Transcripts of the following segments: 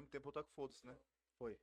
mesmo tempo eu taco foda-se, né? Foi.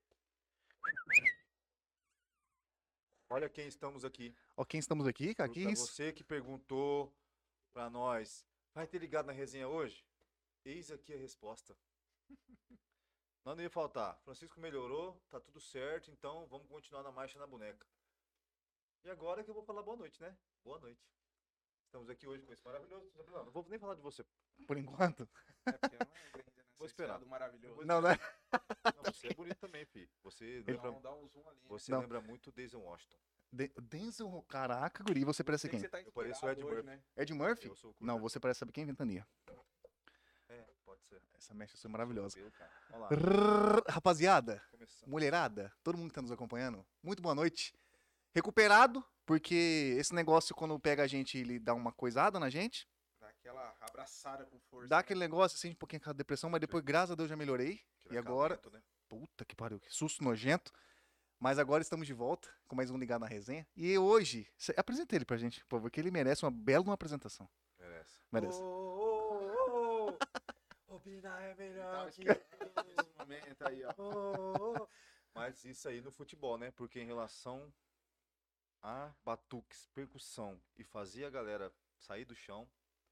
Olha quem estamos aqui. Ó, quem estamos aqui, cara? Que Pra isso? você que perguntou pra nós, vai ter ligado na resenha hoje? Eis aqui a resposta. Não ia faltar. Francisco melhorou, tá tudo certo, então vamos continuar na marcha na boneca. E agora que eu vou falar boa noite, né? Boa noite. Estamos aqui hoje com esse maravilhoso. Não vou nem falar de você. Por enquanto? É porque eu não lembro ainda, né? Vou Você esperar. do maravilhoso. Não, né? Não, você é bonito também, fi. Você lembra, Vamos dar um zoom ali. você Não. lembra muito Denzel Washington. Denzel, caraca, guri, você parece Sei que quem? você tá Eu pareço o Ed inspirado hoje, Murphy. né? Ed Murphy? Eu sou o Kurt Não, Russell. você parece, sabe quem? Ventania. É, pode ser. Essa mecha é maravilhosa. Cabelo, cara. Olha lá, Rapaziada, começando. mulherada, todo mundo que tá nos acompanhando, muito boa noite. Recuperado, porque esse negócio, quando pega a gente, ele dá uma coisada na gente. Dá aquela abraçada com força. Dá né? aquele negócio, sente um pouquinho aquela depressão, mas depois, graças a Deus, já melhorei. Aquele E agora, acalento, né? puta que pariu, que susto nojento. Mas agora estamos de volta com mais um Ligado na Resenha. E hoje, apresenta ele pra gente, por favor, porque ele merece uma bela uma apresentação. Merece. Merece. Opinar é Ele melhor tava que... esperando esse momento aí, ó. Mas isso aí no futebol, né? Porque em relação a batuques, percussão e fazer a galera sair do chão,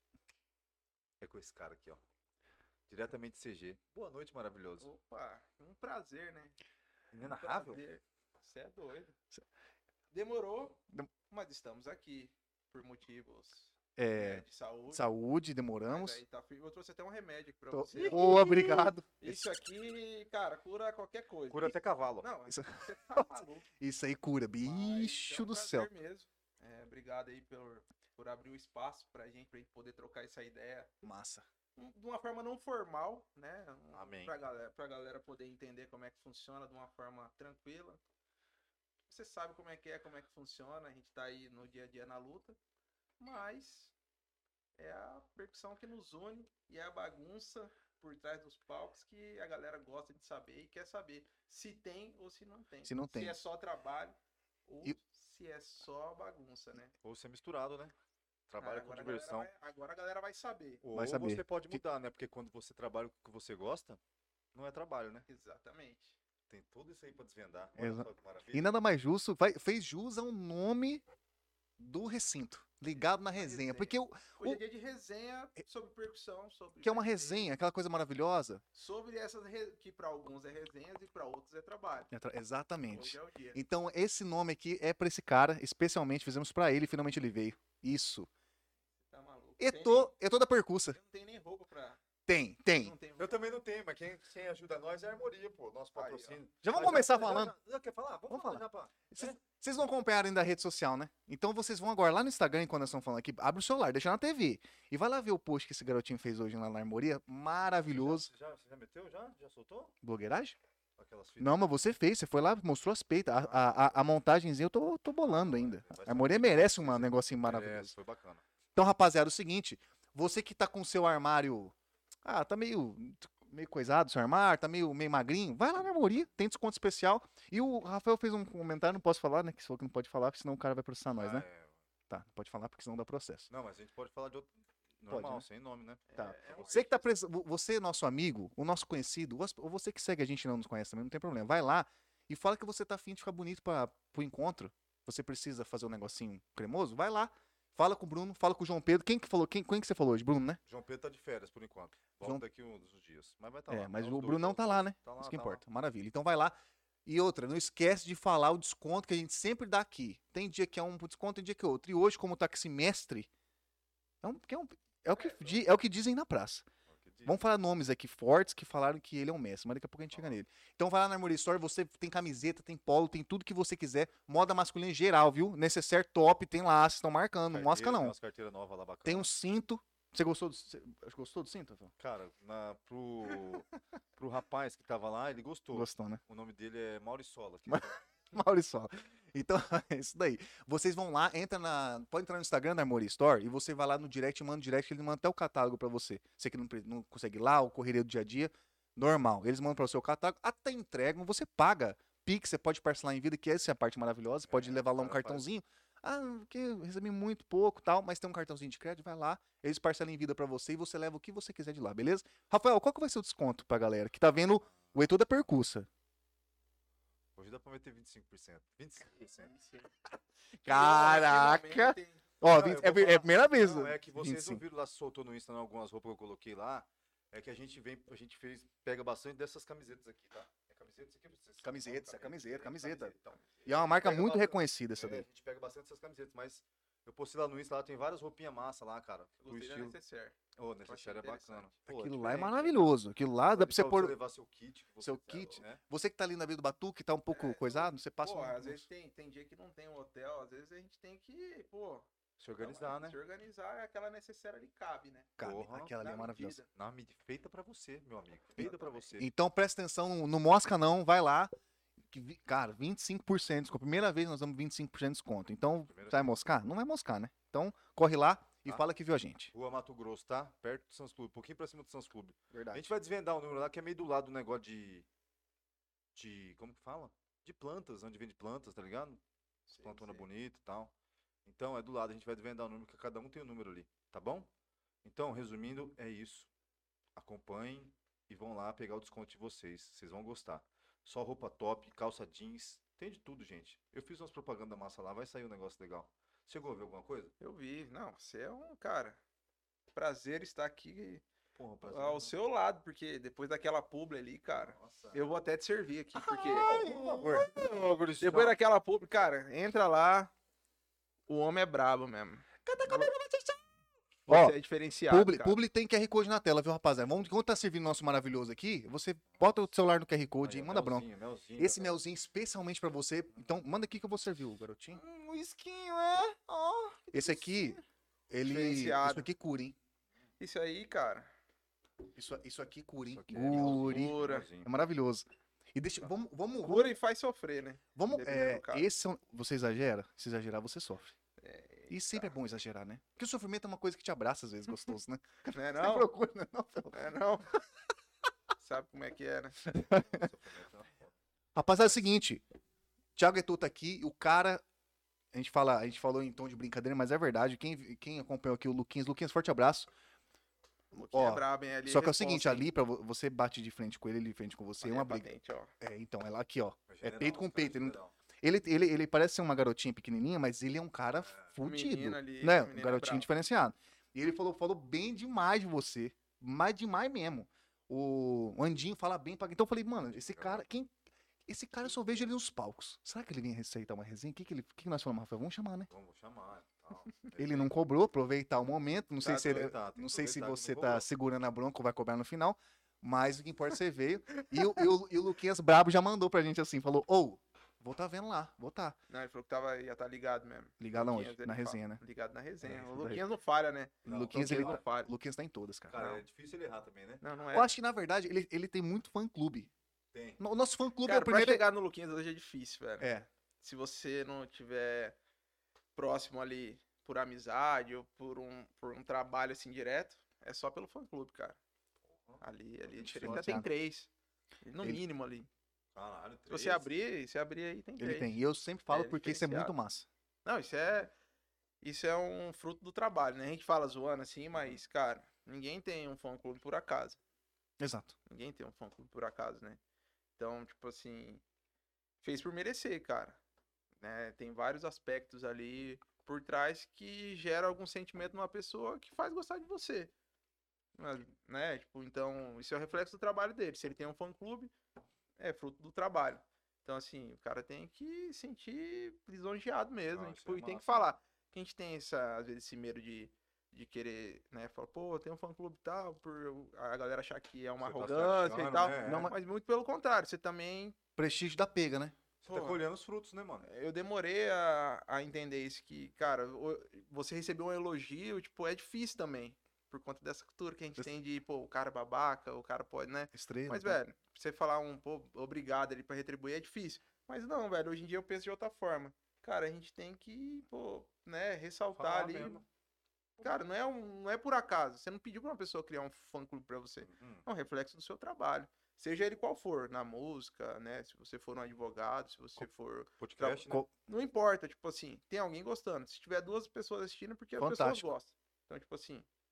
é com esse cara aqui, ó. Diretamente de CG. Boa noite, maravilhoso. Opa, um prazer, né? Inenarrável? Você é doido. Demorou, Dem- mas estamos aqui por motivos de saúde. Saúde, Mas demoramos. aí tá firme. Eu trouxe até um remédio aqui pra Tô- você. Ô, obrigado. Isso aqui, cara, cura qualquer coisa. Cura até cavalo. Não, Isso- você tá maluco. Isso aí cura, Mas bicho é um do prazer céu. mesmo. Obrigado aí por abrir o espaço pra gente poder trocar essa ideia Massa. de uma forma não formal, né? Amém. Pra galera poder entender como é que funciona de uma forma tranquila. Você sabe como é que funciona, a gente tá aí no dia a dia na luta, mas é a percussão que nos une e é a bagunça por trás dos palcos que a galera gosta de saber e quer saber se tem ou se não tem. Se não tem. Se é só trabalho ou E- se é só bagunça, né? Ou ser misturado, né? Trabalha com Agora a diversão. galera agora a galera vai saber. Ou Vai saber. você pode mudar, né? Porque quando você trabalha com o que você gosta, não é trabalho, né? Exatamente. Tem tudo isso aí pra desvendar. Olha Exa- só que maravilha. E nada mais justo, fez jus ao nome do recinto. Ligado na resenha. resenha. Porque Hoje é dia de resenha sobre percussão, sobre que é uma resenha, aquela coisa maravilhosa. sobre essas que para alguns é resenhas e para outros é trabalho. Exatamente. Hoje é o dia. Então, esse nome aqui é pra esse cara, especialmente, fizemos pra ele, finalmente ele veio. Isso. Tá maluco. Eu tô da percussa. Eu não tenho nem roupa pra. Tem. Não tenho Eu também não tenho, mas quem ajuda nós é a Harmonia, pô. Nosso Aí, ó. patrocínio. Já vamos Mas começar falando. Já quer falar? Vamos falar. Já, pá. Vocês não acompanharam ainda a rede social, né? Então vocês vão agora lá no Instagram, quando nós estamos falando aqui, abre o celular, deixa na TV. E vai lá ver o post que esse garotinho fez hoje lá na Armoria. Maravilhoso. Você já meteu? Já soltou? Blogueiragem? Aquelas fitas? Não, mas você fez, você foi lá, mostrou as peitas. A montagenzinha eu tô bolando ainda. Vai A Armoria merece um negocinho maravilhoso. Merece, foi bacana. Então, rapaziada, é o seguinte, você que tá com o seu armário, tá meio coisado o seu armário, tá meio magrinho, vai lá na Armoria, tem desconto especial. E o Rafael fez um comentário, não posso falar, né, que você falou que não pode falar, porque senão o cara vai processar nós, né? É. Tá, não pode falar porque senão dá processo. Não, mas a gente pode falar de outro. Normal, né? sem nome, né? Tá. É um Você que tá você, nosso amigo, o nosso conhecido, ou você que segue a gente e não nos conhece também, não tem problema. Vai lá e fala que você tá afim de ficar bonito pro encontro. Você precisa fazer um negocinho cremoso, vai lá. Fala com o Bruno, fala com o João Pedro. Quem que você falou hoje? Bruno, né? João Pedro tá de férias por enquanto. Volta João- daqui uns dias. Mas vai estar lá. Mas Tá o os Bruno dois, não tá lá, né? Tá lá, Isso que tá importa. Maravilha. Então vai lá. E outra, não esquece de falar o desconto que a gente sempre dá aqui. Tem dia que é um desconto, tem dia que é outro. E hoje, como tá com esse mestre, é o que dizem na praça. Lá. Que dia. Vamos falar nomes aqui fortes que falaram que ele é um mestre, mas daqui a pouco a gente chega nele. Então vai lá na Armoria Store, você tem camiseta, tem polo, tem tudo que você quiser. Moda masculina em geral, viu? Necessaire top, tem lá, vocês estão marcando, não mosca Tem não. umas carteiras novas lá bacana. Tem um cinto. Você gostou do cinto, Rafael? Cara, pro rapaz que tava lá, ele gostou. Gostou, né? O nome dele é Mauriçola. Maurício. Então, é isso daí. Vocês vão lá, pode entrar no Instagram da Armoria Store e você vai lá no direct, manda no direct, que ele manda até o catálogo pra você. Você que não consegue ir lá, o correria do dia a dia, normal. Eles mandam pra você o catálogo, até entregam, você paga. Pix, você pode parcelar em vida, que essa é a parte maravilhosa. Você pode levar lá um cara, cartãozinho. Porque eu recebi muito pouco e tal, mas tem um cartãozinho de crédito, vai lá, eles parcelam em vida pra você e você leva o que você quiser de lá, beleza? Rafael, qual que vai ser o desconto pra galera que tá vendo O Heitor é percussa. Hoje dá pra meter 25%. 25%. Caraca! Ó, Não, eu vou é a falar- primeira vez. Não, é que vocês 25. ouviram lá, soltou no Insta, né, algumas roupas que eu coloquei lá. É que a gente pega bastante dessas camisetas aqui, tá? É camiseta, isso aqui pra vocês. Camiseta, isso é camiseta. Então. E é uma marca Pega muito bastante- reconhecida essa A daí. gente pega bastante essas camisetas, mas eu postei lá no Insta, lá tem várias roupinhas massa lá, cara. Eu Do gostei da estilo. necessaire. Ô, necessário é bacana. interessante. Pô, Aquilo é lá é diferente, maravilhoso. Aquilo lá dá pra você pôr. levar seu kit. Que você Seu quiser, kit. né? Você que tá ali na beira do batuque, tá um pouco coisado, você passa Pô, um. às vezes tem dia que não tem um hotel, às vezes a gente tem que, pô, Se organizar, né? se organizar, aquela necessária ali cabe, né? Cabe, Porra, aquela ali é na maravilhosa. medida. Na mídia feita pra você, meu amigo. Feita pra você. Então presta atenção, não mosca não, vai lá. Cara, 25% de desconto. Primeira vez nós damos 25% de desconto. Então, Primeira vai vez. moscar? Não vai moscar, né? Então, corre lá e Tá. fala que viu a gente. Rua Mato Grosso, tá? Perto do Sans Clube. Um pouquinho pra cima do Sans Clube. A Verdade. gente vai desvendar o número lá, que é meio do lado do negócio de. Como que fala? De plantas, onde vende plantas, tá ligado? Sei, Plantona sei. bonita e tal. Então é do lado, a gente vai desvendar o número, que cada um tem um número ali, tá bom? Então, resumindo, é isso. Acompanhem e vão lá pegar o desconto de vocês. Vocês vão gostar. Só roupa top, calça jeans, tem de tudo, gente. Eu fiz umas propaganda massa lá, vai sair um negócio legal. Chegou a ver alguma coisa? Eu vi. Não, você é um cara. Prazer estar aqui Porra, prazer. ao seu lado, porque depois daquela publi ali, cara, Nossa. eu vou até te servir aqui, porque Por favor. depois daquela publi, cara, entra lá, o homem é brabo mesmo. Ó, Você é diferenciado, cara. Publi tem QR Code na tela, viu, rapaziada? Vamos, enquanto tá servindo nosso maravilhoso aqui, você bota o celular no QR Code e manda bronca. Melzinho, Esse melzinho especialmente pra você. Então, manda aqui que eu vou servir o garotinho. Um esquinho, é? Ó. Esse aqui, ele. Diferenciado. Isso aqui cura, hein? Isso aí, cara. Isso aqui cura, hein? Isso aqui é Cura, hein? Cura. melzinho. É maravilhoso. E deixa. Vamos. Cura e faz sofrer, né? Dependendo do caso. Esse você exagera? Se exagerar, você sofre. E sempre é bom exagerar, né? Porque o sofrimento é uma coisa que te abraça, às vezes, gostoso, né? Não é Sem não? procura, não. É não? Sabe como é que é, né? Rapaziada, é o seguinte. Thiago Etu tá aqui, e o cara. A gente falou em tom de brincadeira, mas é verdade. Quem acompanhou aqui o Luquinhas, forte abraço. O Luquinha Ó, é brabo, hein? Ali Só que é o responsa, seguinte, hein? ali, você bate de frente com ele de frente com você, é Ali uma briga. patente, ó. É, então, é lá aqui, ó. É General, peito com os caras peito. Ele, general. ele parece ser uma garotinha pequenininha, mas ele é um cara fudido. menino ali, Né? o Um menino é garotinho brabo. diferenciado. E ele falou bem demais de você. Mas demais mesmo. O Andinho fala bem pra. Então eu falei, mano, esse cara. Esse cara eu só vejo ele nos palcos. Será que ele vem receitar uma resenha? O que nós falamos, Rafael? Vamos chamar, né? Vamos chamar. Tal. Ele não cobrou, aproveitar o momento. Não sei Tá se, doido, Tá, tem que não sei se aproveitar que você não tá rolou. segurando a bronca ou vai cobrar no final. Mas o que importa é que você veio. E o Luquinhas Brabo já mandou pra gente assim: falou, vou tá vendo lá, vou tá. Não, ele falou que ia estar ligado mesmo. Ligado aonde? Luquinhas, ele Na fala. resenha, né? Ligado na resenha. É, O daí. Luquinhas não falha, né? Não, Luquinhas, Luquinhas ele, não falha. Luquinhas tá em todas, cara. Cara, Não. é difícil ele errar também, né? Não é. Eu acho que, na verdade, ele tem muito fã-clube. Tem. O nosso fã-clube é Cara, o primeiro. pra chegar no Luquinhas hoje é difícil, velho. É, Se você não tiver próximo ali por amizade ou por um trabalho assim direto, é só pelo fã-clube, cara. Ali é diferente. Ainda tem Thiago. 3. No Ele- mínimo ali. Caralho, Se você abrir aí, tem 3. ele tem. E eu sempre falo É, porque isso é muito diferenciado. massa. Não, isso é um fruto do trabalho, né? A gente fala zoando assim, mas, cara, ninguém tem um fã-clube por acaso. Exato. Ninguém tem um fã-clube por acaso, né? Então, tipo assim, fez por merecer, cara. Né? Tem vários aspectos ali por trás que gera algum sentimento numa pessoa que faz gostar de você. Né? Tipo, então, isso é o reflexo do trabalho dele. Se ele tem um fã-clube, é fruto do trabalho. Então, assim, o cara tem que sentir lisonjeado mesmo. Ah, e, isso tipo, é e tem que massa, falar. Que a gente tem às vezes, esse medo de querer, né? Falar, pô, tem um fã-clube e tal, por a galera achar que é uma Você tá se arrogância e achando, tal. né? Não, Mas muito pelo contrário, você também. Prestígio da pega, né? Você tá Pô, colhendo os frutos, né, mano? eu demorei a entender isso, que, cara, você receber um elogio, tipo, é difícil também. Por conta dessa cultura que a gente tem de, pô, o cara é babaca, o cara pode, né? Estrela. Mas, tá? velho, você falar pô, obrigado ali pra retribuir é difícil. Mas não, velho, hoje em dia eu penso de outra forma. Cara, a gente tem que, pô, né, ressaltar Falar ali. mesmo. Cara, não é por acaso. Você não pediu pra uma pessoa criar um fã-clube pra você. É um reflexo do seu trabalho. Seja ele qual for, na música, né? Se você for um advogado, se você for. Podcast, né? Co- Não importa, tipo assim, tem alguém gostando. Se tiver 2 pessoas assistindo, é porque as pessoas Fantástico. gostam. Então, tipo assim,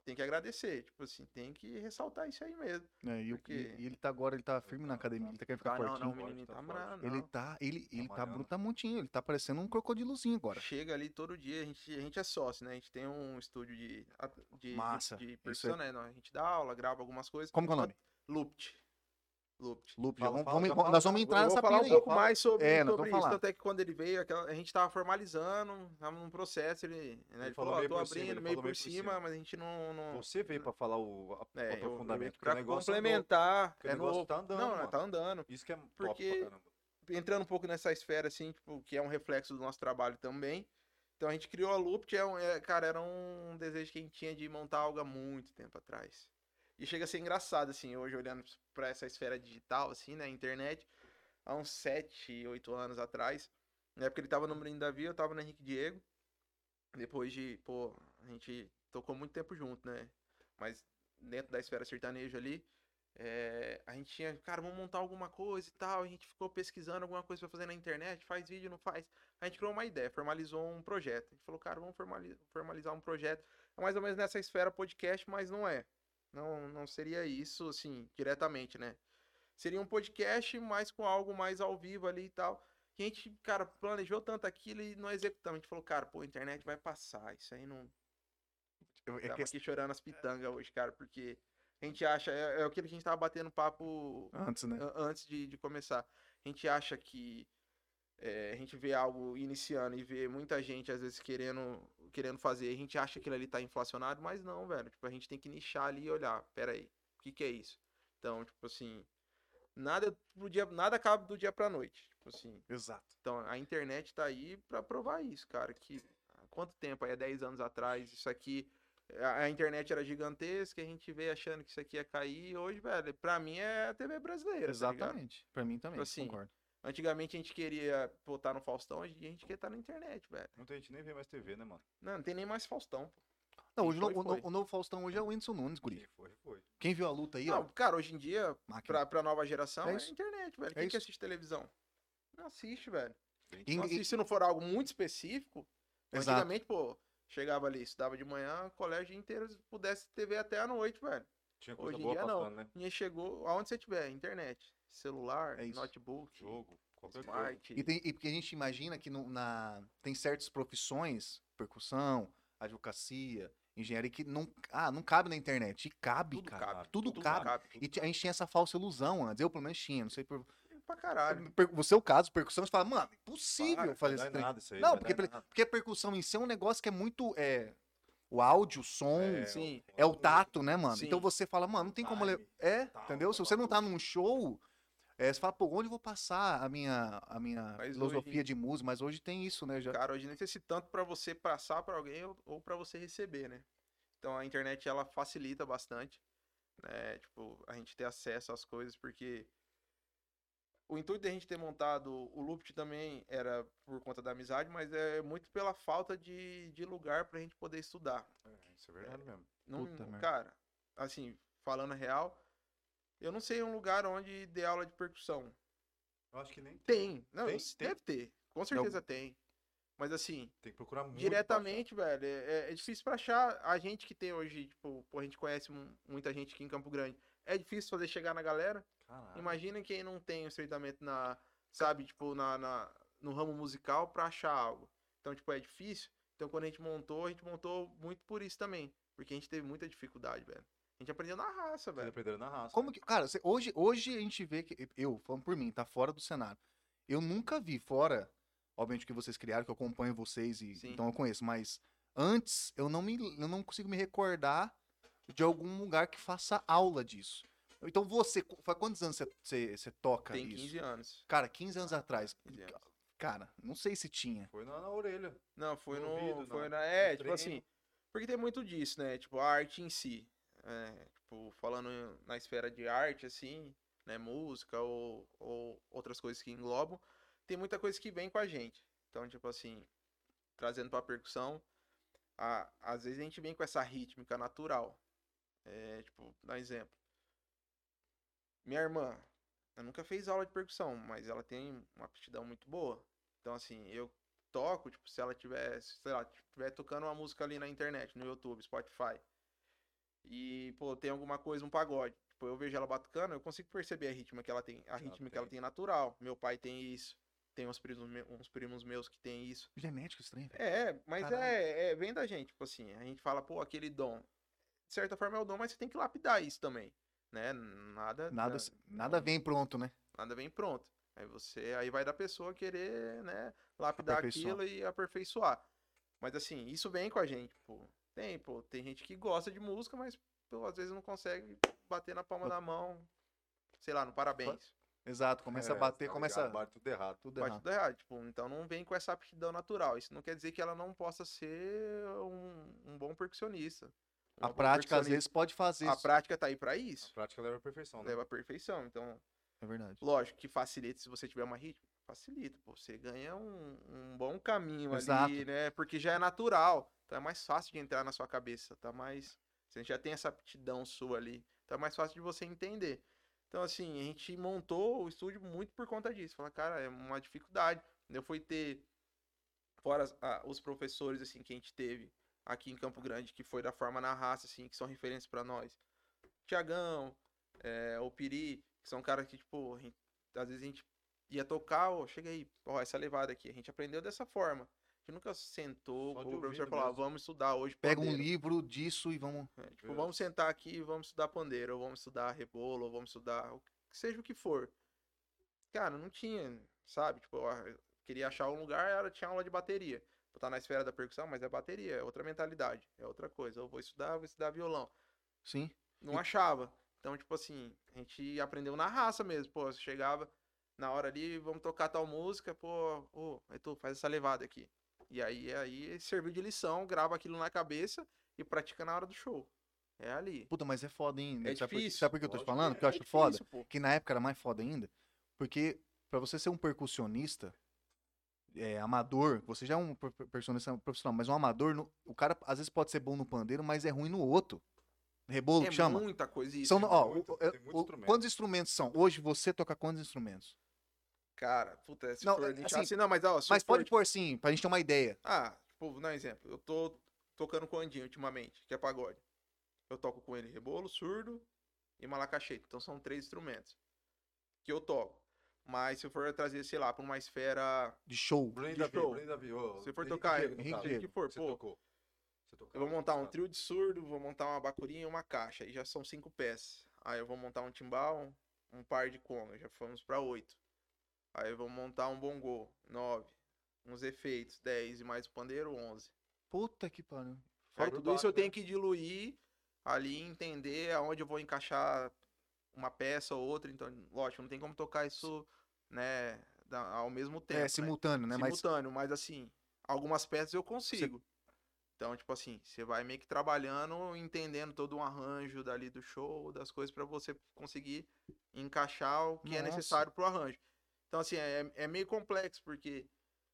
tem que agradecer, tipo assim, tem que ressaltar isso aí mesmo. Porque- E ele tá agora, ele tá firme na academia, ele tá querendo ficar Ah, não, fortinho. o menininho tá bravo, Ele não. tá, ele tá malhando. brutamontinho, ele tá parecendo um crocodilozinho agora. Chega ali todo dia, a gente é sócio, né? A gente tem um estúdio Massa. de Isso percussão, é... né? A gente dá aula, grava algumas coisas. Como que é o nome? Lupt. Lupt. Loop, já Fala, vamos, fala, vamos- já vamos- fala, nós já. vamos Eu entrar vou nessa falar pira um aí. pouco mais sobre, nós sobre vamos isso. falar. Tanto é que quando ele veio, a gente tava formalizando, tava num processo, ele falou falou, ó, meio tô por cima, abrindo ele meio falou por meio por cima, cima. mas a gente não... Você veio pra falar o É, aprofundamento, porque o pra negócio andou, complementar, porque o é negócio novo. tá andando, Não, mano. tá andando. Isso que é top Porque- pra caramba. Entrando um pouco nessa esfera, assim, tipo, que é um reflexo do nosso trabalho também. Então a gente criou a Loop, que cara, era um desejo que a gente tinha de montar algo há muito tempo atrás. E chega a ser engraçado, assim, hoje olhando pra essa esfera digital, assim, né, internet, há uns 7, 8 anos atrás. Na época ele tava no Menino Davi, eu tava no Henrique Diego. Depois de, pô, a gente tocou muito tempo junto, né? Mas dentro da esfera sertaneja ali, a gente tinha, cara, vamos montar alguma coisa e tal. A gente ficou pesquisando alguma coisa pra fazer na internet, faz vídeo, não faz. A gente criou uma ideia, formalizou um projeto. A gente falou, cara, vamos formalizar um projeto. É mais ou menos nessa esfera podcast, mas não é. Não seria isso, assim, diretamente, né? Seria um podcast, mas com algo mais ao vivo ali e tal. Que a gente, cara, planejou tanto aquilo e não executamos. A gente falou, cara, pô, a internet vai passar. Isso aí não. É Tava que- aqui chorando as pitangas hoje, cara, porque a gente acha. É aquilo que a gente tava batendo papo Antes, né? antes de começar. A gente acha que a gente vê algo iniciando e vê muita gente, às vezes, querendo fazer. A gente acha que aquilo ali tá inflacionado, mas não, velho. Tipo, a gente tem que nichar ali e olhar. Pera aí, o que é isso? Então, tipo assim, nada acaba do dia pra noite. Tipo assim. Exato. Então, a internet tá aí pra provar isso, cara. Que há quanto tempo? Aí, há 10 anos atrás, isso aqui. A internet era gigantesca, a gente veio achando que isso aqui ia cair. E hoje, velho, pra mim é a TV brasileira, tá ligado? Exatamente. Pra mim também, Tipo assim, concordo. Antigamente a gente queria botar no Faustão, hoje em dia a gente quer estar na internet, velho. Muita gente nem vê mais TV, né, mano? Não tem nem mais Faustão, pô. Não, Quem hoje foi, o, foi. o novo Faustão hoje é o Whindersson Nunes, guri. Quem foi, foi. Quem viu a luta aí, ó? Não, cara, hoje em dia, Máquina. pra nova geração, É é isso. internet, velho. É Quem que isso. assiste televisão? Não assiste, velho. E- Não assiste se não for algo muito específico. Exato. Antigamente, pô, chegava ali, estudava de manhã, colégio inteiro, pudesse TV até a noite, velho. Tinha coisa Hoje em boa dia não. passando, né? Ninguém chegou, aonde você tiver, internet, celular, É isso. notebook, Jogo, qualquer coisa. smart. E porque a gente imagina que tem certas profissões, percussão, advocacia, engenharia, que não cabe na internet. E cabe, Tudo cara. cabe, Tudo tudo cabe. cabe. E a gente tinha essa falsa ilusão antes. Eu, pelo menos, tinha. Não sei por. Pra caralho. O seu caso, percussão, você fala, mano, impossível Para, fazer não isso. vai dar nada isso aí. Não, vai porque, dar nada. porque a percussão em si é um negócio que é muito. O áudio, o som. sim. É o tato, né, mano? Sim. Então você fala, mano, não tem como. Time, Entendeu? Se você não tá num show, você fala, pô, onde eu vou passar a minha Mas filosofia hoje- de música? Mas hoje tem isso, né? Já. Cara, hoje nem sei se tanto pra você passar pra alguém ou pra você receber, né? Então a internet ela facilita bastante, né? Tipo, a gente ter acesso às coisas, porque o intuito de a gente ter montado o Loop também era por conta da amizade, mas é muito pela falta de lugar pra gente poder estudar. Isso é verdade mesmo. Não, Puta merda. cara, assim, falando real, eu não sei um lugar onde dê aula de percussão. Eu acho que nem Tem, não, Tem? deve ter, com certeza tem. Mas assim, tem que procurar muito. diretamente, velho, é difícil pra achar. A gente que tem hoje, tipo, pô, a gente conhece muita gente aqui em Campo Grande. É difícil fazer chegar na galera. Caralho. Imagina quem não tem um estreitamento sabe, tipo, no ramo musical pra achar algo. Então, tipo, é difícil. Então, quando a gente montou muito por isso também. Porque a gente teve muita dificuldade, velho. A gente aprendeu na raça, Vocês velho. aprenderam na raça. Como que. Cara, hoje a gente vê que. Eu, falando por mim, tá fora do cenário. Eu nunca vi fora. Obviamente que vocês criaram, que eu acompanho vocês, Sim. então eu conheço, mas antes eu não consigo me recordar de algum lugar que faça aula disso. Então faz quantos anos você toca Tem isso? 15 anos. Cara, 15 anos atrás. 15 anos. Cara, não sei se tinha. Foi na orelha. Não, foi No no. ouvido, Foi no tipo treino. assim. Porque tem muito disso, né? Tipo, a arte em si. Tipo, falando na esfera de arte, assim, né? Música ou outras coisas que englobam. Tem muita coisa que vem com a gente. Então, tipo assim, trazendo pra percussão, às vezes a gente vem com essa rítmica natural. Tipo, dá um exemplo. Minha irmã, ela nunca fez aula de percussão, mas ela tem uma aptidão muito boa. Então, assim, eu toco, tipo, se ela tiver, sei lá, tiver tocando uma música ali na internet, no YouTube, Spotify, e, pô, tem alguma coisa, um pagode. Tipo, eu vejo ela batucando, eu consigo perceber a rítmica que ela tem, a rítmica que ela tem natural. Meu pai tem isso. Tem uns primos meus que tem isso. Genético estranho, velho. Mas Caralho. vem da gente, tipo assim, a gente fala, pô, aquele dom. De certa forma é o dom, mas você tem que lapidar isso também, né? Nada vem pronto, né? Nada vem pronto. Aí vai da pessoa querer, né, lapidar Aperfeiçoar. aquilo e aperfeiçoar. Mas assim, isso vem com a gente, pô. Tem gente que gosta de música, mas pô, às vezes não consegue bater na palma da mão, sei lá, no parabéns. Exato, começa a bater, tá começa ligado? Bate tudo errado. tudo Bate errado. tudo errado. Tipo, então não vem com essa aptidão natural. Isso não quer dizer que ela não possa ser um bom percussionista. A Uma boa prática, às percussionista. vezes, pode fazer A isso. prática tá aí pra A isso. prática leva à perfeição, né? Leva à perfeição. Então, É verdade. lógico que facilita se você tiver uma ritmo. Facilita, pô. Você ganha um bom caminho Exato. ali, né? Porque já é natural. Então é mais fácil de entrar na sua cabeça. Tá mais. Você já tem essa aptidão sua ali. Então é mais fácil de você entender. Então, assim, a gente montou o estúdio muito por conta disso. Fala, cara, é uma dificuldade. Eu fui ter. Fora os professores, assim, que a gente teve aqui em Campo Grande, que foi da forma na raça, assim, que são referências pra nós. Tiagão, o Piri, que são caras que, tipo, às vezes a gente ia tocar, ó, chega aí, ó, essa levada aqui. A gente aprendeu dessa forma. A gente nunca sentou Só com de o professor e ouvido falou, mesmo. vamos estudar hoje Pega um pandeiro. livro disso e vamos. Tipo, Isso. vamos sentar aqui e vamos estudar pandeiro, ou vamos estudar rebolo, ou vamos estudar seja o que for. Cara, não tinha, sabe? Tipo, eu queria achar um lugar, tinha aula de bateria. Botar na esfera da percussão, mas é bateria, é outra mentalidade, é outra coisa. Eu vou estudar violão. Sim. Não achava. Então, tipo assim, a gente aprendeu na raça mesmo. Pô, você chegava na hora ali, vamos tocar tal música, pô, Heitor, faz essa levada aqui. E aí serviu de lição, grava aquilo na cabeça e pratica na hora do show. É ali. Puta, mas é foda ainda. É difícil. Sabe por que eu tô te Lógico falando? que Que eu É acho foda. difícil, pô. Que na época era mais foda ainda. Porque pra você ser um percussionista amador, você já é um percussionista profissional, mas um amador, o cara às vezes pode ser bom no pandeiro, mas é ruim no outro. Rebolo É que chama? muita coisa isso. São, ó, tem muito instrumento. quantos instrumentos são? Hoje você toca quantos instrumentos? Cara, puta, se Não, for assim, deixar assim, não, mas ó, se Mas for, pode pôr assim, pra gente ter uma ideia. tipo, vou dar um exemplo. Eu tô tocando com o Andinho ultimamente, que é pagode. Eu toco com ele rebolo, surdo e malacachete. Então são 3 instrumentos que eu toco. Mas se eu for trazer, sei lá, pra uma esfera. De show. Bruno de Davi, show. Bruno Davi. Ô, Se for Henrique tocar, Diego, no Henrique caso. Diego. que for, Você pô. tocou. Você tocou, Eu vou montar um sabe? trio de surdo, vou montar uma bacurinha e uma caixa. Aí já são 5 peças. Aí eu vou montar um timbal, um par de conga. Já fomos pra 8. Aí eu vou montar um bongô, 9. Uns efeitos, 10. E mais o pandeiro, 11. Puta que pariu. Aí Fora tudo do isso eu baixo, tenho né? que diluir ali, entender aonde eu vou encaixar uma peça ou outra. Então, lógico, não tem como tocar isso, né, ao mesmo tempo. né? Simultâneo, né? Simultâneo, mas assim, algumas peças eu consigo. Então, tipo assim, você vai meio que trabalhando, entendendo todo um arranjo dali do show, das coisas pra você conseguir encaixar o que é Nossa. necessário pro arranjo. Então, assim, é meio complexo, porque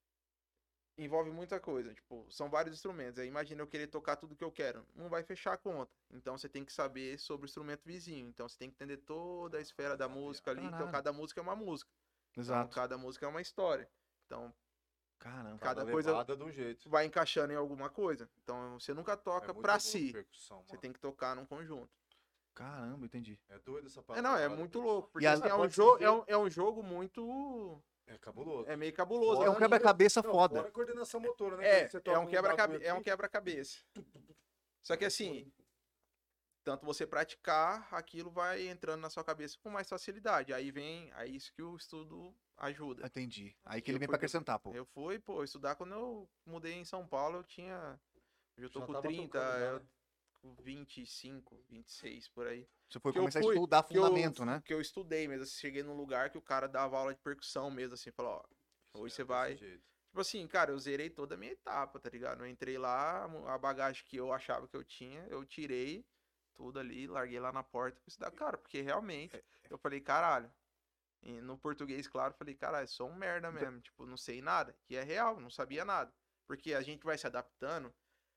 envolve muita coisa. Tipo, são vários instrumentos. Aí imagina eu querer tocar tudo que eu quero. Não vai fechar a conta. Então você tem que saber sobre o instrumento vizinho. Então você tem que entender toda a esfera da música ali. Então Caralho. cada música é uma música. Então Exato. cada música é uma história. Então Caramba. cada Cada coisa levada de um jeito. vai encaixando em alguma coisa. Então você nunca toca muito pra boa si. percussão, Você mano. tem que tocar num conjunto. Caramba, entendi. É doido essa É, parada. não, é parada muito de louco. Porque E assim, as- é um pode jogo, dizer- é um jogo muito. É cabuloso. É meio cabuloso. Fora É um ainda- quebra-cabeça não, foda. Fora a coordenação motora, né? Você É toca um bagulho aqui, quebra-cabeça. Só que assim, tanto você praticar, aquilo vai entrando na sua cabeça com mais facilidade. Aí é isso que o estudo ajuda. Entendi. Aí que ele Eu vem fui pra acrescentar, pô. Eu fui, estudar quando eu mudei em São Paulo, eu tinha. Hoje eu tô Já com tava 30, tocando já, eu né? com 25, 26 por aí. Você foi Que eu começar fui- a estudar Que eu- fundamento, né? Que eu estudei mesmo. Assim, cheguei num lugar que o cara dava aula de percussão mesmo, assim, falou, ó, hoje você vai. Desse jeito. Tipo assim, cara, eu zerei toda a minha etapa, tá ligado? Eu entrei lá, a bagagem que eu achava que eu tinha, eu tirei tudo ali, larguei lá na porta pra estudar. Cara, porque realmente, eu falei, caralho. E no português, claro, eu falei, caralho, sou um merda mesmo. Tipo, não sei nada. Que é real, não sabia nada. Porque a gente vai se adaptando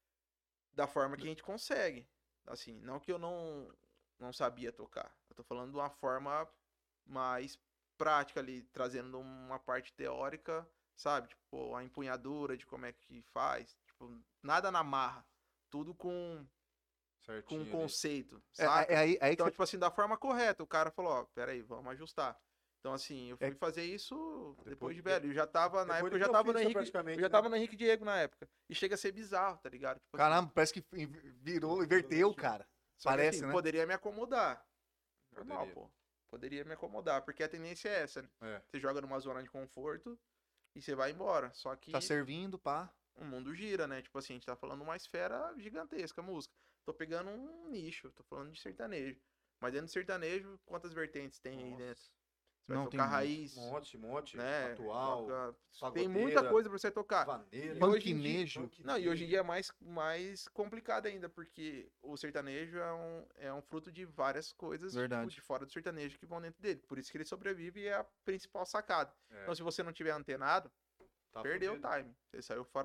da forma que a gente consegue. Assim, não que eu não sabia tocar. Eu tô falando de uma forma mais prática ali, trazendo uma parte teórica, sabe? Tipo, a empunhadura de como é que faz. Tipo, nada na marra. Tudo com Certinho um ali. conceito, É, saca? aí que Então, você- tipo assim, da forma correta, o cara falou, ó, peraí, vamos ajustar. Então, assim, eu fui É- fazer isso depois Depois- de velho. Eu já tava, na depois época, de eu já que eu tava fiz no isso Henrique, praticamente, eu já né? tava no Henrique Diego na época. E chega a ser bizarro, tá ligado? Tipo assim, Caramba, parece que virou, inverteu, cara. só que, Parece, assim, né? poderia me acomodar. Normal, Poderia. pô. Poderia me acomodar, porque a tendência é essa, né? É. Você joga numa zona de conforto e você vai embora. Só que Tá servindo, pá. o mundo gira, né? Tipo assim, a gente tá falando uma esfera gigantesca, a música. Tô pegando um nicho, tô falando de sertanejo. Mas dentro do sertanejo, quantas vertentes tem aí Nossa. dentro? Você vai Não, tem tocar muito. raiz, Monte. né? Atual. Tem muita pagodeira, coisa pra você tocar. vaneira. E hoje em dia- Funknejo. Não, e hoje em dia é mais complicado ainda, porque o sertanejo é um fruto de várias coisas Verdade. tipo, de fora do sertanejo que vão dentro dele. Por isso que ele sobrevive e é a principal sacada. É, Então, se você não tiver antenado, tá perdeu o fudido. time. Você saiu fora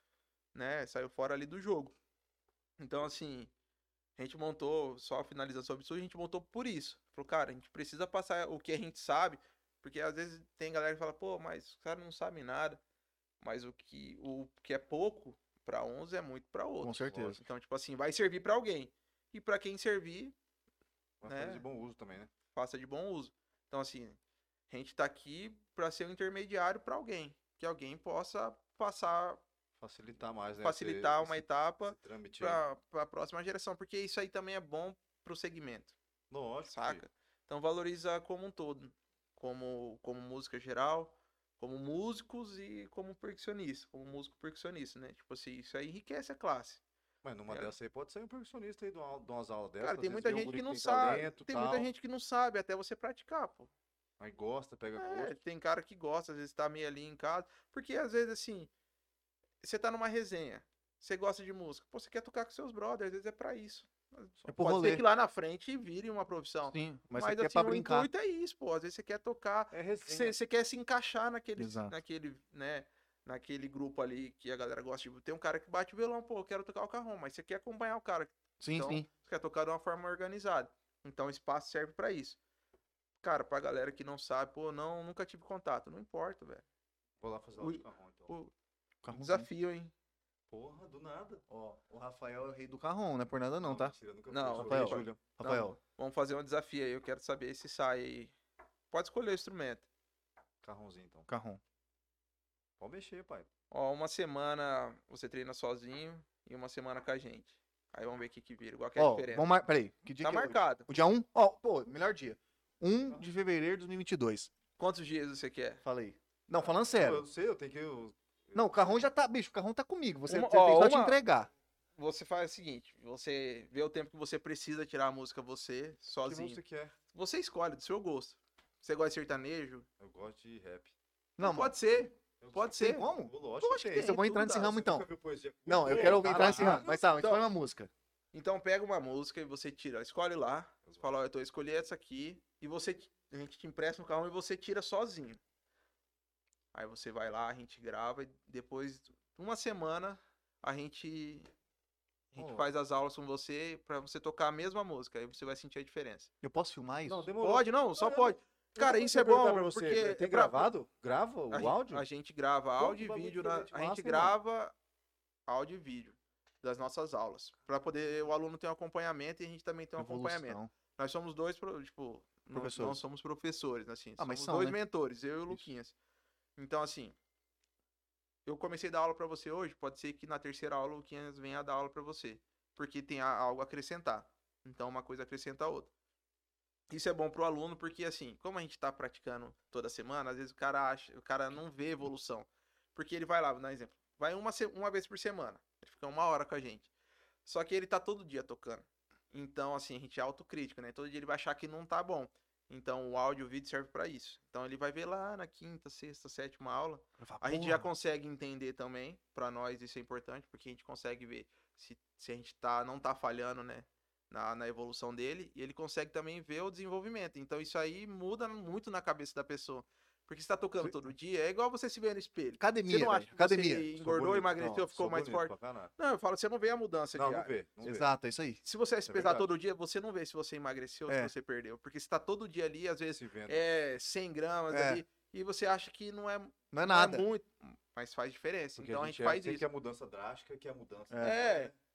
saiu fora ali do jogo. Então, assim, a gente montou, só finalizando sobre isso, a gente montou por isso. Falou, cara, a gente precisa passar o que a gente sabe, porque às vezes tem galera que fala, pô, mas os caras não sabem nada. Mas o que é pouco pra uns é muito pra outros. Com certeza. Então, tipo assim, vai servir pra alguém. E pra quem servir, Mas né? fazer de bom uso também, né? faça de bom uso. Então, assim, a gente tá aqui pra ser um intermediário pra alguém. Que alguém possa passar, Facilitar mais, né? facilitar uma etapa esse trâmite aí. para a próxima geração, porque isso aí também é bom pro segmento, Lógico. saca? Então valoriza como um todo, como música geral, como músicos e como percussionista, como músico percussionista, né? Tipo assim, isso aí enriquece a classe. Mas numa É. dessa aí pode sair um percussionista aí de umas aulas dessas. Cara, às tem vezes muita vê um gente guri que não tem sabe, talento, tem muita tal, gente que não sabe até você praticar, pô. Aí gosta, pega É, gosto. tem cara que gosta, às vezes tá meio ali em casa, porque às vezes assim, você tá numa resenha, você gosta de música, pô, você quer tocar com seus brothers, às vezes é pra isso. É por Pode rolê. ser que lá na frente vire uma profissão. Sim, mas, Mas você quer assim, pra o brincar. intuito é isso, pô. Às vezes você quer tocar, É resenha. você quer se encaixar Exato. naquele grupo ali que a galera gosta de. Tem um cara que bate violão, pô, eu quero tocar o carrom, mas você quer acompanhar o cara. Sim, Então, sim. você quer tocar de uma forma organizada. Então o espaço serve pra isso. Cara, pra galera que não sabe, pô, nunca tive contato. Não importa, velho. Vou lá fazer aula de Ui. carrão, então. O Carrãozinho. desafio, hein? Porra, do nada. Ó, o Rafael é o rei do carrão, não é por nada não, tá? mentira, nunca Não, fiz. Rafael. Júlio. Rafael, Não, vamos fazer um desafio aí. Eu quero saber se sai aí. Pode escolher o instrumento. Carrãozinho, então. carrão. Pode mexer, pai. Ó, uma semana você treina sozinho e uma semana com a gente. Aí vamos ver o que vira. Igual que é a Ó, diferença. vamos peraí, que dia Tá que é hoje? marcado. O dia 1? Ó, pô, melhor dia. 1 de fevereiro de 2022. Quantos dias você quer? Falei. Não, falando Eu sério. não sei, eu tenho que... Não, o carrão já tá, bicho, o carrão tá comigo. Você, Uma- você tem ó, só te uma- entregar. Você faz o seguinte, você vê o tempo que você precisa tirar a música você, Que sozinho. música que é? Você escolhe, do seu gosto. Você gosta de sertanejo? Eu gosto de rap. Não, Pode ser, Eu pode sei. ser. tem como? Lógico Lógico que que tem. Eu vou entrar tudo nesse dá. ramo Você então. nunca viu poesia? Não, eu Pô, quero tá entrar lá. nesse ramo. Mas tá, Então- escolhe uma música. Então pega uma música e você tira, escolhe lá. Você fala, ó, eu tô escolhendo essa aqui. E a gente te empresta no carro e você tira sozinho. Aí você vai lá, a gente grava e depois, uma semana, a gente Ó. faz as aulas com você pra você tocar a mesma música. Aí você vai sentir a diferença. Eu posso filmar isso? Não, demorou. Pode, não, só pode. Cara, Eu isso é vou perguntar bom, pra você, porque... tem é pra- gravado? Grava a o gente- áudio? A gente grava Pô, áudio que e bagulho vídeo, diferente, a gente massa, hein, grava áudio e vídeo das nossas aulas. Pra poder o aluno ter um acompanhamento e a gente também tem um acompanhamento. Evolução. Nós somos dois, tipo, não Professores. somos professores, assim. Ah, mas somos são, dois né? mentores, eu e o Isso. Luquinhas. Então, assim, eu comecei a dar aula pra você hoje, pode ser que na terceira aula o Luquinhas venha dar aula pra você. Porque tem algo a acrescentar. Então, uma coisa acrescenta a outra. Isso é bom pro aluno, porque assim, como a gente tá praticando toda semana, às vezes o cara não vê evolução. Porque ele vai lá, vou dar um exemplo, vai uma vez por semana, ele fica 1 hora com a gente. Só que ele tá todo dia tocando. Então, assim, a gente é autocrítico, né? Todo dia ele vai achar que não tá bom. Então, o áudio e o vídeo serve pra isso. Então, ele vai ver lá na quinta, sexta, sétima aula. A gente já consegue entender também, pra nós isso é importante, porque a gente consegue ver se a gente não tá falhando, né? Na evolução dele, e ele consegue também ver o desenvolvimento. Então isso aí muda muito na cabeça da pessoa. Porque você tá tocando todo dia, é igual você se ver no espelho. Academia, Você não acha velho, que academia. você Sou engordou, bonito. emagreceu, Não, ficou sou mais bonito forte? pra caralho. Não, eu falo, você não vê a mudança Não, não diária. vê. Não vê. Exato, é isso aí. Se você se É pesar verdade. todo dia, você não vê se você emagreceu ou É. se você perdeu. Porque você tá todo dia ali, às vezes, Se vendo. 100 gramas É. ali, e você acha que não é, Não é não é nada. muito, mas faz diferença. Porque então a gente é- faz tem isso. que a mudança drástica, que é a mudança. É,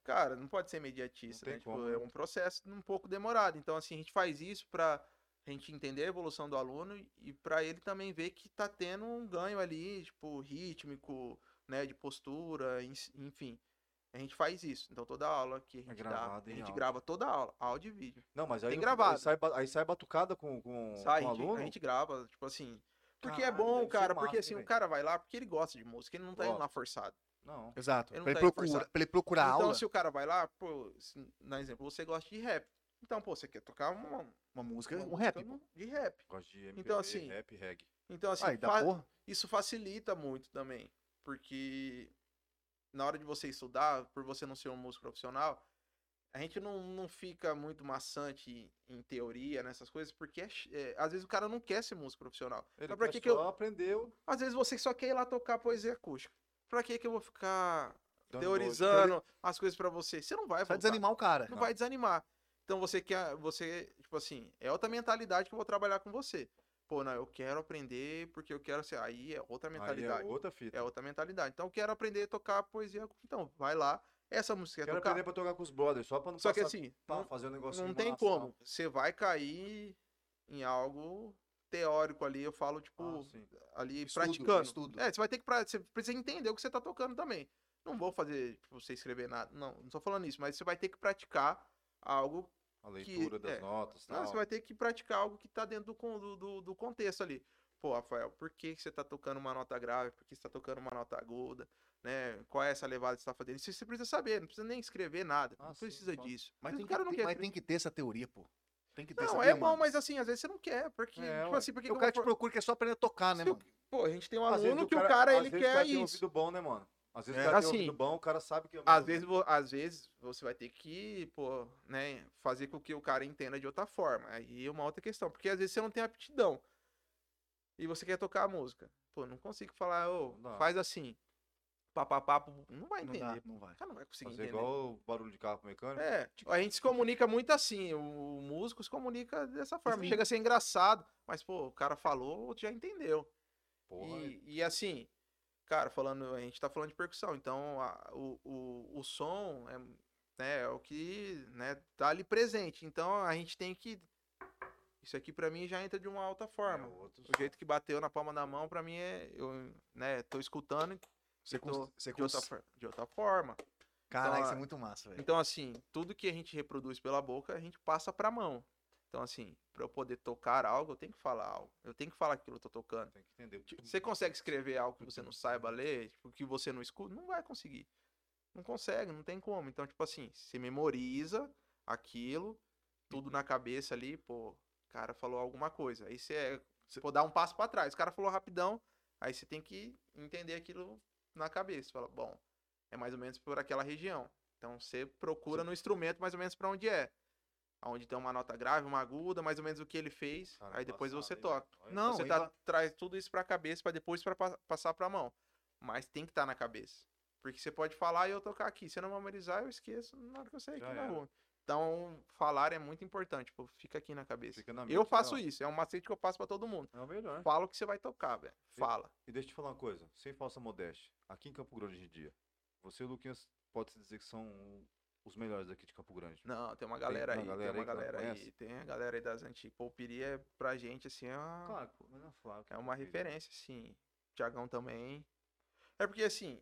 Cara, não pode ser imediatista, Não né? tem Tipo, como, é né? um processo um pouco demorado. Então, assim, a gente faz isso pra gente entender a evolução do aluno e pra ele também ver que tá tendo um ganho ali, tipo, rítmico, né, de postura, enfim. A gente faz isso. Então, toda aula que a É gente dá, gravado a em gente áudio. grava toda a aula, áudio e vídeo. Não, mas aí, Tem no final, gravado. aí sai batucada com Sai, o a aluno. gente grava, tipo assim. Porque é Caralho, bom, deve ser cara, porque massa, assim, hein, o velho? cara vai lá porque ele gosta de música, ele não tá indo lá Gosto. forçado. Não. Exato. Ele não Pra ele, tá indo procura, forçado. pra ele procurar Então, aula, se o cara vai lá, pô, na exemplo, você gosta de rap. Então, pô, você quer tocar uma música, uma um música rap, pô. de rap. Gosto de MPB, Então, assim, rap, reggae. Então, assim, Aí, da porra. isso facilita muito também. Porque na hora de você estudar, por você não ser um músico profissional, a gente não fica muito maçante em teoria, nessas coisas, porque às vezes o cara não quer ser músico profissional. Ele Então, pra quer que só aprendeu Às vezes você só quer ir lá tocar poesia acústica. Pra que eu vou ficar dando teorizando as coisas pra você? Você não vai Vai voltar. desanimar o cara. Não Não. vai desanimar. Então tipo assim, é outra mentalidade que eu vou trabalhar com você. Pô, não, eu quero aprender porque eu quero ser. Aí é outra Aí é mentalidade. outra fita. É outra mentalidade. Então eu quero aprender a tocar poesia. Então, vai lá. Essa música Quero quer tocar. aprender pra tocar com os brothers, só pra não Só que passar assim, pra fazer um negócio não tem como. Você vai cair em algo teórico ali. Eu falo, tipo, sim. ali Estudo, praticando. estudo. Você vai ter que. Você precisa entender o que você tá tocando também. Não vou fazer, tipo, você escrever nada. Não tô falando isso. Mas você vai ter que praticar algo. A leitura das é. notas e Não, tal. você vai ter que praticar algo que tá dentro do contexto ali. Pô, Rafael, por que você tá tocando uma nota grave? Por que você tá tocando uma nota aguda? Né? Qual é essa levada que você tá fazendo? Isso você precisa saber, não precisa nem escrever nada. Ah, Não sim, precisa só- disso. Mas, Às vezes tem o cara que, não ter, quer. mas tem que ter essa teoria, pô. Tem que ter, Não, sabia, é bom, mano? mas assim, às vezes você não quer. Porque, É, tipo ué. assim, por que Porque que o eu cara vou. te procura que é só aprender a tocar, né, Se o- mano? Pô, a gente tem um Às vezes aluno que o cara, às ele vezes o cara quer tem isso. ouvido bom, né, mano? Às vezes É. o cara tem Assim, ouvido bom, o cara sabe que... Às vezes você vai ter que, pô, né, fazer com que o cara entenda de outra forma. Aí é uma outra questão. Porque às vezes você não tem aptidão. E você quer tocar a música. Pô, não consigo falar, ô, Não dá. faz assim. Papapá, não vai Não entender. dá, não vai. O cara não vai conseguir Fazer entender. igual o barulho de carro mecânico. É, a gente se comunica muito assim, o músico se comunica dessa forma. Sim. Chega a ser engraçado, mas, pô, o cara falou, o outro já entendeu. Porra, E assim, cara, a gente tá falando de percussão, então o som é o que, né, tá ali presente. Então a gente tem que. Isso aqui pra mim já entra de uma alta forma. outro O jeito que bateu na palma da mão, pra mim eu, né, tô escutando Você e tô você de outra forma. Caralho, Então, isso é muito massa, velho. Então, assim, tudo que a gente reproduz pela boca, a gente passa pra mão. Então, assim, pra eu poder tocar algo, eu tenho que falar algo. Eu tenho que falar aquilo que eu tô tocando. Tem que entender. Você consegue escrever algo que você não saiba ler, tipo, que você não escuta? Não vai conseguir. Não consegue, não tem como. Então, tipo assim, você memoriza aquilo, tudo na cabeça ali, pô, o cara falou alguma coisa. Aí você pode dar um passo pra trás. O cara falou rapidão, aí você tem que entender aquilo na cabeça. Fala, bom, é mais ou menos por aquela região. Então você procura no instrumento mais ou menos pra onde é. Onde tem uma nota grave, uma aguda, mais ou menos o que ele fez. Cara, Aí depois embaçado, você hein, toca. velho? Olha. Não, Você traz tudo isso pra cabeça pra depois passar pra mão. Mas tem que estar na cabeça. Porque você pode falar e eu tocar aqui. Se eu não memorizar, eu esqueço na hora que eu sair Já aqui na era. rua. Então, falar é muito importante. Tipo, fica aqui na cabeça. Fica na mente, Eu faço não. isso. É um macete que eu passo pra todo mundo. É o melhor. Fala o que você vai tocar, velho. Fala. E deixa eu te falar uma coisa, sem falsa modéstia. Aqui em Campo Grande hoje em dia, você e o Luquinhas pode-se dizer que são os melhores aqui de Campo Grande. Não, tem uma galera uma aí. galera Tem uma aí que não galera aí. conhece? Tem a galera aí das antigas. Polpiri é pra gente, assim, Claro, pô, mas não é Flávio que é uma filho. referência, sim. Tiagão também. É porque, assim,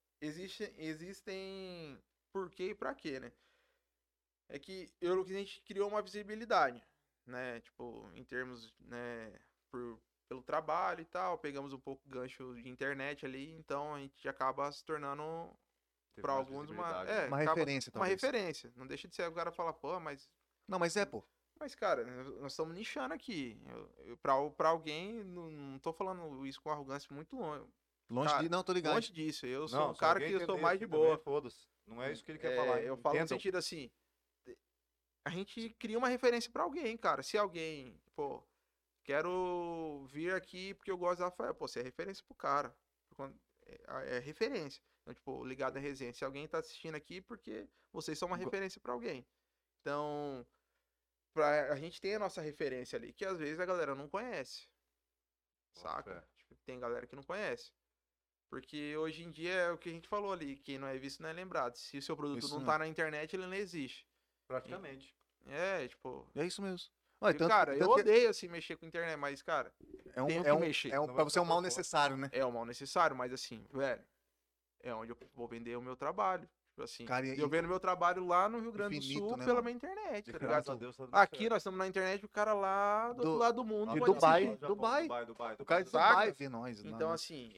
existem porquê e pra quê, né? É que a gente criou uma visibilidade, né? Tipo, em termos, né, pelo trabalho e tal, pegamos um pouco gancho de internet ali, então a gente acaba se tornando Teve pra mais alguns visibilidade, uma né? Uma acaba- referência, uma talvez. referência. Não deixa de ser o cara falar, pô, Não, mas é, pô. mas cara, nós estamos nichando aqui. Pra alguém, não tô falando isso com arrogância muito longe. Longe Cara, de. Não, tô ligado. Longe disso. Eu sou Não, um se cara alguém que eu sou entender mais de assim também, boa. foda-se. Não é isso que ele quer É, falar. eu falo no Entendam. sentido assim, a gente cria uma referência pra alguém, cara. Se alguém, pô, quero vir aqui porque eu gosto da Rafael, pô, você é referência pro cara. É referência. Então, tipo, ligado à resenha. Se alguém tá assistindo aqui, porque vocês são uma referência pra alguém. Então, a gente tem a nossa referência ali, que às vezes a galera não conhece. Bota Saca? fé. Tipo, tem galera que não conhece. Porque hoje em dia é o que a gente falou ali, quem não é visto não é lembrado. Se o seu produto Isso não mesmo. tá na internet, ele não existe. Praticamente. É, tipo... É isso mesmo. Olha, E, cara, eu tanto que odeio, assim, mexer com internet, mas, cara, é um, tenho é que um, mexer. é um, Não pra vai você é um ficar mal por fora. necessário, né? É o mal necessário, mas, assim, velho, é onde eu vou vender o meu trabalho. Tipo assim, Cara, eu vendo meu trabalho lá no Rio Grande do infinito, Sul né, pela mano? minha internet, E tá graças ligado? a Deus tá dando Aqui certo. nós estamos na internet e o cara lá do outro Do- lado do mundo Lá de pode Dubai, assistir. O cara de Saca? Dubai vê nós. Então, nós. assim,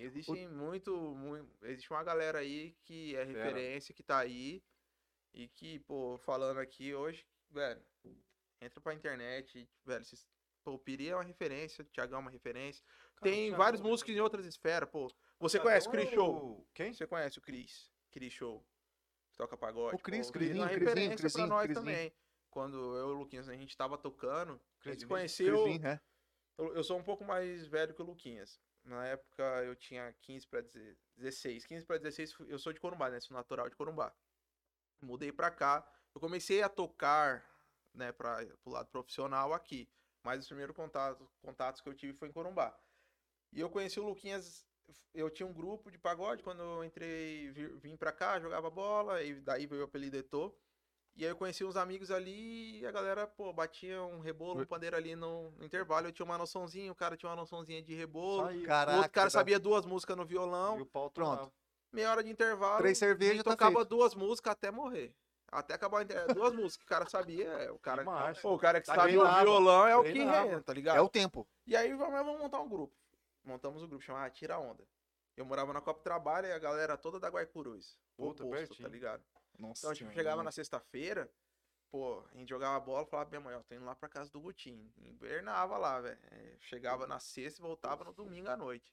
existe uma galera aí que é Fera. referência, que tá aí, e que, pô, falando aqui hoje, velho, entra pra internet, velho, pô, o Piri é uma referência, o Thiagão é uma referência. Cara, Tem Thiagão- vários músicos em outras esferas, pô. Você Thiagão conhece o Chris é Show? Quem? Você conhece o Chris? Chris Show. Que toca pagode. O Chris, pô, Chris é uma Crisinho, referência pra nós Crisinho. também. Quando eu e o Luquinhas, a gente tava tocando, a Chris gente Smith. conheceu... Crisinho, é. Eu sou um pouco mais velho que o Luquinhas. Na época eu tinha 15 para 16. 15 para 16, eu sou de Corumbá, né? Sou natural de Corumbá. Mudei pra cá. Eu comecei a tocar, né, pro lado profissional aqui. Mas os primeiros contatos que eu tive foi em Corumbá. E eu conheci o Luquinhas. Eu tinha um grupo de pagode. Quando eu entrei, vim pra cá, jogava bola. E daí veio o apelido Etô. E aí eu conheci uns amigos ali e a galera, pô, batia um rebolo, um pandeiro ali no intervalo. Eu tinha uma noçãozinha, o cara tinha uma noçãozinha de rebolo. Só aí. O Caraca. outro cara tá- sabia duas músicas no E violão. o pau Pronto. tornava. Meia hora de intervalo. 3 cervejas, ele tá tocava feito. duas músicas até morrer. Até acabar duas músicas. O cara sabia. O cara, Que marcha. pô, o cara que Tá sabe o treinava, violão é o que treinava. renda, tá ligado? É o tempo. E aí vamos montar um grupo. Montamos um grupo, chamava Tira Onda. Eu morava na Copa Trabalho e a galera toda da Guaicurus. Puta, Oposto, pertinho. tá ligado? Nossa, Então, tipo, senhora, chegava mano. na sexta-feira, pô, a gente jogava bola, falava pra minha mãe, ó, tô indo lá pra casa do Gutinho. Invernava lá, velho. Chegava na sexta e voltava no domingo à noite.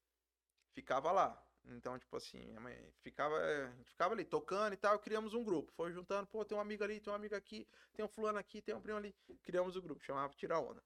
Ficava lá. Então, tipo assim, minha mãe a gente ficava ali tocando e tal, criamos um grupo. Foi juntando, pô, tem um amigo ali, tem um amigo aqui, tem um fulano aqui, tem um primo ali. Criamos o grupo, chamava Tira Onda.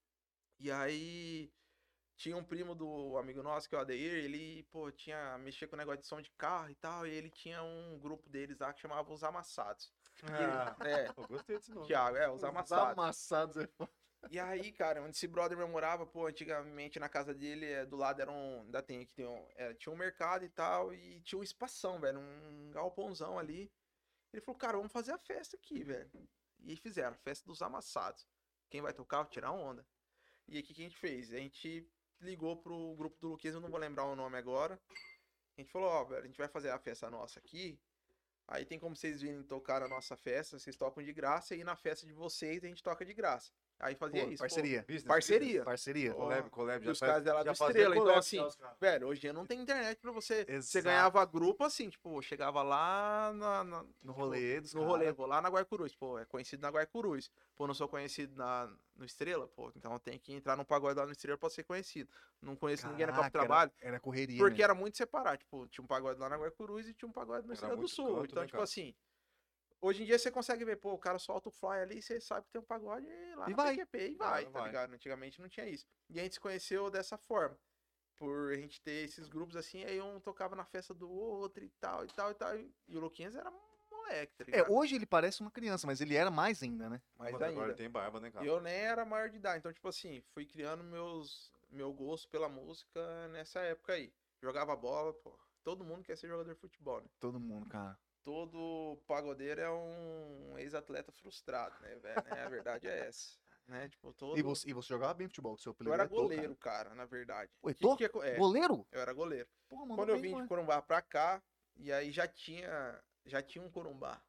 E aí tinha um primo do amigo nosso, que é o Adeir, ele, pô, mexia com negócio de som de carro e tal, e ele tinha um grupo deles lá que chamava Os Amassados. Ah, É, eu gostei desse nome. Thiago, Os Amassados. Amassados é foda. E aí, cara, onde esse brother meu morava, pô, antigamente na casa dele, do lado era ainda tem aqui, tinha um mercado e tal, e tinha um espação, velho, um galpãozão ali. Ele falou, cara, vamos fazer a festa aqui, velho. E fizeram, a festa dos amassados. Quem vai tocar? Tirar onda. E aí, o que a gente fez? A gente ligou pro grupo do Luquinhas, eu não vou lembrar o nome agora. A gente falou, ó, velho, a gente vai fazer a festa nossa aqui. Aí tem como vocês virem tocar a nossa festa, vocês tocam de graça, e na festa de vocês a gente toca de graça. Aí fazia Pô, isso. parceria. Business, Parceria. Parceria. Collab, collab. E os caras dela do fazia Estrela. Então, collab assim, já, os caras. velho, hoje em dia não tem internet pra você. Você Exato. ganhava grupo assim, tipo, chegava lá No rolê dos no rolê, cara. vou lá na Guaicurus, pô, é conhecido na Guaicurus. Pô, não sou conhecido no Estrela, pô, então tem que entrar num pagode lá no Estrela pra ser conhecido. Não conheço ninguém na Copa de Caraca, Trabalho, Era correria, porque né? era muito separado, tipo, tinha um pagode lá na Guaicurus e tinha um pagode no Era Estrela do muito Sul. canto, Então, né, tipo cara? assim, hoje em dia você consegue ver, pô, o cara solta o fly ali, você sabe que tem um pagode lá E na vai. PQP e vai, tá vai. ligado? Antigamente não tinha isso. E a gente se conheceu dessa forma. Por a gente ter esses grupos assim, aí um tocava na festa do outro e tal, e tal, e tal. E o Luquinhas era moleque, tá É, ligado? hoje ele parece uma criança, mas ele era mais ainda, né? Mas Mas agora ainda. ele tem barba, né, cara? Eu nem era maior de idade, então, tipo assim, fui criando meu gosto pela música nessa época aí. Jogava bola, pô. Todo mundo quer ser jogador de futebol, né? Todo mundo, cara. Todo pagodeiro é um ex-atleta frustrado, né, velho? A verdade é essa. Né? Tipo, todo... E você jogava bem futebol, seu Eu apelido era é Eto'o, goleiro, cara, na verdade. O Eto'o? É, Goleiro? eu era goleiro. Porra, mandou Quando eu bem, vim de mano. Corumbá pra cá, e aí já tinha um Corumbá.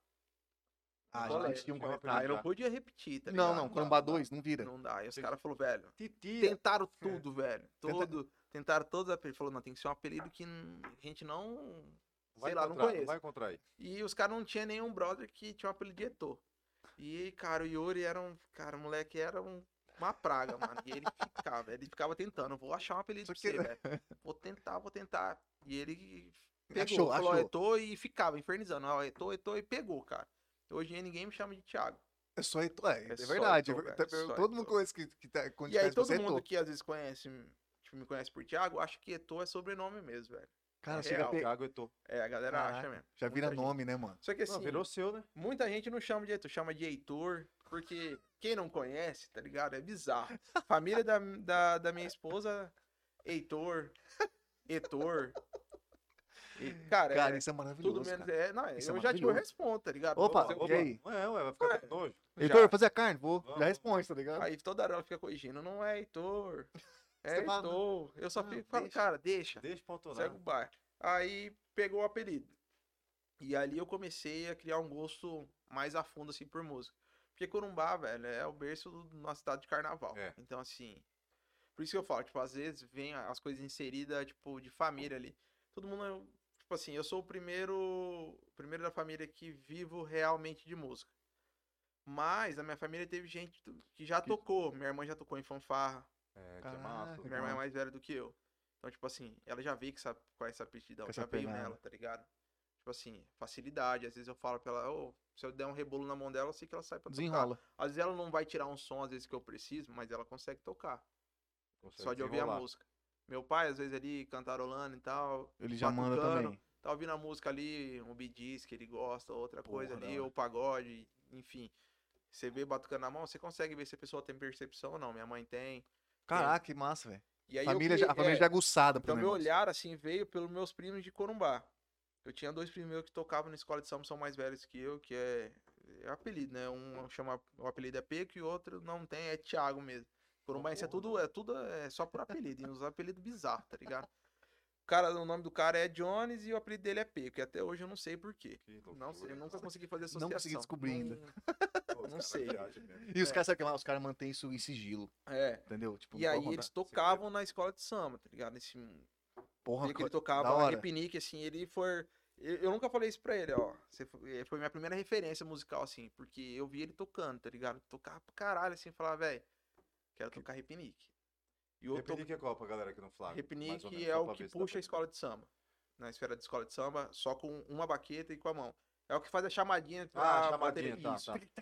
Ah, Colégio. já tinha um Tinha uma comentário. Ah, eu não já. podia repetir, tá Não, ligado? não, dá, Corumbá não dá. 2, não vira. Não dá. Aí os caras falaram, velho, Titia. tentaram tudo, velho. Tenta- Tentaram todos os apelidos. Falou, não, tem que ser um apelido que a gente não... Vai sei lá, não encontrar, conheço. vai encontrar aí. E os caras não tinham nenhum brother que tinha um apelido de Eto'o. E, cara, o Yuri era cara, o moleque era uma praga, mano. E ele ficava tentando, vou achar um apelido Só pra você, que- velho. Vou tentar. E ele pegou, Achou, falou achou. Eto'o e ficava infernizando. Ó, Eto'o e pegou, cara. Hoje em dia ninguém me chama de Thiago. É só Eto'o, é só verdade. Eto'o, velho, só Todo mundo Eto'o. conhece que tá, quando E aí conhece todo você é mundo Eto'o. que às vezes conhece, tipo, me conhece por Thiago, acha que Eto'o é sobrenome mesmo, velho. Cara, é chega a real. ter... Thiago Eto'o. É, a galera Caraca, acha mesmo. Já vira Muita gente. nome, né, mano? Só que assim, Não, virou seu, né? muita gente não chama de Heitor, chama de Heitor, porque quem não conhece, tá ligado? É bizarro. Família da minha esposa, Heitor, E, cara, Cara, isso é tudo maravilhoso, menos. cara. Não, Isso é eu já te maravilhoso. respondo, tá ligado? Opa, Vou e aí? Vai ficar com nojo? Heitor, já. fazer a carne? Vou. Vamos. Já responde, tá ligado? Aí toda hora ela fica corrigindo. Não é Heitor. É Você fala, Heitor. Eu só não, fico falando, deixa. cara, deixa. Deixa pra autorar. Segue o bar. Aí pegou o apelido. E ali eu comecei a criar um gosto mais a fundo, assim, por música. Porque Corumbá, velho, é o berço da nossa cidade de carnaval. É. Então, assim. Por isso que eu falo, tipo, às vezes vem as coisas inseridas, tipo, de família ali. Todo mundo, tipo assim, eu sou o primeiro da família que vivo realmente de música. Mas a minha família teve gente que já tocou. Minha irmã já tocou em fanfarra. É, que é Caraca, massa. Minha irmã é mais velha do que eu. Então, tipo assim, ela já veio com essa aptidão, Com já essa veio pegada. nela, tá ligado? Tipo assim, facilidade. Às vezes eu falo pra ela, ô, se eu der um rebolo na mão dela, eu sei que ela sai pra tocar. Desenrola. Às vezes ela não vai tirar um som, às vezes que eu preciso, mas ela consegue tocar. Consegue Só de ouvir a desenrolar. música. Meu pai, às vezes ali, cantarolando e tal, Ele já manda batucando, também. tá ouvindo a música ali, um Bee Gees que ele gosta, outra Porra, coisa da ali, hora. ou pagode, enfim. Você vê batucando na mão, você consegue ver se a pessoa tem percepção ou não. Minha mãe tem. Caraca, que massa, velho. E aí Família, eu a família já é aguçada pro Então meu negócio. olhar, assim, veio pelos meus primos de Corumbá. Eu tinha 2 primos meus que tocavam na escola de samba, são mais velhos que eu, que é apelido, né? Um chama, o apelido é Peco e o outro não tem, é Thiago mesmo. Corumbaense é só por apelido, e uns apelidos bizarros, tá ligado? O nome do cara é Jones e o apelido dele é Peco, e até hoje eu não sei por quê. Que loucura. Não sei, eu nunca consegui fazer associação. Não consegui descobrir ainda. Pô, os não caras sei. viajam mesmo. E os caras, sabe que lá? Os caras mantêm isso em sigilo, É. entendeu? Tipo, E não aí pode eles contar. tocavam na escola de samba, tá ligado? Esse Porra, dia que ele da tocava hora. repinique, assim, ele foi. Eu nunca falei isso pra ele, ó. Foi minha primeira referência musical, assim, porque eu vi ele tocando, tá ligado? Tocava pra caralho, assim, falava, velho, quero tocar repinique. E o outro Repinique é qual pra galera aqui no Flávio? Mais ou repinique menos, é só o pra que ver se dá puxa pra a escola de samba. Na esfera de escola de samba, só com uma baqueta e com a mão. É o que faz a chamadinha pra chamadinha, bateria. tá, Isso. tá.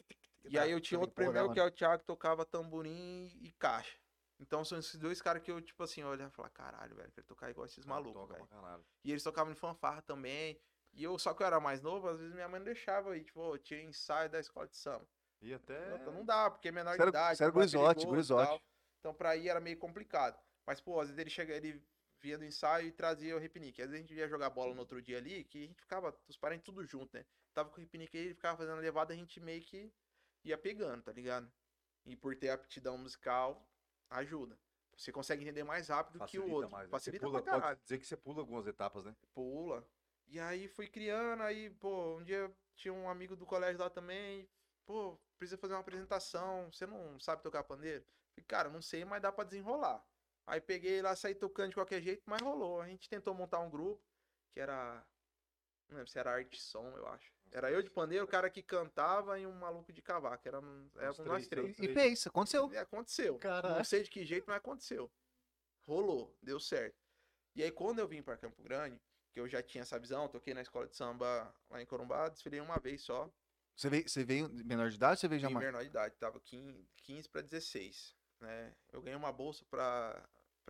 E aí eu tinha outro Porra, primeiro da que é o Thiago que tocava tamborim e caixa. Então são esses dois caras que eu, tipo assim, olhava e falava, caralho, velho, quero tocar igual esses malucos, Toca velho. pra caralho. E eles tocavam em fanfarra também. E eu, só que eu era mais novo, às vezes minha mãe não deixava aí, tipo, eu tinha ensaio da escola de samba. E até... Então não dá, porque é menor de Sério- idade, sério, tipo, é gurizote, perigoso e gurizote. tal. Então pra ir era meio complicado. Mas, pô, às vezes ele vinha do ensaio e trazia o repinique. Às vezes a gente ia jogar bola no outro dia ali, que a gente ficava, os parentes tudo junto, né? Tava com o repinique aí, ele ficava fazendo a levada, a gente meio que ia pegando, tá ligado? E por ter aptidão musical, ajuda. Você consegue entender mais rápido que o Facilita outro. mais. Né? Facilita Você pula, pra caralho. pode dizer que você pula algumas etapas, né? Pula. E aí fui criando, aí, pô, um dia tinha um amigo do colégio lá também, pô, precisa fazer uma apresentação, você não sabe tocar pandeiro? Falei, cara, não sei, mas dá pra desenrolar. Aí peguei lá, saí tocando de qualquer jeito, mas rolou. A gente tentou montar um grupo, que era, não lembro se era Arte Som, eu acho. Era eu de pandeiro, o cara que cantava e um maluco de cavaco, era nós três. E fez, aconteceu. E aconteceu. Caralho. Não sei de que jeito, mas aconteceu. Rolou, deu certo. E aí quando eu vim pra Campo Grande, que eu já tinha essa visão, toquei na escola de samba lá em Corumbá, desfilei uma vez só, Você veio menor de idade ou você veio já em mais? menor de idade, tava 15 para 16, né? Eu ganhei uma bolsa pra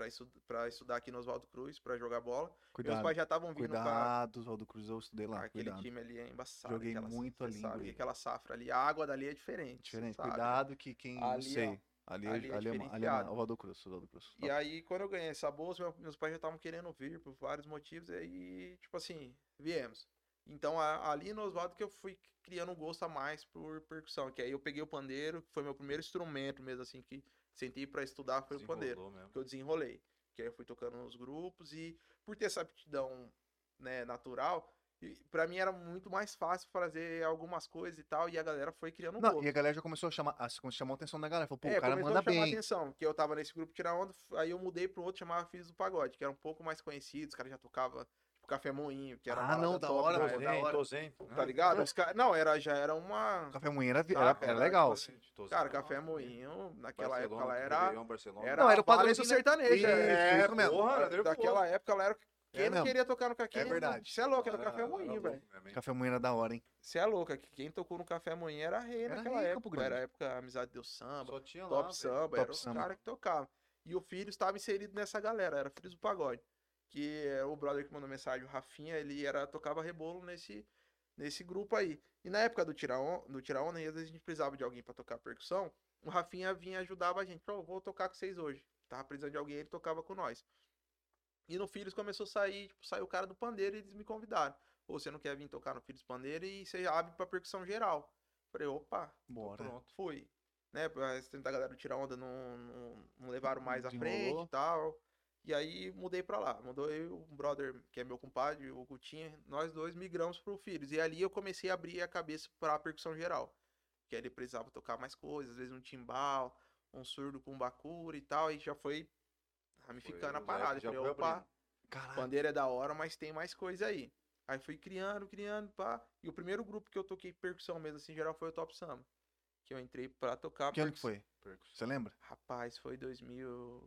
estudar aqui no Oswaldo Cruz, pra jogar bola. Meus Cuidado. pais já estavam vindo com Cuidado, Oswaldo Cruz, eu estudei lá. aquele Cuidado. time ali é embaçado. Joguei muito cê ali, sabe guri. que aquela safra ali, a água dali é diferente. cê Diferente. sabe, né? Cuidado que quem. Não Ali, sei. ó, Ali, ali é ali, ali é diferenciado. Oswaldo Cruz. Oswaldo Cruz. E aí, quando eu ganhei essa bolsa, meus pais já estavam querendo vir por vários motivos, e aí, tipo assim, viemos. Então, ali no Oswaldo que eu fui criando um gosto a mais por percussão, que aí eu peguei o pandeiro, que foi meu primeiro instrumento mesmo, assim, que sentei pra estudar, foi o pandeiro, Desenrolou mesmo. que eu desenrolei. Que aí eu fui tocando nos grupos, e por ter essa aptidão, né, natural, pra mim era muito mais fácil fazer algumas coisas e tal, e a galera foi criando um Não, gosto. e a galera já começou a chamar. Chamou a atenção da galera. Falou, pô, o cara começou manda a chamar a bem. atenção, que eu tava nesse grupo Tirar Onda, aí eu mudei pro outro, chamava Filhos do Pagode, que era um pouco mais conhecido, os caras já tocavam, tipo, Café Moinho, que era Ah, uma não, balada da top hora, na velho, época, da hora. Tozen. tá ligado? Não, já era uma... Café Moinho era, Saca, era era, legal. tipo assim, cara, Café Moinho, naquela época ela Barcelona. era Não, era a o padrãozinho Valência da- sertaneja. Isso mesmo. Porra, era nervoso. Daquela época ela era... Quem não mesmo. queria tocar no Café É verdade. Você é louco, era o Café Moinho, velho. Café Moinho era da hora, hein? Você é louco, quem tocou no Café Moinho era rei Era naquela rei em Campo época. Era Grande. a época Amizade Deus Samba, Só tinha lá, Top velho. Samba, Top era os Samba. caras que tocavam. E o filho estava inserido nessa galera, era Filhos do Pagode. Que é o brother que mandou mensagem, o Rafinha, ele tocava rebolo nesse grupo aí. E na época do Tira Onda, às vezes a gente precisava de alguém pra tocar percussão, o Rafinha vinha e ajudava a gente. Vou tocar com vocês hoje. Tava precisando de alguém, ele tocava com nós. E no Filhos começou a sair, tipo, saiu o cara do pandeiro e eles me convidaram. Pô, você não quer vir tocar no Filhos Pandeiro e você abre pra percussão geral. Falei, opa, tô Bora. pronto. Fui. Né, pra tentar a galera do Tirar Onda não levaram mais à Desenrolou. frente e tal. E aí mudei pra lá. Mudou eu, um brother que é meu compadre, o Gutinha, nós dois migramos pro Filhos. E ali eu comecei a abrir a cabeça pra percussão geral. Que aí ele precisava tocar mais coisas, às vezes um timbal, um surdo com bacura e tal. E já foi ramificando a Os parada. leques Eu já falei, foi opa, abrindo. Caraca. pandeiro é da hora, mas tem mais coisa aí. Aí fui criando, pá. E o primeiro grupo que eu toquei percussão mesmo, assim, em geral, foi o Top Samba. Que eu entrei pra tocar Que ano que percussão. foi? Você lembra? Rapaz, foi 2000.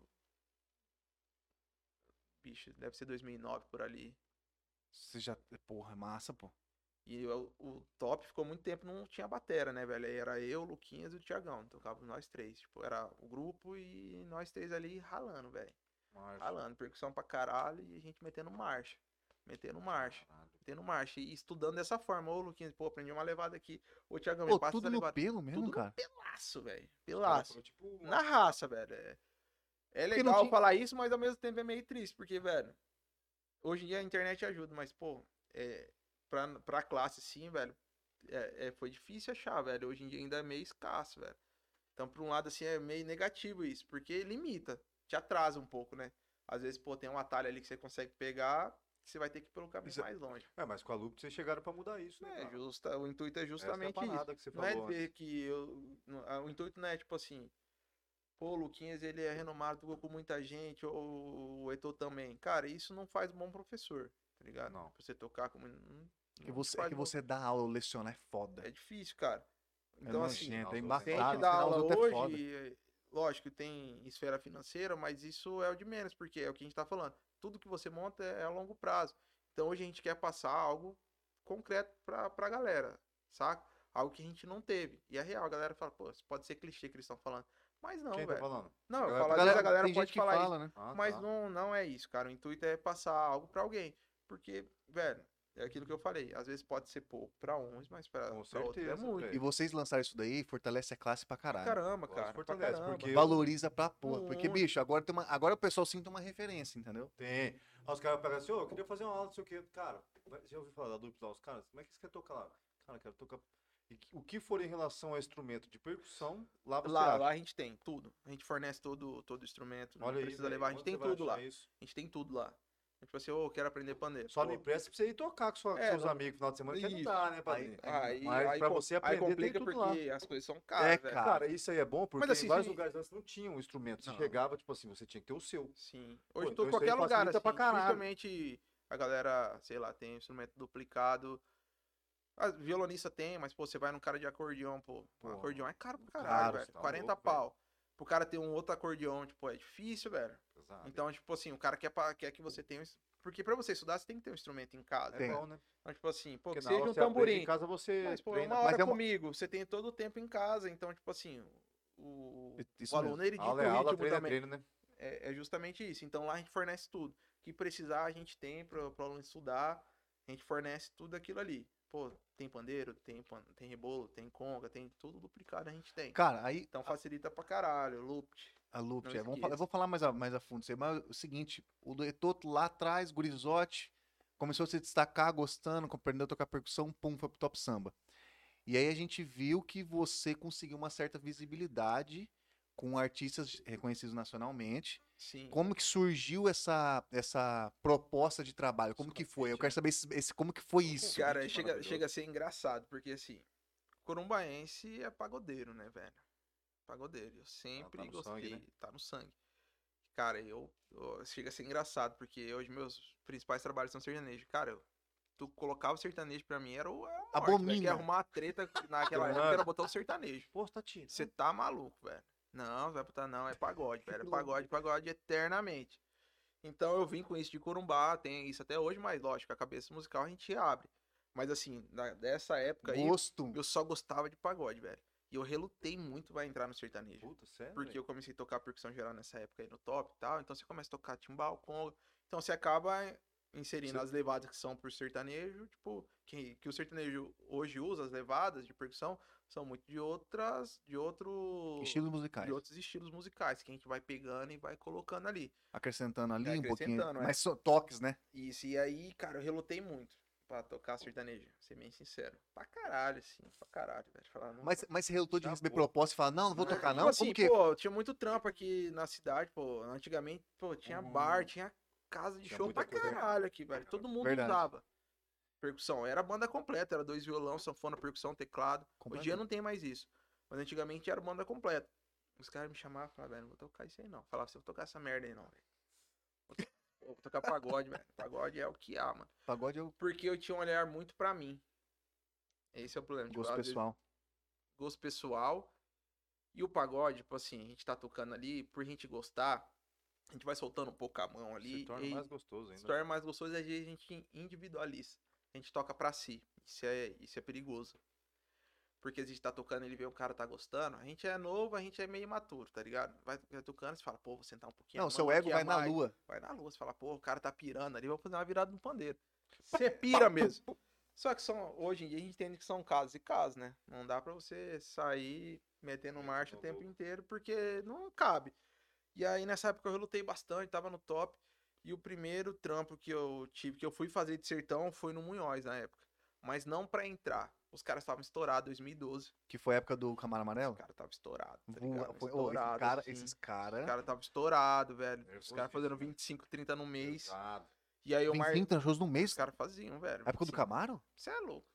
Bicho, deve ser 2009 por ali. Você já. Porra, é massa, pô. E o Top ficou muito tempo, não tinha batera, né, velho? Aí era eu, o Luquinhas e o Thiagão. Tocávamos nós três. Tipo, era o grupo e nós três ali ralando, velho. Marcha. Ralando, percussão pra caralho e a gente metendo marcha. Metendo marcha. Caralho. Metendo marcha. E estudando dessa forma. Ô, Luquinhas, pô, aprendi uma levada aqui. Ô, Thiagão, me Pô, passa tudo essa no levada. pelo mesmo, Tudo cara. no pelaço, velho. Cara, Pelaço. foi tipo uma- Na raça, velho. É Porque não legal tinha- falar isso, mas ao mesmo tempo é meio triste. Porque, velho, hoje em dia a internet ajuda, mas, pô, pra classe, sim, velho, foi difícil achar, velho. Hoje em dia ainda é meio escasso, velho. Então, por um lado, assim, é meio negativo isso, porque limita, te atrasa um pouco, né? Às vezes, pô, tem um atalho ali que você consegue pegar, que você vai ter que ir pelo caminho Isso é- mais longe. Mas com a Loop vocês chegaram pra mudar isso, né, cara? O intuito é justamente Essa é a isso. parada que você Não é falou ver antes. que o intuito não é tipo assim, pô, o Luquinhas ele é renomado, tocou com muita gente, ou o Eto'o também. Cara, isso não faz um bom professor, tá ligado? Não. Pra você tocar como. Que você, é que você dá aula, leciona, é foda. É difícil, cara. É Então, assim, nojento, é nossa, se a embaçado. gente dá ensinar os aula outros é foda. hoje, lógico, tem esfera financeira, mas isso é o de menos, porque é o que a gente tá falando. Tudo que você monta é a longo prazo. Então hoje a gente quer passar algo concreto pra galera, saca? Algo que a gente não teve. E é real, a galera fala, pô, isso pode ser clichê que eles estão falando. Mas não, Quem tá velho. falando? Não, eu Galera, falo, às vezes a galera tem pode gente que falar fala, isso, né? Ah, mas tá. não é isso, cara. O intuito é passar algo pra alguém. Porque, velho, é aquilo que eu falei. Às vezes pode ser pouco pra uns, mas pra Com outros é certeza, muito. velho. E vocês lançaram isso daí, fortalece a classe pra Pra caralho. caramba, Lógico, cara. Pra fortalece, caramba. porque Valoriza pra porra. Porque, Muito. bicho, agora o pessoal sinta uma referência, entendeu? Tem. Aí os caras pegam assim, ô, eu queria fazer uma aula, não sei o quê. Cara, já ouviu falar da dupla lá? Os caras, como é que você quer tocar lá? Cara, eu quero tocar. O que for em relação ao instrumento de percussão, lá você acha. Lá a gente tem tudo. A gente fornece todo instrumento. Não Olha aí, precisa velho, levar. A gente onde tem você vai tudo lá. achar isso? A gente tem tudo lá. Tipo assim, ô, eu quero aprender pandeiro. Só Pô, não empresta pra você ir tocar com É, seus não- amigos no final de semana, que não Isso. dá, né, padrinho? Mas pra você aí aprender, tem complica tudo lá. porque as coisas são caras, velho. cara. Cara, isso aí é bom porque Mas assim, em vários sim. lugares antes não tinha um instrumento. Você Não. chegava, tipo assim, você tinha que ter o seu. Sim. Pô, Hoje então em isso aí qualquer lugar, facilita assim, pra caralho. dificilmente a galera, sei lá, tem instrumento duplicado. Violonista tem, mas, pô, você vai num cara de acordeão, pô. Um Pô, acordeão é caro pra caro, caralho, você velho. tá 40 louco, pau. Pro cara ter um outro acordeão, tipo, é difícil, velho. Pesado. Então, tipo assim, o cara quer que você tenha. Porque pra você estudar, você tem que ter um instrumento em casa. É Tem. bom, né? Então, tipo assim, pô, Porque que na hora seja um você aprende tamborim. em casa, você Mas, pô, treina. uma hora Mas é uma- comigo, você tem todo o tempo em casa. Então, tipo assim, o Isso aluno, ele dita Aula o é aula, ritmo treino é também. treino, né? É justamente isso. Então, lá a gente fornece tudo. O que precisar, a gente tem pro aluno estudar. A gente fornece tudo aquilo ali. Pô, tem pandeiro, tem rebolo, tem conga, tem tudo duplicado, a gente tem. Cara, aí Então facilita pra caralho, loop. a Loop, Não eu esqueça. vou falar mais a fundo. Mas é o seguinte, o do Etoto lá atrás, Gurizote, começou a se destacar, gostando, aprendeu a tocar percussão, pum, foi pro Top Samba. E aí a gente viu que você conseguiu uma certa visibilidade com artistas reconhecidos nacionalmente. Sim. Como que surgiu essa proposta de trabalho? Como que foi? Eu quero saber como que foi isso. Cara, Gente, maravilhoso. chega a ser engraçado, porque assim, corumbaense é pagodeiro, né, velho? Pagodeiro. Eu sempre Tá no gostei, sangue, né? tá no sangue. Cara, chega a ser engraçado, porque hoje meus principais trabalhos são sertanejo. Cara, tu colocava o sertanejo pra mim, era a morte, velho. Abomina. Quer arrumar uma treta naquela época, era botar o sertanejo. Pô, tá tirando. Você tá maluco, velho. Não, vai botar não, é pagode, velho. É pagode eternamente. Então eu vim com isso de Corumbá, tem isso até hoje, mas lógico, a cabeça musical a gente abre. Mas assim, dessa época aí, Gosto. eu só gostava de pagode, velho. E eu relutei muito pra entrar no sertanejo. Puta, sério? Porque eu comecei a tocar percussão geral nessa época aí no top e tal. Então você começa a tocar timbal, conga. Então você acaba inserindo Sim. as levadas que são por sertanejo, tipo, que o sertanejo hoje usa, as levadas de percussão, são muito de outros Estilos musicais. estilos musicais, que a gente vai pegando e vai colocando ali. Acrescentando ali Vai um pouquinho. acrescentando, Mas só toques, né? Isso, e aí, cara, eu relutei muito pra tocar sertanejo, pra ser bem sincero. Pra caralho, assim, pra caralho, velho. Falar, não, Mas você relutou de Tá receber bom. proposta e falar, não vou tocar tipo não? assim, Como que? pô, tinha muito trampo aqui na cidade, pô. Antigamente, pô, tinha bar, tinha casa de Tinha show muita pra coisa. caralho aqui, velho. Todo mundo Verdade. usava percussão. Era banda completa, era 2 violão, sanfona, percussão, teclado. Hoje em dia não tem mais isso. Mas antigamente era banda completa. Os caras me chamavam e falavam, velho, não vou tocar isso aí não. Falava assim, vou tocar essa merda aí não, velho. Vou tocar pagode, velho. Pagode é o que há, mano. Pagode é o Porque eu tinha um olhar muito pra mim. Esse é o problema. Tipo, gosto às vezes, pessoal. gosto pessoal. E o pagode, tipo assim, a gente tá tocando ali, por gente gostar, a gente vai soltando um pouco a mão ali. Se torna e mais gostoso se ainda. torna mais gostoso e às vezes a gente individualiza. A gente toca pra si. Isso é perigoso. Porque a gente tá tocando, ele vê o cara tá gostando. A gente é novo, a gente é meio imaturo, tá ligado? Vai tocando, você fala, pô, vou sentar um pouquinho. Não, a seu mão ego aqui a vai na mais. lua. Vai na lua, você fala, pô, o cara tá pirando ali, vou fazer uma virada no pandeiro. Você pira mesmo. Só que hoje em dia a gente entende que são casos e casos, né? Não dá pra você sair metendo marcha o tempo inteiro, porque não cabe. E aí nessa época eu relutei bastante, tava no top. E o primeiro trampo que eu tive, que eu fui fazer de sertão, foi no Munhoz na época. Mas não pra entrar. Os caras estavam estourados, 2012. Que foi a época do Camaro Os Amarelo? caras estavam estourados, tá Voa- ligado? foi- ô, Estourado, assim. esses Os caras. caras estavam estourados, velho. Os Nervosíssimo, caras fazendo né? 25, 30 no mês. Pesado. E aí o Tem Mar... 30 shows no mês? Os caras faziam, velho. A época do 25. Camaro? Você é louco.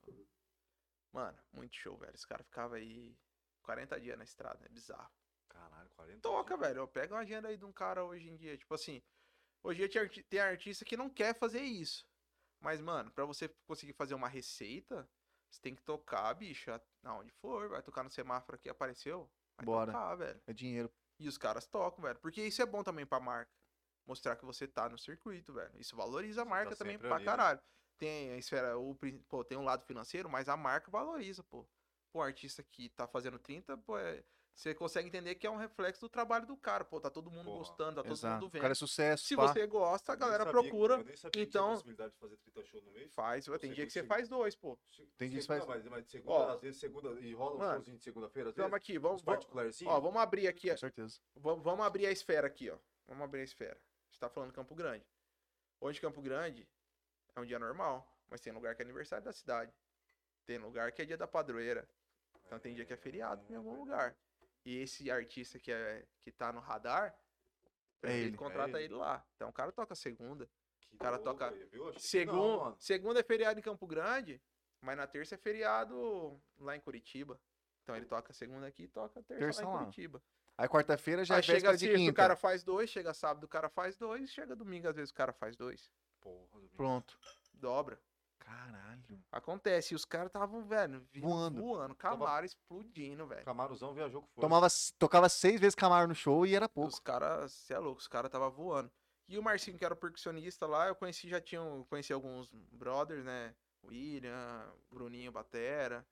Mano, muito show, velho. Os caras ficavam aí 40 dias na estrada, é bizarro. Caralho, 40 Toca, dias. velho. Eu pego uma agenda aí de um cara hoje em dia. Tipo assim, hoje em dia tem artista que não quer fazer isso. Mas, mano, pra você conseguir fazer uma receita, você tem que tocar, bicho, aonde for. Vai tocar no semáforo aqui, apareceu. Vai Bora. tocar, velho. É dinheiro. E os caras tocam, velho. Porque isso é bom também pra marca. Mostrar que você tá no circuito, velho. Isso valoriza a marca tá também sempre pra ali, né? caralho. Tem a esfera, pô, tem um lado financeiro, mas a marca valoriza, pô. Pô, o artista que tá fazendo 30, pô, você consegue entender que é um reflexo do trabalho do cara. Pô, tá todo mundo Porra, gostando, tá todo Exato. mundo O vendo. cara é sucesso. Se pá. você gosta, a Eu nem galera sabia- procura. Eu nem sabia que tinha Então, possibilidade de fazer 30 shows no mês. faz. Tem Você dia que você consegue- faz 2, pô. Tem dia que segunda, faz- mas segunda, Ó, às vezes segunda, e rola um mano, showzinho de segunda-feira, às Vamos vezes, aqui, uns vamos, particularzinhos. ó, vamos abrir aqui, Com certeza. vamos abrir a esfera aqui, ó. Vamos abrir a esfera. A gente tá falando Campo Grande. Hoje Campo Grande é um dia normal, mas tem lugar que é aniversário da cidade. Tem lugar que é dia da padroeira. Então tem dia que é feriado em algum lugar. E esse artista que tá no radar, É ele ele. contrata É ele. ele lá. Então o cara toca segunda. Que o cara louco toca aí, viu? Achei que não, mano. Segunda é feriado em Campo Grande, mas na terça é feriado lá em Curitiba. Então ele toca segunda aqui e toca terça Terça lá em lá. Curitiba. Aí quarta-feira já Aí é chega véspera de sexta, o quinta. cara faz 2, chega sábado, o cara faz 2, chega domingo, às vezes o cara faz 2. Porra, Domingo. Pronto. Dobra. Caralho. Acontece. E os caras estavam, velho, Voando. voando. Camaro explodindo, velho. Camaruzão viajou com força. Tocava 6 vezes Camaro no show e era pouco. Os caras, você é louco, os caras estavam voando. E o Marcinho, que era o percussionista lá, eu conheci, conheci alguns brothers, né? William, Bruninho Batera.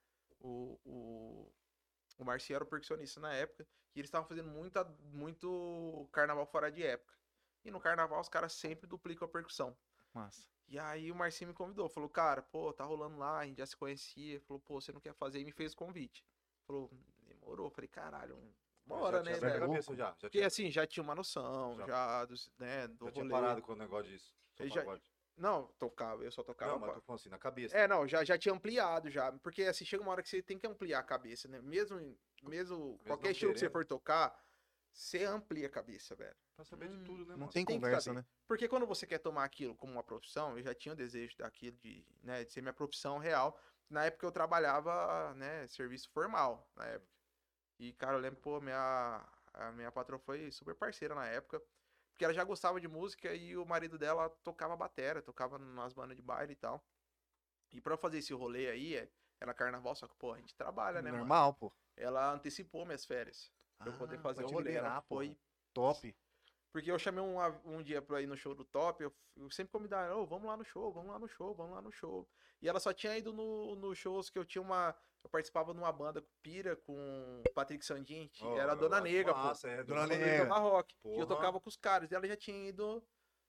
O Marcinho era o percussionista na época. E eles estavam fazendo muito carnaval fora de época. E no carnaval os caras sempre duplicam a percussão. Massa. E aí o Marcinho me convidou, falou, cara, pô, tá rolando lá, a gente já se conhecia. Falou, pô, você não quer fazer? E me fez o convite. Falou, demorou. Falei, caralho, bora, Já né, tinha aberto a velho? cabeça já. Já Porque tinha, assim, já tinha uma noção, Já. já do, né, do já tinha rolê. parado com o negócio disso. Só Ele já- pagode. Não, tocava, eu só tocava. Não, mas tô falando assim, na cabeça. É, não, já tinha ampliado já. Porque assim, chega uma hora que você tem que ampliar a cabeça, né? Mesmo qualquer não estilo que você querendo. for tocar, você amplia a cabeça, velho. Pra saber de tudo, né, Não mano? tem Tem que conversa, saber. né? Porque quando você quer tomar aquilo como uma profissão, eu já tinha o desejo daquilo de ser minha profissão real. Na época eu trabalhava, né, serviço formal, na época. E, cara, eu lembro, pô, a minha patroa foi super parceira na época, porque ela já gostava de música e o marido dela tocava batera, tocava nas bandas de baile e tal. E pra eu fazer esse rolê aí, era carnaval, só que, pô, a gente trabalha, né, mano? Normal, pô. Ela antecipou minhas férias pra eu poder fazer pra o te rolê. liberar, Ela pô. foi. Top. Porque eu chamei um dia pra ir no show do Top, eu sempre convidava, ô, vamos lá no show, vamos lá no show, vamos lá no show. E ela só tinha ido nos shows que eu tinha eu participava numa banda com Pira, com Patrick Sandin, Ó, era a Dona eu acho Negra, pô. massa, é, Dona Dona Negra. Negra da Rock. E eu Porra. tocava com os caras, e ela já tinha ido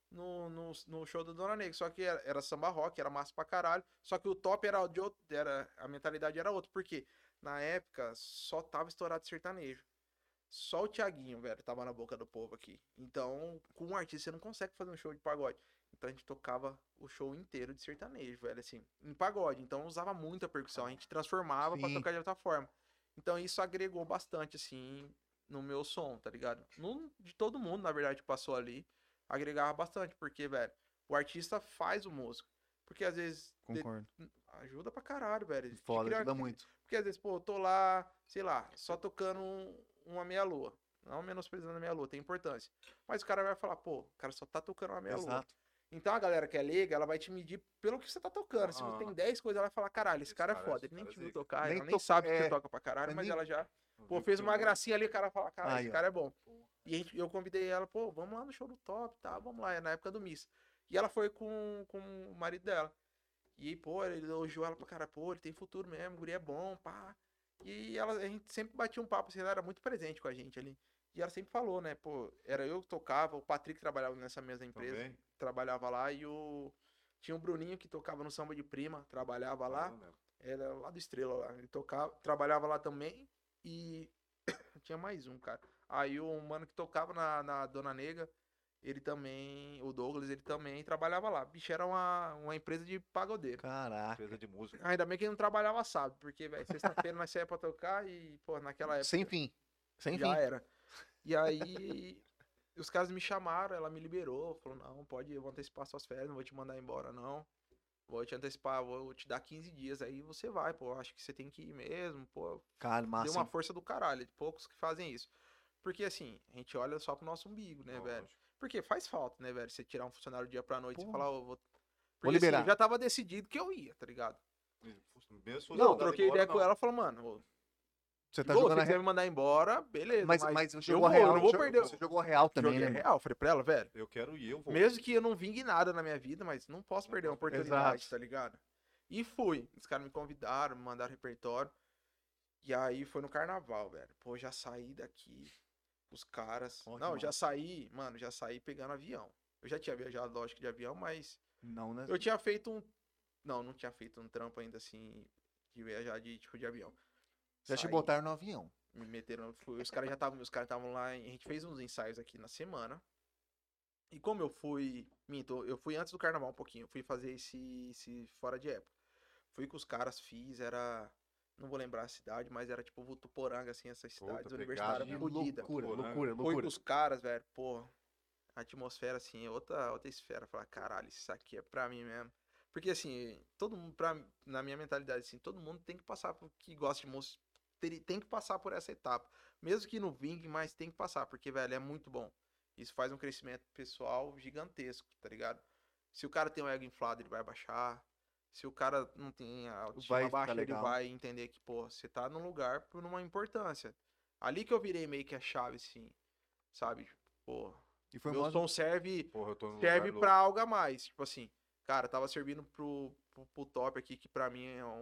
no show do Dona Negra. Só que era samba rock, era massa pra caralho. Só que o top era de outro, a mentalidade era outra. Porque na época só tava estourado sertanejo. Só o Thiaguinho, velho, tava na boca do povo aqui. Então, com um artista você não consegue fazer um show de pagode. Então a gente tocava o show inteiro de sertanejo, velho, assim, em pagode. Então usava muita percussão, a gente transformava pra Sim. tocar de outra forma. Então isso agregou bastante, assim, no meu som, tá ligado? De todo mundo, na verdade, que passou ali, agregava bastante, porque, velho, o artista faz o músico. Porque às vezes Concordo. ajuda pra caralho, velho. De Foda, criar- ajuda muito. Porque às vezes, pô, eu tô lá, sei lá, só tocando uma meia-lua. Não menosprezando a meia-lua, tem importância. Mas o cara vai falar, pô, o cara só tá tocando uma meia-lua. Exato. Então a galera que é leiga, ela vai te medir pelo que você tá tocando. Se você tem 10 coisas, ela vai falar, caralho, esse cara é foda. Ele nem te viu tocar, Nem ela nem to- sabe que é, você toca pra caralho, mas nem- ela já, pô, fez uma gracinha ali, o cara fala, caralho, Aí, esse ó. cara é bom. E eu convidei ela, pô, vamos lá no show do Top, tá? Vamos lá, é na época do Miss. E ela foi com o marido dela. E, pô, ele elogiou ela pra cara, pô, ele tem futuro mesmo, o guri é bom, pá. E a gente sempre batia um papo, assim, ela era muito presente com a gente ali. E ela sempre falou, né, pô, era eu que tocava, o Patrick trabalhava nessa mesma empresa, Também? trabalhava lá, e tinha o Bruninho que tocava no Samba de Prima, trabalhava lá, era lá do Estrela lá, ele tocava, trabalhava lá também, e tinha mais um, cara. Aí o mano que tocava na Dona Negra, ele também, o Douglas, ele também trabalhava lá. Bicho, era uma empresa de pagodeiro. Caraca. Empresa de música. Ainda bem que ele não trabalhava sábado, porque, velho, sexta-feira nós saíamos pra tocar e, pô, naquela época Sem fim. Sem já fim. era. E aí, os caras me chamaram, ela me liberou, falou, não, pode ir, eu vou antecipar suas férias, não vou te mandar embora, não. Vou te antecipar, vou te dar 15 dias, aí você vai, pô, acho que você tem que ir mesmo, pô. Cara, Deu massa. uma hein? força do caralho, poucos que fazem isso. Porque, assim, a gente olha só pro nosso umbigo, né, velho? Lógico. Porque faz falta, né, velho? Você tirar um funcionário do dia pra noite e Pô. falar, ó, Porque, liberar. assim, eu já tava decidido que eu ia, tá ligado? Mesmo se fosse Não, mandado troquei embora, ideia com não. ela, falou, mano, Você tá se jogando a você quiser real. me mandar embora, beleza. Mas Mas você eu jogou vou, a real. eu não vou perder. Você jogou a real também, Joguei né? mano? real, falei pra ela, velho. Eu quero ir, eu vou. Mesmo que eu não vingue nada na minha vida, mas não posso perder uma oportunidade, Exato. tá ligado? E fui. Os caras me convidaram, me mandaram repertório. E aí foi no carnaval, velho. Pô, já saí daqui. Os caras. Ó, que Não, já massa. saí, mano, já saí pegando avião. Eu já tinha viajado, lógico, de avião, mas Não, né? eu tinha feito um. Não tinha feito um trampo ainda assim de viajar de tipo de avião. Já te Saí, botaram no avião. me meteram. Os caras estavam lá. A gente fez uns ensaios aqui na semana. E como eu fui. Minto, eu fui antes do carnaval um pouquinho. Eu fui fazer esse fora de época. Fui com os caras, fiz, era. Não vou lembrar a cidade, mas era tipo Votuporanga, assim, essas cidades Puta, universitárias pegado, Que né? fodidas. loucura, Pô, né? loucura, Fui com loucura. os caras, velho, pô. A atmosfera, assim, outra esfera. Falar, caralho, isso aqui é pra mim mesmo. Porque, assim, todo mundo, na minha mentalidade, assim, todo mundo tem que passar por que gosta de música. Tem que passar por essa etapa. Mesmo que não vingue, mas tem que passar, porque, velho, é muito bom. Isso faz um crescimento pessoal gigantesco, tá ligado? Se o cara tem um ego inflado, ele vai baixar. Se o cara não tem a Vai autoestima ficar baixa, ele legal. vai entender que, pô, você tá num lugar por uma importância. Ali que eu virei meio que a chave, assim, sabe? Pô, E foi meu uma... som serve Porra, eu tô no serve lugar pra algo a mais. Tipo assim, cara, tava servindo pro top aqui, que pra mim é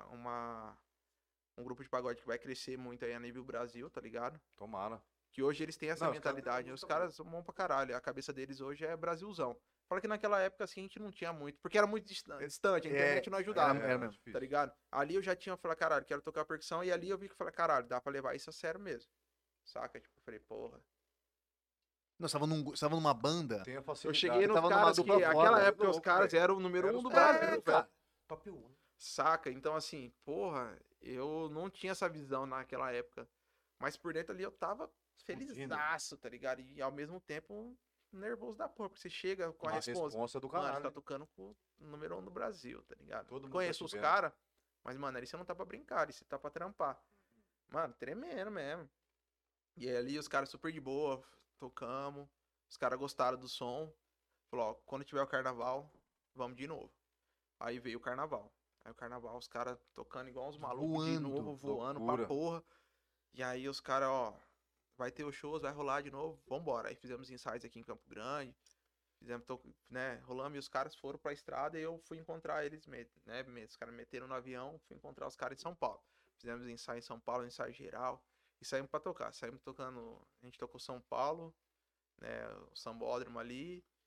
um grupo de pagode que vai crescer muito aí a nível Brasil, tá ligado? louco. Tomara. Que hoje eles têm essa Não, os caras mentalidade. têm Os música caras são bons pra caralho. A cabeça deles hoje é Brasilzão. Fala que naquela época, assim, a gente não tinha muito. Porque era muito distante, a internet não ajudava. era mesmo. difícil. Tá ligado? Ali eu já tinha falado, caralho, quero tocar percussão. E ali eu vi que falei, caralho, dá pra levar isso a sério mesmo. Saca? Tipo, eu falei, porra. Não, você tava numa banda. Tem a Eu facilidade. cheguei nos tava numa caras que, dupla foda, naquela né? época, os Louco, caras velho. eram o número Era 1 os do caras, Brasil, cara. velho. Top 1. Saca? Então, assim, porra, eu não tinha essa visão naquela época. Mas por dentro ali eu tava felizaço, tá ligado? E ao mesmo tempo nervoso da porra, porque você chega com a A resposta. responsa do Mano, caralho. tá tocando com o número 1 do Brasil, tá ligado? Todo mundo Conheço tá os te vendo. caras, mas, mano, ali você não tá pra brincar, ali você tá pra trampar. Mano, tremendo mesmo. E aí ali os caras super de boa, tocamos. Os caras gostaram do som. Falou, ó, quando tiver o carnaval, vamos de novo. Aí veio o carnaval. Aí o carnaval, os caras tocando igual uns malucos de Voando, novo, voando loucura. pra porra. E aí os caras, ó, vai ter os shows, vai rolar de novo, vambora. Aí fizemos ensaios aqui em Campo Grande. Fizemos, né, rolamos e os caras foram pra estrada e eu fui encontrar eles, né, os caras meteram no avião, fui encontrar os caras em São Paulo. Fizemos ensaio em São Paulo, ensaio geral, e saímos pra tocar. Saímos tocando, a gente tocou São Paulo, né, o Sambódromo ali,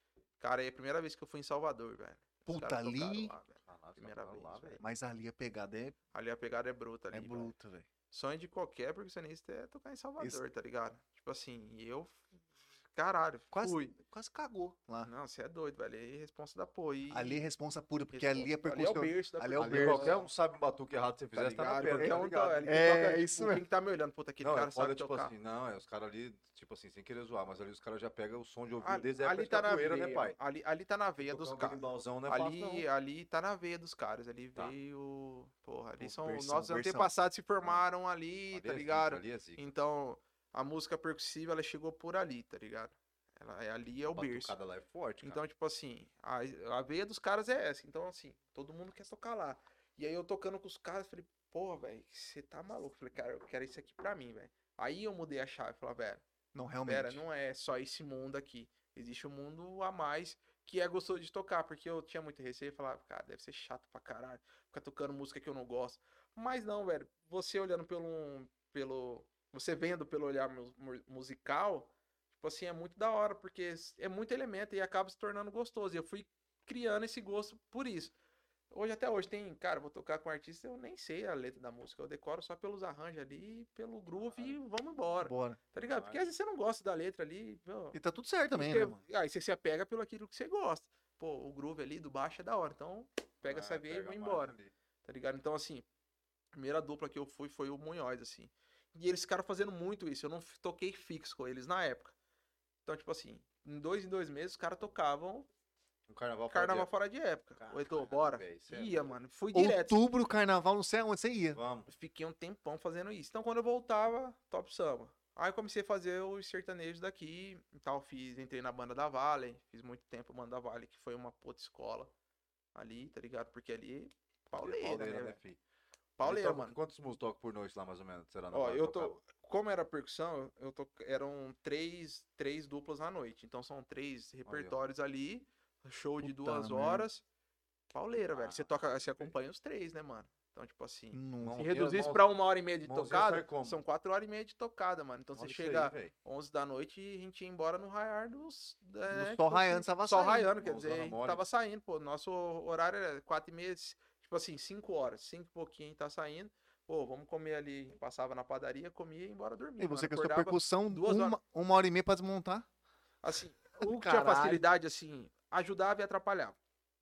Cara, é a primeira vez que eu fui em Salvador, velho. Os Puta, caras tocaram ali- lá, velho. Caralho, Primeira tá vez, lá, velho. Mas ali a pegada Ali a pegada é bruta ali, é velho. bruta, velho. Sonho de qualquer percussionista é tocar em Salvador, tá ligado? Tipo assim, e eu... Caralho, fui. Quase cagou lá. Não, você é doido, velho. Aí responsa da pô. E... Ali é responsa pura, porque ali é Ali é o percussão. berço da Ali é o Ali berço. qualquer um sabe um batuque errado que você Tá fizer, você tá na ligado? pedra, Qualquer tá um ligado? tá, ali É, toca, isso tipo, mesmo. quem que tá me olhando, puta, aquele Não, cara é foda, sabe tipo tocar. assim, não, é os caras ali, tipo assim, sem querer zoar, mas ali os caras já pegam o som de ouvido Ali, desde a época ali de tá na capoeira, veia, né, pai? ali tá na veia dos Tocar um caras. berimbalzão não é fácil, não. Ali tá na veia dos caras. Ali Tá. veio. Porra, ali Pô, são. versão, Nossos versão. antepassados se formaram ali, Ali tá é ligado? zica, ali é zica. Então, a música percussiva, ela chegou por ali, tá ligado? Ali é o A berço. batucada lá é forte, cara. Então, tipo assim, a veia dos caras é essa. Então, assim, todo mundo quer tocar lá. E aí eu tocando com os caras, falei, pô, velho, você tá maluco. Falei, cara, eu quero isso aqui pra mim, velho. Aí eu mudei a chave, falei, velho. Não, realmente. Pera, não é só esse mundo aqui. Existe um mundo a mais que é gostoso de tocar, porque eu tinha muito receio e falava, cara, deve ser chato pra caralho, ficar tocando música que eu não gosto. Mas não, velho, você olhando você vendo pelo olhar musical, tipo assim, é muito da hora, porque é muito elemento e acaba se tornando gostoso. E eu fui criando esse gosto por isso. Hoje, até hoje, tem, cara, vou tocar com um artista, eu nem sei a letra da música, eu decoro só pelos arranjos ali, pelo groove e vamos embora. Bora. Tá ligado? Porque às vezes você não gosta da letra ali. Meu, E tá tudo certo também, você- né, mano? Aí você se apega pelo aquilo que você gosta. Pô, o groove ali do baixo é da hora. Então, pega essa veia e pega vai mais embora. ali. Tá ligado? Então, assim, a primeira dupla que eu fui foi o Munhoz, assim. E eles ficaram fazendo muito isso. Eu não toquei fixo com eles na época. Então, tipo assim, em 2 meses os caras tocavam Um carnaval carnaval fora de época. Caralho, Ô, Heitor, bora. velho, cê é Ia, doido. mano. Fui direto. Outubro, carnaval, não sei aonde você ia. Vamos. Fiquei um tempão fazendo isso. Então, quando eu voltava, top samba. Aí eu comecei a fazer os sertanejos daqui e tal. Entrei na banda da Vale. Fiz muito tempo a banda da Vale, que foi uma puta escola ali, tá ligado? Porque ali, pauleira, né, velho? filho? Pauleira, Eles tocam- mano. Quantos músicos tocam por noite lá, mais ou menos? Será na Ó, banda eu tocava? tô. Como era percussão, eram três duplas à noite. Então são 3 repertórios ali. Show de Puta 2 merda. horas. Pauleira, velho. Você toca, você velho. acompanha os 3, né, mano? Então, tipo assim. Não. Se Mãozinha- reduzir isso mãos- pra 1h30 de mãozinha tocada, sai como? são 4h30 de tocada, mano. Então Olha você isso aí, chega velho. 11 da noite e a gente ia embora no raiar dos. No sol raiando, tava Sol saindo. raiando, quer Mãozona dizer, a gente mole. tava saindo, pô. Nosso horário era 4h30, tipo assim, 5 horas. 5 e pouquinho a gente tá saindo. Pô, vamos comer ali. Passava na padaria, comia e ia embora dormir. E você mano. com a sua Acordava percussão, 2 horas. uma hora e meia pra desmontar. Assim, o que tinha Caralho. facilidade, assim, ajudava e atrapalhava.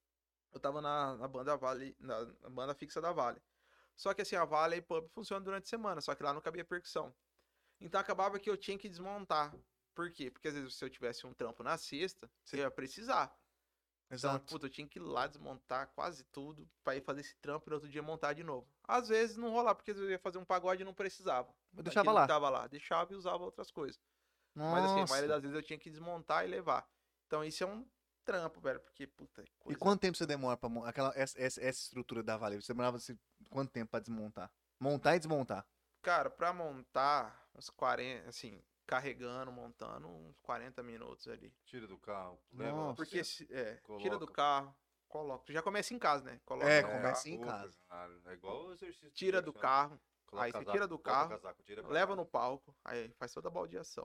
Eu tava na banda Vale, na banda fixa da Vale. Só que assim, a Vale Pub funciona durante a semana, só que lá não cabia percussão. Então acabava que eu tinha que desmontar. Por quê? Porque às vezes se eu tivesse um trampo na sexta, eu ia precisar. Então, Exato. puta, eu tinha que ir lá desmontar quase tudo pra ir fazer esse trampo e no outro dia montar de novo. Às vezes não rolava, porque às vezes eu ia fazer um pagode e não precisava. Eu deixava daquilo lá. que tava lá. Deixava e usava outras coisas. Mas assim, a maioria das vezes eu tinha que desmontar e levar. Então isso é um trampo, velho, porque, puta, E coisa... quanto tempo você demora pra montar essa estrutura da Vale? Você demorava quanto tempo pra desmontar? Montar e desmontar. Cara, pra montar, uns 40, assim, carregando, montando, uns 40 minutos ali. Tira do carro, leva lá Nossa. pra Porque, você. tira do Coloca. carro, coloca. Já começa em casa, né? Coloca É, no começa carro, em casa. Caralho, é igual o exercício. de tira do percussão. carro, Coloca aí você casaco, tira do bota carro, casaco, tira leva casaco. no palco, aí faz toda a baldeação.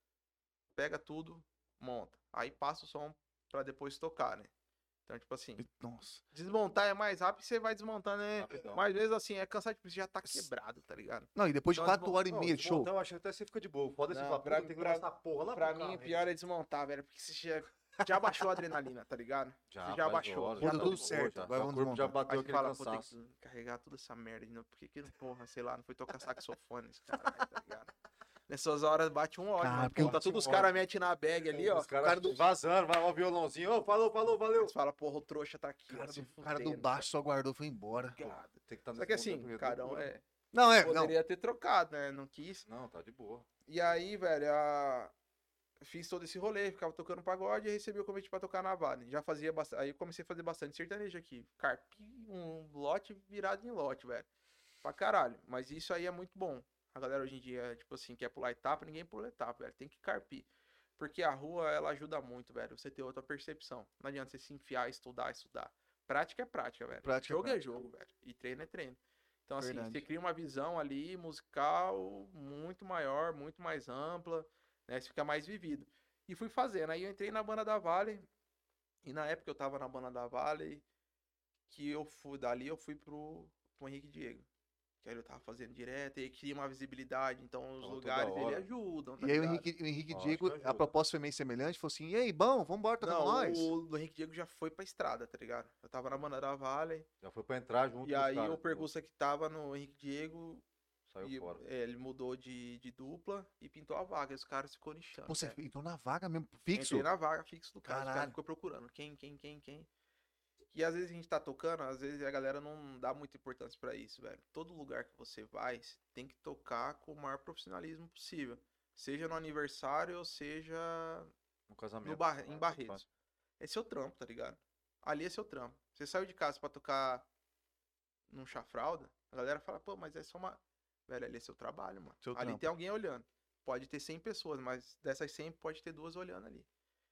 Pega tudo, monta. Aí passa o som pra depois tocar, né? Então, tipo assim, Nossa. desmontar é mais rápido e você vai desmontando, né? Rapidão. Mas mesmo assim, é cansativo, você já tá quebrado, tá ligado? Não, e depois de Então, 4 horas e Não, meia de show. desmontar, eu acho que até você fica de boa. Foda se Não, falar, pra puta, mim- tem que pra- levar essa porra lá Pra pro mim, carro, o pior é desmontar, velho, porque você já baixou a adrenalina, tá ligado? Já, Você já faz baixou. horas, já Tudo tá tudo de boa. certo, Já, agora o vamos corpo já desmontar. bateu Aí você aquele fala, pô, tem cansaço. que carregar toda essa merda de novo. Por que, porra, sei lá, não foi tocar saxofone esse caralho, tá ligado? Nessas horas bate um ódio, Cara, mano. porque Pô, tá bate um tudo os ódio. caras metem na bag ali, ó. Os caras vazando, vai lá o violãozinho. Ô, falou, valeu. Você fala, porra, o trouxa tá aqui. Cara, ó, se o cara do fudendo, baixo só guardou e foi embora. tá ligado? Tem que estar Só que assim, carão é. Não, não. Poderia ter trocado, né? Não quis. Não, tá de boa. E aí, velho, fiz todo esse rolê, ficava tocando pagode e recebi o convite pra tocar na Vale. Já fazia bastante. Aí eu comecei a fazer bastante sertanejo aqui. Carpi, um lote virado em lote, velho. Pra caralho. Mas isso aí é muito bom. A galera hoje em dia, tipo assim, quer pular etapa, ninguém pula etapa, velho. Tem que carpir. Porque a rua, ela ajuda muito, velho. Você ter outra percepção. Não adianta você se enfiar, estudar. Prática é prática, velho. Prática é jogo é prática. jogo, velho. E treino é treino. Então, assim, Verdade. você cria uma visão ali musical muito maior, muito mais ampla, né? Você fica mais vivido. E fui fazendo. Aí eu entrei na banda da Vale. E na época eu tava na banda da Valley, que eu fui pro Henrique Diego. Que aí ele tava fazendo direto, e aí cria uma visibilidade, então os Tava toda lugares ele hora. ajudam, tá E aí o ligado? Henrique Lógico Diego, que a ajuda. proposta foi meio semelhante, falou assim, e aí, bom, vambora tocar com Não, nós. o do Henrique Diego já foi pra estrada, tá ligado? Eu tava na banda da Valley, Já foi pra entrar junto e com os aí caras. o Percussa que tava no Henrique Diego, Saiu e, fora. ele mudou de dupla e pintou a vaga, e os caras ficou nichando. Pô, você velho. entrou na vaga mesmo, fixo? Entrei na vaga fixo do cara, os Caralho. caras ficou procurando quem. E às vezes a gente tá tocando, às vezes a galera não dá muita importância pra isso, velho. Todo lugar que você vai, você tem que tocar com o maior profissionalismo possível. Seja no aniversário, ou seja No casamento. em Barretos. É seu trampo, tá ligado? Ali é seu trampo. Você saiu de casa pra tocar num chafralda, a galera fala, pô, mas é só uma... Velho, ali é seu trabalho, mano. Seu Ali trampo. tem alguém olhando. Pode ter 100 pessoas, mas dessas 100 pode ter 2 olhando ali.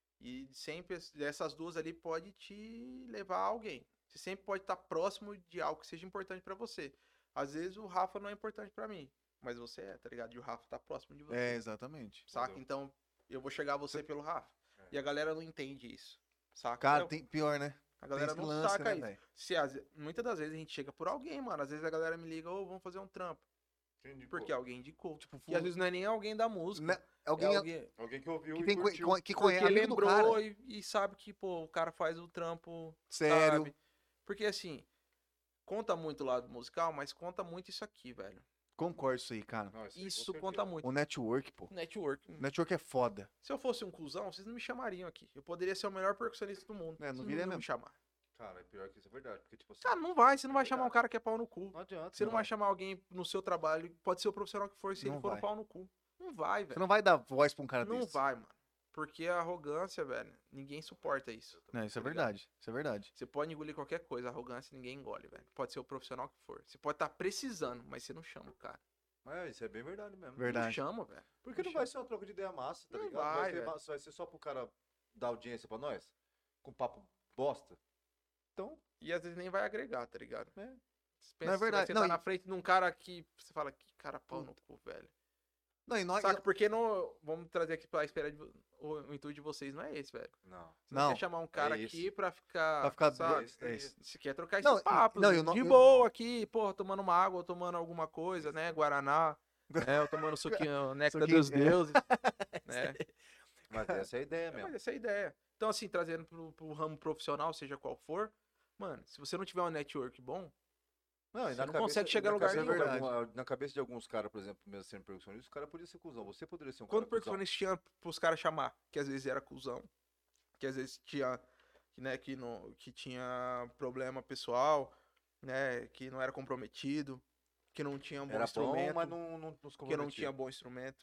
E sempre dessas 2 ali pode te levar a alguém. Você sempre pode estar próximo de algo que seja importante pra você. Às vezes o Rafa não é importante pra mim, mas você é, tá ligado? E o Rafa tá próximo de você. É, exatamente. Saca? Entendeu? Então eu vou chegar a você pelo Rafa. É. E a galera não entende isso. Saca? Cara, Então, tem pior, né? a galera tem não esse lance, saca né, isso. velho? Muitas das vezes a gente chega por alguém, mano. Às vezes a galera me liga, ô, vamos fazer um trampo. Quem indicou? Porque alguém indicou. Tipo, E às vezes não é nem alguém da música. né, alguém é alguém Alguém que ouviu que, e tem, curtiu. que porque conhece, amigo do cara. lembrou e sabe que, pô, o cara faz o trampo, Sério. sabe? Porque assim, conta muito o lado musical, mas conta muito isso aqui, velho. Concordo isso aí, cara. Não, aí, com Isso certeza. conta muito. O network, pô. Network. O network é foda. Se eu fosse um cuzão, vocês não me chamariam aqui. Eu poderia ser o melhor percussionista do mundo. É, não Vocês viria iam mesmo. me chamar. Cara, é pior que isso é verdade. Porque, tipo assim. Cara, não vai. Você não vai É chamar um verdade. cara que é pau no cu. Não adianta. Você não vai chamar alguém no seu trabalho, pode ser o profissional que for, se Não ele for um vai. pau no cu. Não vai, Você velho. não vai dar voz pra um cara Não desse. vai, mano. Porque a arrogância, velho, ninguém suporta isso. Não, isso é Tá ligado? verdade. Isso é verdade. Você pode engolir qualquer coisa, arrogância ninguém engole, velho. Pode ser o profissional que for. Você pode estar precisando, mas você não chama o cara. É, isso é bem verdade mesmo. Não Verdade. chama, velho. Porque não vai ser uma troca de ideia massa, tá Não ligado? vai, ser velho. massa, vai ser só pro cara dar audiência pra nós? Com papo bosta? Então, E às vezes nem vai agregar, tá ligado? É. Você pensa, Não, é verdade. Você Não, tá e- na frente de um cara que você fala, que cara pau no cu, velho. Não, e nós. Saca? Porque não. Vamos trazer aqui pra espera de. O intuito de vocês não é esse, velho. não. Você não Não. quer chamar um cara É aqui esse. pra ficar. Pra ficar sabe? esse, é é isso. Você quer trocar Não, esse papo, não, eu não- de eu- boa aqui, pô, tomando uma água, ou tomando alguma coisa, né? Guaraná, né? Ou tomando suquinho, néctar Suquinho, dos é. deuses, né? Mas essa é a ideia É, mesmo. mas essa é a ideia. Então, assim, trazendo pro ramo profissional, seja qual for, mano, se você não tiver um network bom, Não, e Você não consegue chegar a na lugar cabeça nenhum. de na cabeça de alguns caras, por exemplo, mesmo sendo percussionista, o cara podia ser cuzão. Você poderia ser um quando o cara cuzão. percussionista tinha pros caras chamar, que às vezes era cuzão, que às vezes tinha, né, que tinha problema pessoal, né, que não era comprometido, que não tinha um bom Era bom, instrumento, mas não nos que não tinha bom instrumento.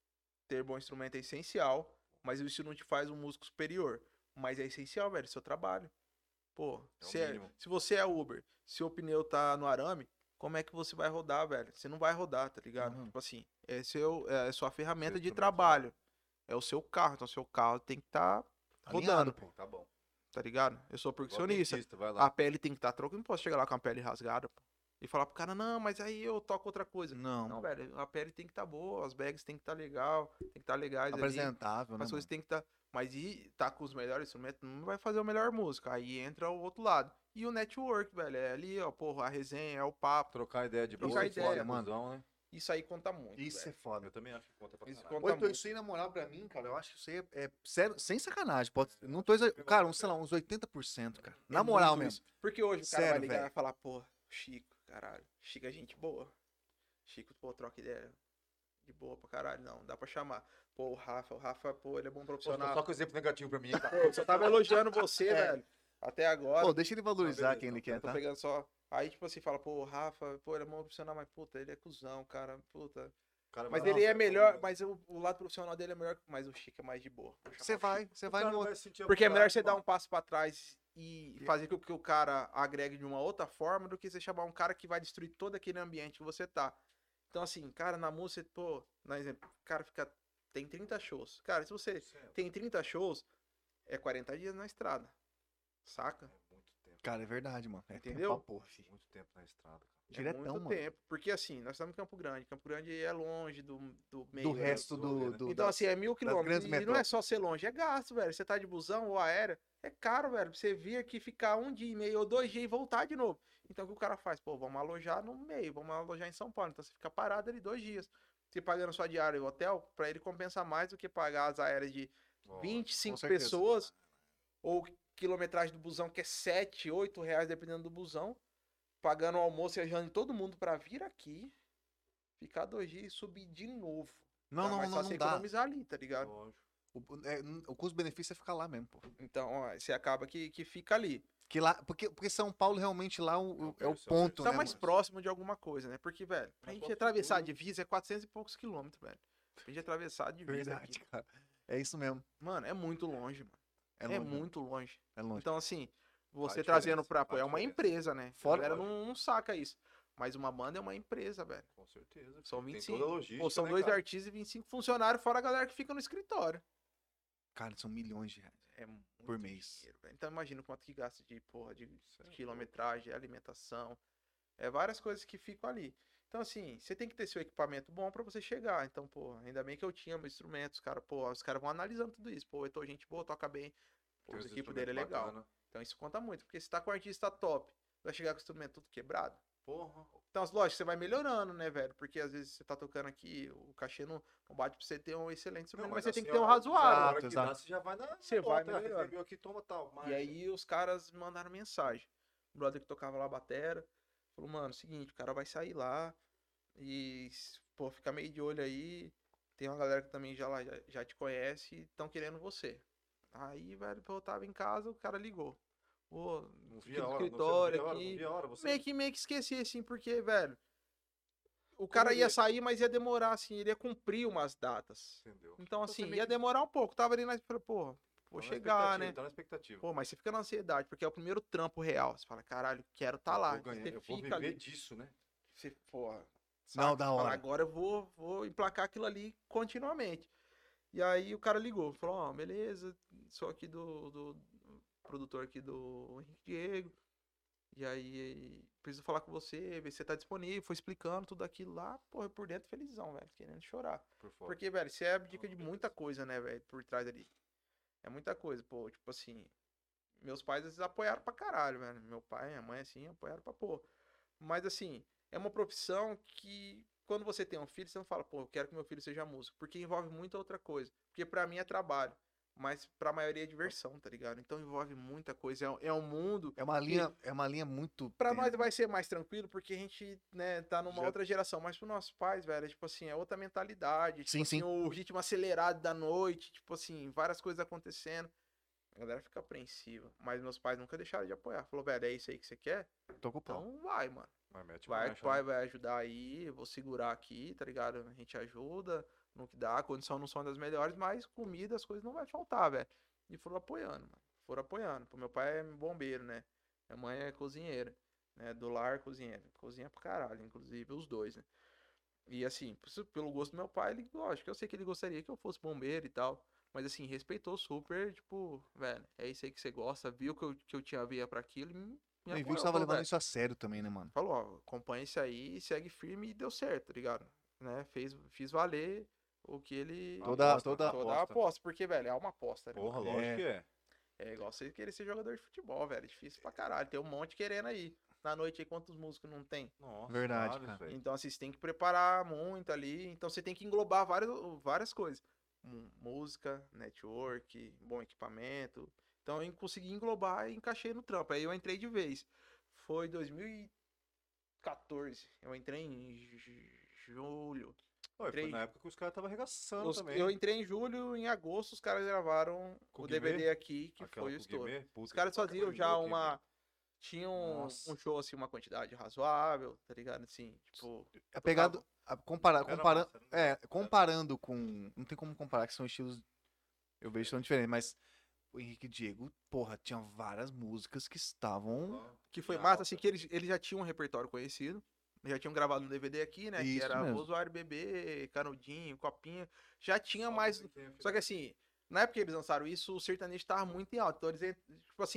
Ter bom instrumento é essencial, mas isso não te faz um músico superior. Mas é essencial, velho, seu trabalho. Pô, É o mínimo. se você é Uber, se o pneu tá no arame, como é que você vai rodar, velho? Você não vai rodar, tá ligado? Uhum. Tipo assim, é a sua ferramenta Seu de instrumento, trabalho. É o seu carro, então seu carro tem que estar Alinhado, rodando, pô. Tá bom. tá ligado? Eu sou Igual percussionista. dentista, vai lá. A pele tem que estar trocada, não posso chegar lá com a pele rasgada, pô. E falar pro cara, não, mas aí eu toco outra coisa. Não, Não, velho, a pele tem que estar boa, as bags tem que estar legal, tem que estar legais ali. apresentável, né? As coisas mano? tem que estar. Mas e tá com os melhores instrumentos, não vai fazer a melhor música. Aí entra o outro lado. E o network, velho. É ali, ó, porra, a resenha, é o papo. Trocar ideia de Trocar boa, ideia, foda, mano. cuzão, né? Isso aí conta muito. Isso é velho. foda. Eu também acho que conta pra Isso caralho. conta Ô, então, muito. isso aí, na moral, pra mim, cara, eu acho que isso aí é sério, sem sacanagem. Pode, não tô, cara, sei lá, uns 80%, cara. Na É moral muito mesmo. isso. Porque hoje o cara vai Sério, ligar e velho. vai falar, pô, Chico, caralho. Chico é gente boa. Chico, pô, troca ideia. De boa pra caralho. Não, dá pra chamar. Pô, o Rafa, pô, ele é bom Pô, profissional. só com exemplo negativo pra mim, cara. Pô, eu só tava elogiando você, É. velho. Até agora. Pô, deixa ele valorizar beleza, quem ele então. quer, Eu tô tá? pegando só. Aí, tipo assim, fala, pô, o Rafa, pô, ele é bom profissional, mas puta, ele é cuzão, cara, puta. O cara Mas vai, ele "Nossa, é pô, melhor, mas o lado profissional dele é melhor, mas o Chico é mais de boa. Vou chamar Você o vai, Chico. você o vai cara no não vai outro. se sentir à Porque é melhor vontade, você dar mano. um passo pra trás e fazer com que o cara agregue de uma outra forma do que você chamar um cara que vai destruir todo aquele ambiente que você tá. Então, assim, cara, na música, pô, na exemplo, o cara tem 30 shows. Cara, se você tem 30 shows, é 40 dias na estrada. Saca? É muito tempo. Cara, é verdade, mano. É Entendeu? tempo pra porra, fi. Muito tempo na estrada, cara. Diretão, É muito mano. tempo. Porque assim, nós estamos em Campo Grande. Campo Grande é longe do meio. Do ali. resto rolê, né? Então, assim, é 1.000 quilômetros. grandes E não é metrópoles. só ser longe, é gasto, velho. Você tá de busão ou aérea, é caro, velho. Pra você vir aqui ficar 1 dia e meio ou 2 dias e voltar de novo. Então, o que o cara faz? Pô, vamos alojar no meio, vamos alojar em São Paulo. Então, você fica parado ali 2 dias. Você pagando sua diária e o hotel, pra ele compensar mais do que pagar as aéreas de Lógico. 25 com certeza. pessoas, ou quilometragem do busão, que é 7, 8 reais, dependendo do busão. Pagando o almoço e viajando todo mundo pra vir aqui, ficar 2 dias e subir de novo. Não, Tá não, mais não, fácil não você dá. economizar ali, tá ligado? Lógico. O custo-benefício é ficar lá mesmo, pô. Então, ó, você acaba que fica ali. Porque São Paulo realmente lá é o berço, ponto, Tá né, mais mano? próximo de alguma coisa, né? Porque, velho, pra Mais gente próximo de atravessar a tudo. divisa é 400 e poucos quilômetros, velho. Pra gente atravessar a divisa Verdade, aqui. cara. É isso mesmo. Mano, é muito longe, mano. É É longe. mesmo. muito longe. É longe. Então, assim, você Faz trazendo diferença, pra faz apoiar uma diferença. empresa, né? Fora- A galera não saca isso. Mas uma banda é uma empresa, velho. Com certeza. São Tem 25. toda a logística, Pô, são né, 2 cara? artistas e 25 funcionários, fora a galera que fica no escritório. Cara, são milhões de reais. É muito Por mês. dinheiro, velho. Então imagina quanto que gasta de, porra, de Isso é quilometragem, alimentação. É várias coisas que ficam ali. Então, assim, você tem que ter seu equipamento bom pra você chegar. Então, pô, ainda bem que eu tinha meus instrumentos, cara, pô, os caras vão analisando tudo isso. Pô, eu tô gente boa, toca bem. Pô, Tem o uns equipe dele é instrumentos legal. bacana. Então isso conta muito, porque se tá com um artista top, vai chegar com o instrumento tudo quebrado. Porra. Então, lógico, você vai melhorando, né, velho? Porque às vezes você tá tocando aqui, o cachê não bate pra você ter um excelente instrumento, mas você tem que ter um razoável. Na hora que Exato. dá, você já vai na Você vai nota, melhorando. recebeu aqui, toma tal. E marcha. aí os caras me mandaram mensagem. O brother que tocava lá a batera falou, mano, seguinte, o cara vai sair lá e, pô, fica meio de olho aí. Tem uma galera que também já te conhece e estão querendo você. Aí, velho, eu tava em casa, o cara ligou. Pô, Não fiquei vi a no hora, escritório não aqui. vi a hora. Você... Meio que esqueci, assim, porque, velho, o cara ia Correria. sair, mas ia demorar, assim, ele ia cumprir umas datas. Entendeu? Então, você assim, meio ia que- demorar um pouco. Tava ali na. Falei, pô, vou tá na chegar, expectativa, né? Tá na expectativa. Pô, mas você fica na ansiedade, porque é o primeiro trampo real. Você fala, caralho, quero tá lá. Eu vou ganhar, Você eu vou fica viver ali. disso, né? Você, porra. Não, saca? da Você fala, hora. agora eu vou emplacar aquilo ali continuamente. E aí o cara ligou, falou, ó, beleza, sou aqui do produtor aqui do Henrique Diego. E aí, preciso falar com você, ver se você tá disponível. Foi explicando tudo aquilo lá, porra, por dentro felizão, velho, querendo chorar. Por fora. Porque, velho, você é abdica de Não, muita coisa, né, velho, por trás ali. É muita coisa, pô, tipo assim, meus pais às vezes apoiaram pra caralho, velho. Meu pai e minha mãe, assim, apoiaram pra pô. Mas, assim, é uma profissão que, quando você tem um filho, você não fala, pô, eu quero que meu filho seja músico. Porque envolve muita outra coisa. Porque pra mim é trabalho. Mas pra maioria é diversão, tá ligado? Então envolve muita coisa. É um mundo. É uma linha muito. Pra tênue. nós vai ser mais tranquilo, porque a gente, né, tá numa Já- outra geração. Mas pros nossos pais, velho, é, tipo assim, é outra mentalidade. Tipo Sim, assim, sim. o ritmo acelerado da noite, tipo assim, várias coisas acontecendo. A galera fica apreensiva. Mas meus pais nunca deixaram de apoiar. Falou, velho, é isso aí que você quer? Tô com o pau. Então vai, mano. Mas mete Vai que marcha, o pai né? vai ajudar aí, eu vou segurar aqui, tá ligado? A gente ajuda no que dá, a condição não são das melhores, mas comida, as coisas não vai faltar, velho. E foram apoiando, mano. Foram apoiando. Pô, meu pai é bombeiro, né? Minha mãe é cozinheira, né? Do lar, cozinheira. Cozinha pra caralho, inclusive, os dois, né? E assim, pelo gosto do meu pai, ele, lógico, eu sei que ele gostaria que eu fosse bombeiro e tal. Mas assim, respeitou super, tipo, velho, é isso aí que você gosta, viu que eu tinha via pra aquilo e me E viu que apoiou, você tava falou, levando velho, isso a sério também, né, mano? falou, ó, acompanha isso aí, segue firme e deu certo, tá ligado? Né? Fiz valer o que ele. Toda- Aposta, toda- Toda a aposta, porque, velho, é uma aposta, né? Porra, mano? lógico que é. É igual você querer ser jogador de futebol, velho. É difícil pra caralho. Tem um monte querendo aí. Na noite aí, quantos músicos não tem? Nossa, Verdade, vários, cara. velho. Então, assim, você tem que preparar muito ali. Então, você tem que englobar várias coisas. Música, network, bom equipamento. Então, eu consegui englobar e encaixei no trampo. Aí eu entrei de vez. Foi 2014. Eu entrei em julho. Oi, foi Três. na época que os caras estavam arregaçando também. Eu entrei em julho, em agosto os caras gravaram Com o o Guimê? DVD aqui, que Aquela foi o com estouro. Guimê? Puta, Os caras que faziam bacana, já Guimê. uma. Tinham Nossa. um show, assim, uma quantidade razoável, tá ligado? Assim, tipo. É pegado. Comparando, massa, era massa. comparando com. Não tem como comparar, que são estilos. Eu vejo que são diferentes, mas o Henrique Diego, porra, tinha várias músicas que estavam. Que foi Já massa, alta. assim, que eles já tinham um repertório conhecido. Já tinham gravado um DVD aqui, né? Que Isso era mesmo. Vozoário Bebê, Canudinho, Copinha. Já tinha Só mais. musiquinha, filho. Só que assim, na época que eles lançaram isso, o sertanejo tava muito em alta. Então eles, tipo assim,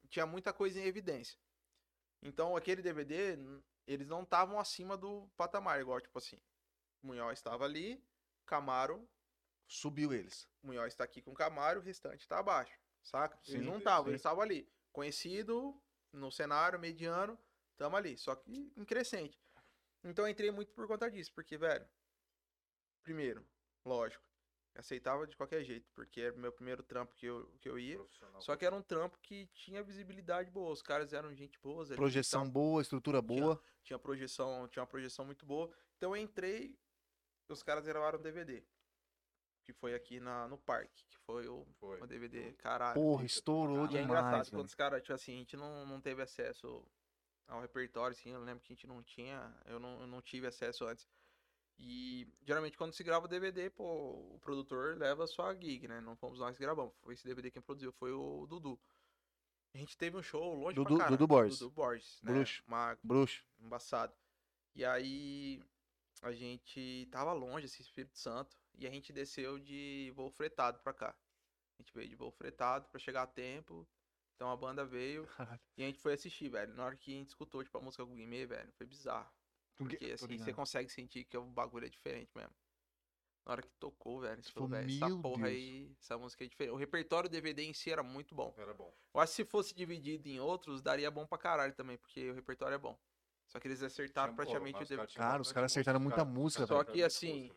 tinha muita coisa em evidência. Então, aquele DVD, eles não estavam acima do patamar, igual, tipo assim, Munhoz estava ali, Camaro, Subiu eles. Munhoz tá aqui com Camaro, o restante tá abaixo, saca? Eles Sim, não estavam, sim. eles estavam ali. Conhecido, no cenário, mediano, tamo ali, só que em crescente. Então eu entrei muito por conta disso, porque, velho, primeiro, lógico, aceitava de qualquer jeito, porque era o meu primeiro trampo que eu ia. Profissional. Só que era um trampo que tinha visibilidade boa, os caras eram gente boa, ali, Projeção então boa, estrutura boa. tinha uma projeção muito boa. Então eu entrei, os caras gravaram um DVD, que foi aqui no parque, que foi o DVD, caralho. Porra, estourou E é demais, engraçado, velho. quando os caras, tipo assim, a gente não teve acesso ao repertório, assim, eu lembro que a gente não tinha, eu não tive acesso antes. E geralmente quando se grava DVD, pô, o produtor leva só a gig, né? Não fomos nós que gravamos. Foi esse DVD quem produziu, foi o Dudu. A gente teve um show longe pra caralho. Dudu Borges. Dudu Borges, né? Bruxo. Mago, Bruxo. embaçado. E aí a gente tava longe, assim, Espírito Santo, e a gente desceu de voo fretado pra cá. A gente veio de voo fretado pra chegar a tempo. Então a banda veio Caralho. e a gente foi assistir, velho. Na hora que a gente escutou, tipo, a música com o Guimê, velho, foi bizarro. Porque, Tô assim, ligado. você consegue sentir que o bagulho é diferente mesmo. Na hora que tocou, velho, você falou, falou, velho, essa "Meu porra Deus." aí, essa música é diferente. O repertório do DVD em si era muito bom. Era bom. Eu acho que se fosse dividido em outros, daria bom pra caralho também, porque o repertório é bom. Só que eles acertaram praticamente o DVD. Cara, os caras acertaram muita música, Só velho. que, assim,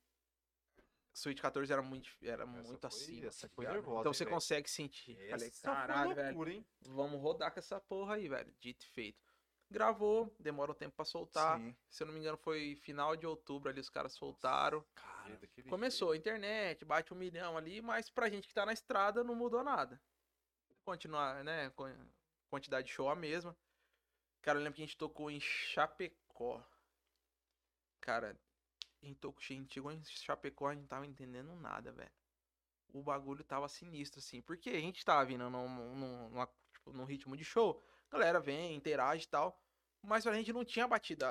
Sweet 14 era muito foi- acima. essa tá foi ligado? nervosa, então hein, você velho? consegue sentir. Falei, Essa foi caralho, velho, loucura, hein? vamos rodar com essa porra aí, velho. Dito e feito. Gravou, demora um tempo pra soltar. Sim. Se eu não me engano, foi final de outubro ali, os caras soltaram. Cara, Daquele Começou a internet, bate 1 milhão ali, mas pra gente que tá na estrada não mudou nada. Continuar, né? Quantidade de show a mesma. Cara, eu lembro que a gente tocou em Chapecó. Cara, a gente chegou em Chapecó, a gente não tava entendendo nada, velho. O bagulho tava sinistro, assim. Porque a gente tava vindo num ritmo de show. Galera vem, interage e tal. Mas a gente não tinha batido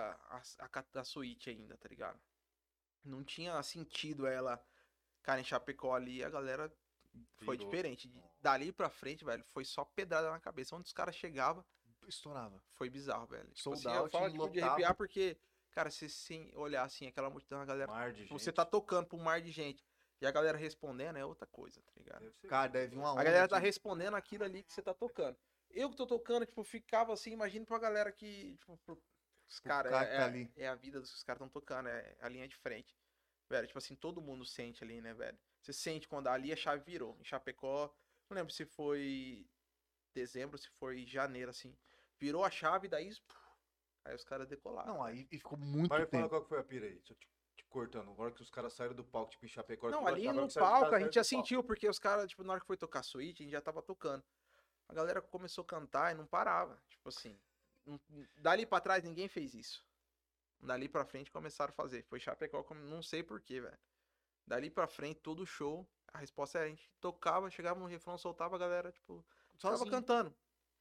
a suíte ainda, tá ligado? Não tinha sentido ela, cara, em Chapecó ali, a galera foi Virou. diferente. Dali pra frente, velho, foi só pedrada na cabeça. Onde os caras chegavam, estourava. foi bizarro, velho. Tipo Sold assim, eu out, falo tipo, de lotado. arrepiar porque, cara, se sim, olhar assim, aquela multidão, a galera. Mar de Tipo, você gente. tá tocando pra um mar de gente. E a galera respondendo é outra coisa, tá ligado? Deve ser Cara, muito deve louco. uma onda. A galera tá aqui. respondendo aquilo ali que você tá tocando. Eu que tô tocando, tipo, ficava assim, imagina pra galera que, tipo, os caras, cara que tá ali. é a vida dos que os caras estão tocando, é a linha de frente. Velho, tipo assim, todo mundo sente ali, né, velho? Você sente quando ali a chave virou. Em Chapecó, não lembro se foi dezembro, se foi janeiro, assim. Virou a chave, daí, aí os caras decolaram. Não, aí e ficou muito Mas fala tempo. qual que foi a pira aí. Deixa eu te cortando. Agora que os caras saíram do palco, tipo, em Chapecó. Não, que eu ali achava no que saiu- os palco caras a gente já saíram do palco. sentiu, porque os caras, tipo, na hora que foi tocar a suíte, a gente já tava tocando. A galera começou a cantar e não parava. Tipo assim, dali pra trás ninguém fez isso. Dali pra frente começaram a fazer. Foi Chapecó, não sei porquê, velho. Dali pra frente, todo show, a resposta era a gente tocava, chegava no refrão, soltava, a galera, tipo, tava Sozinho. cantando.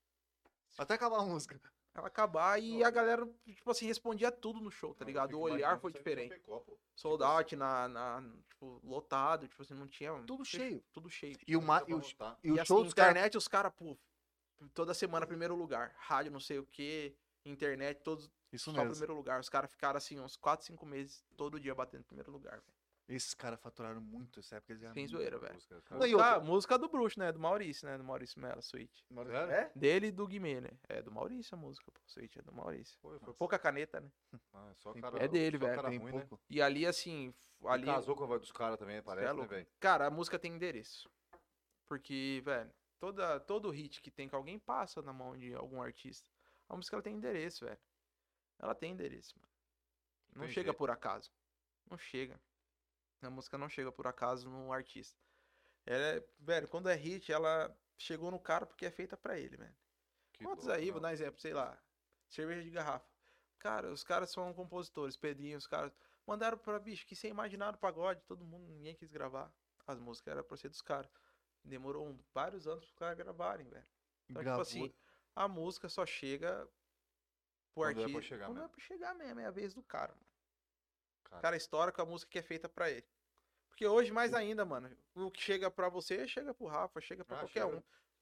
Até acabar a música. Ela acabar e a galera, tipo assim, respondia tudo no show, tá Não, eu ligado? fico O olhar imaginando foi sair de diferente. Chapecó, pô. Sold Tipo out, tipo, lotado, tipo assim, não tinha. Tudo cheio. Tudo cheio. E o, Nunca ma... vai e o, voltar. e o E show assim, dos caras. internet, os caras, pô, toda semana primeiro lugar. Rádio não sei o que, internet, todos Isso só mesmo. primeiro lugar. Os caras ficaram assim, uns 4, 5 meses, todo dia batendo primeiro lugar, velho. Esses caras faturaram muito essa época. Eles Sem zoeira, velho. Música, cara. Não, e outra- Música do Bruxo, né? Do Maurício, né? Do Maurício Mello, Suíte. Sério? É? Dele e do Guimê, né? É do Maurício a música, pô. Suíte é do Maurício. Foi Pouca caneta, né? Ah, só Tem cara, É dele, só velho. cara Tem ruim, né? pouco. E ali, assim, ali. Ele casou com a voz dos caras também, parece, é né, louco. velho? Cara, a música tem endereço. Porque, velho, todo hit que tem que alguém passa na mão de algum artista. A música ela tem endereço, velho. Ela tem endereço, mano. Não Tem chega jeito. por acaso. Não chega. A música não chega por acaso no artista. Ela é, velho, quando é hit, ela chegou no cara porque é feita pra ele, velho. Que Quantos louco, aí, não. vou dar um exemplo, sei lá, cerveja de garrafa. Cara, os caras são compositores, Pedrinho, os caras mandaram pra bicho que sem imaginar o pagode, todo mundo, ninguém quis gravar. As músicas eram pra ser dos caras. Demorou vários anos pros caras gravarem, velho. Então, Gravou. tipo assim, a música só chega pro Quando é pra artista. chegar Quando é mesmo. pra chegar mesmo, é a vez do cara, mano. Cara, O cara estoura com a música que é feita pra ele. Porque hoje, mais ainda, mano, o que chega pra você, chega pro Rafa, chega pra Ah, qualquer chega. um.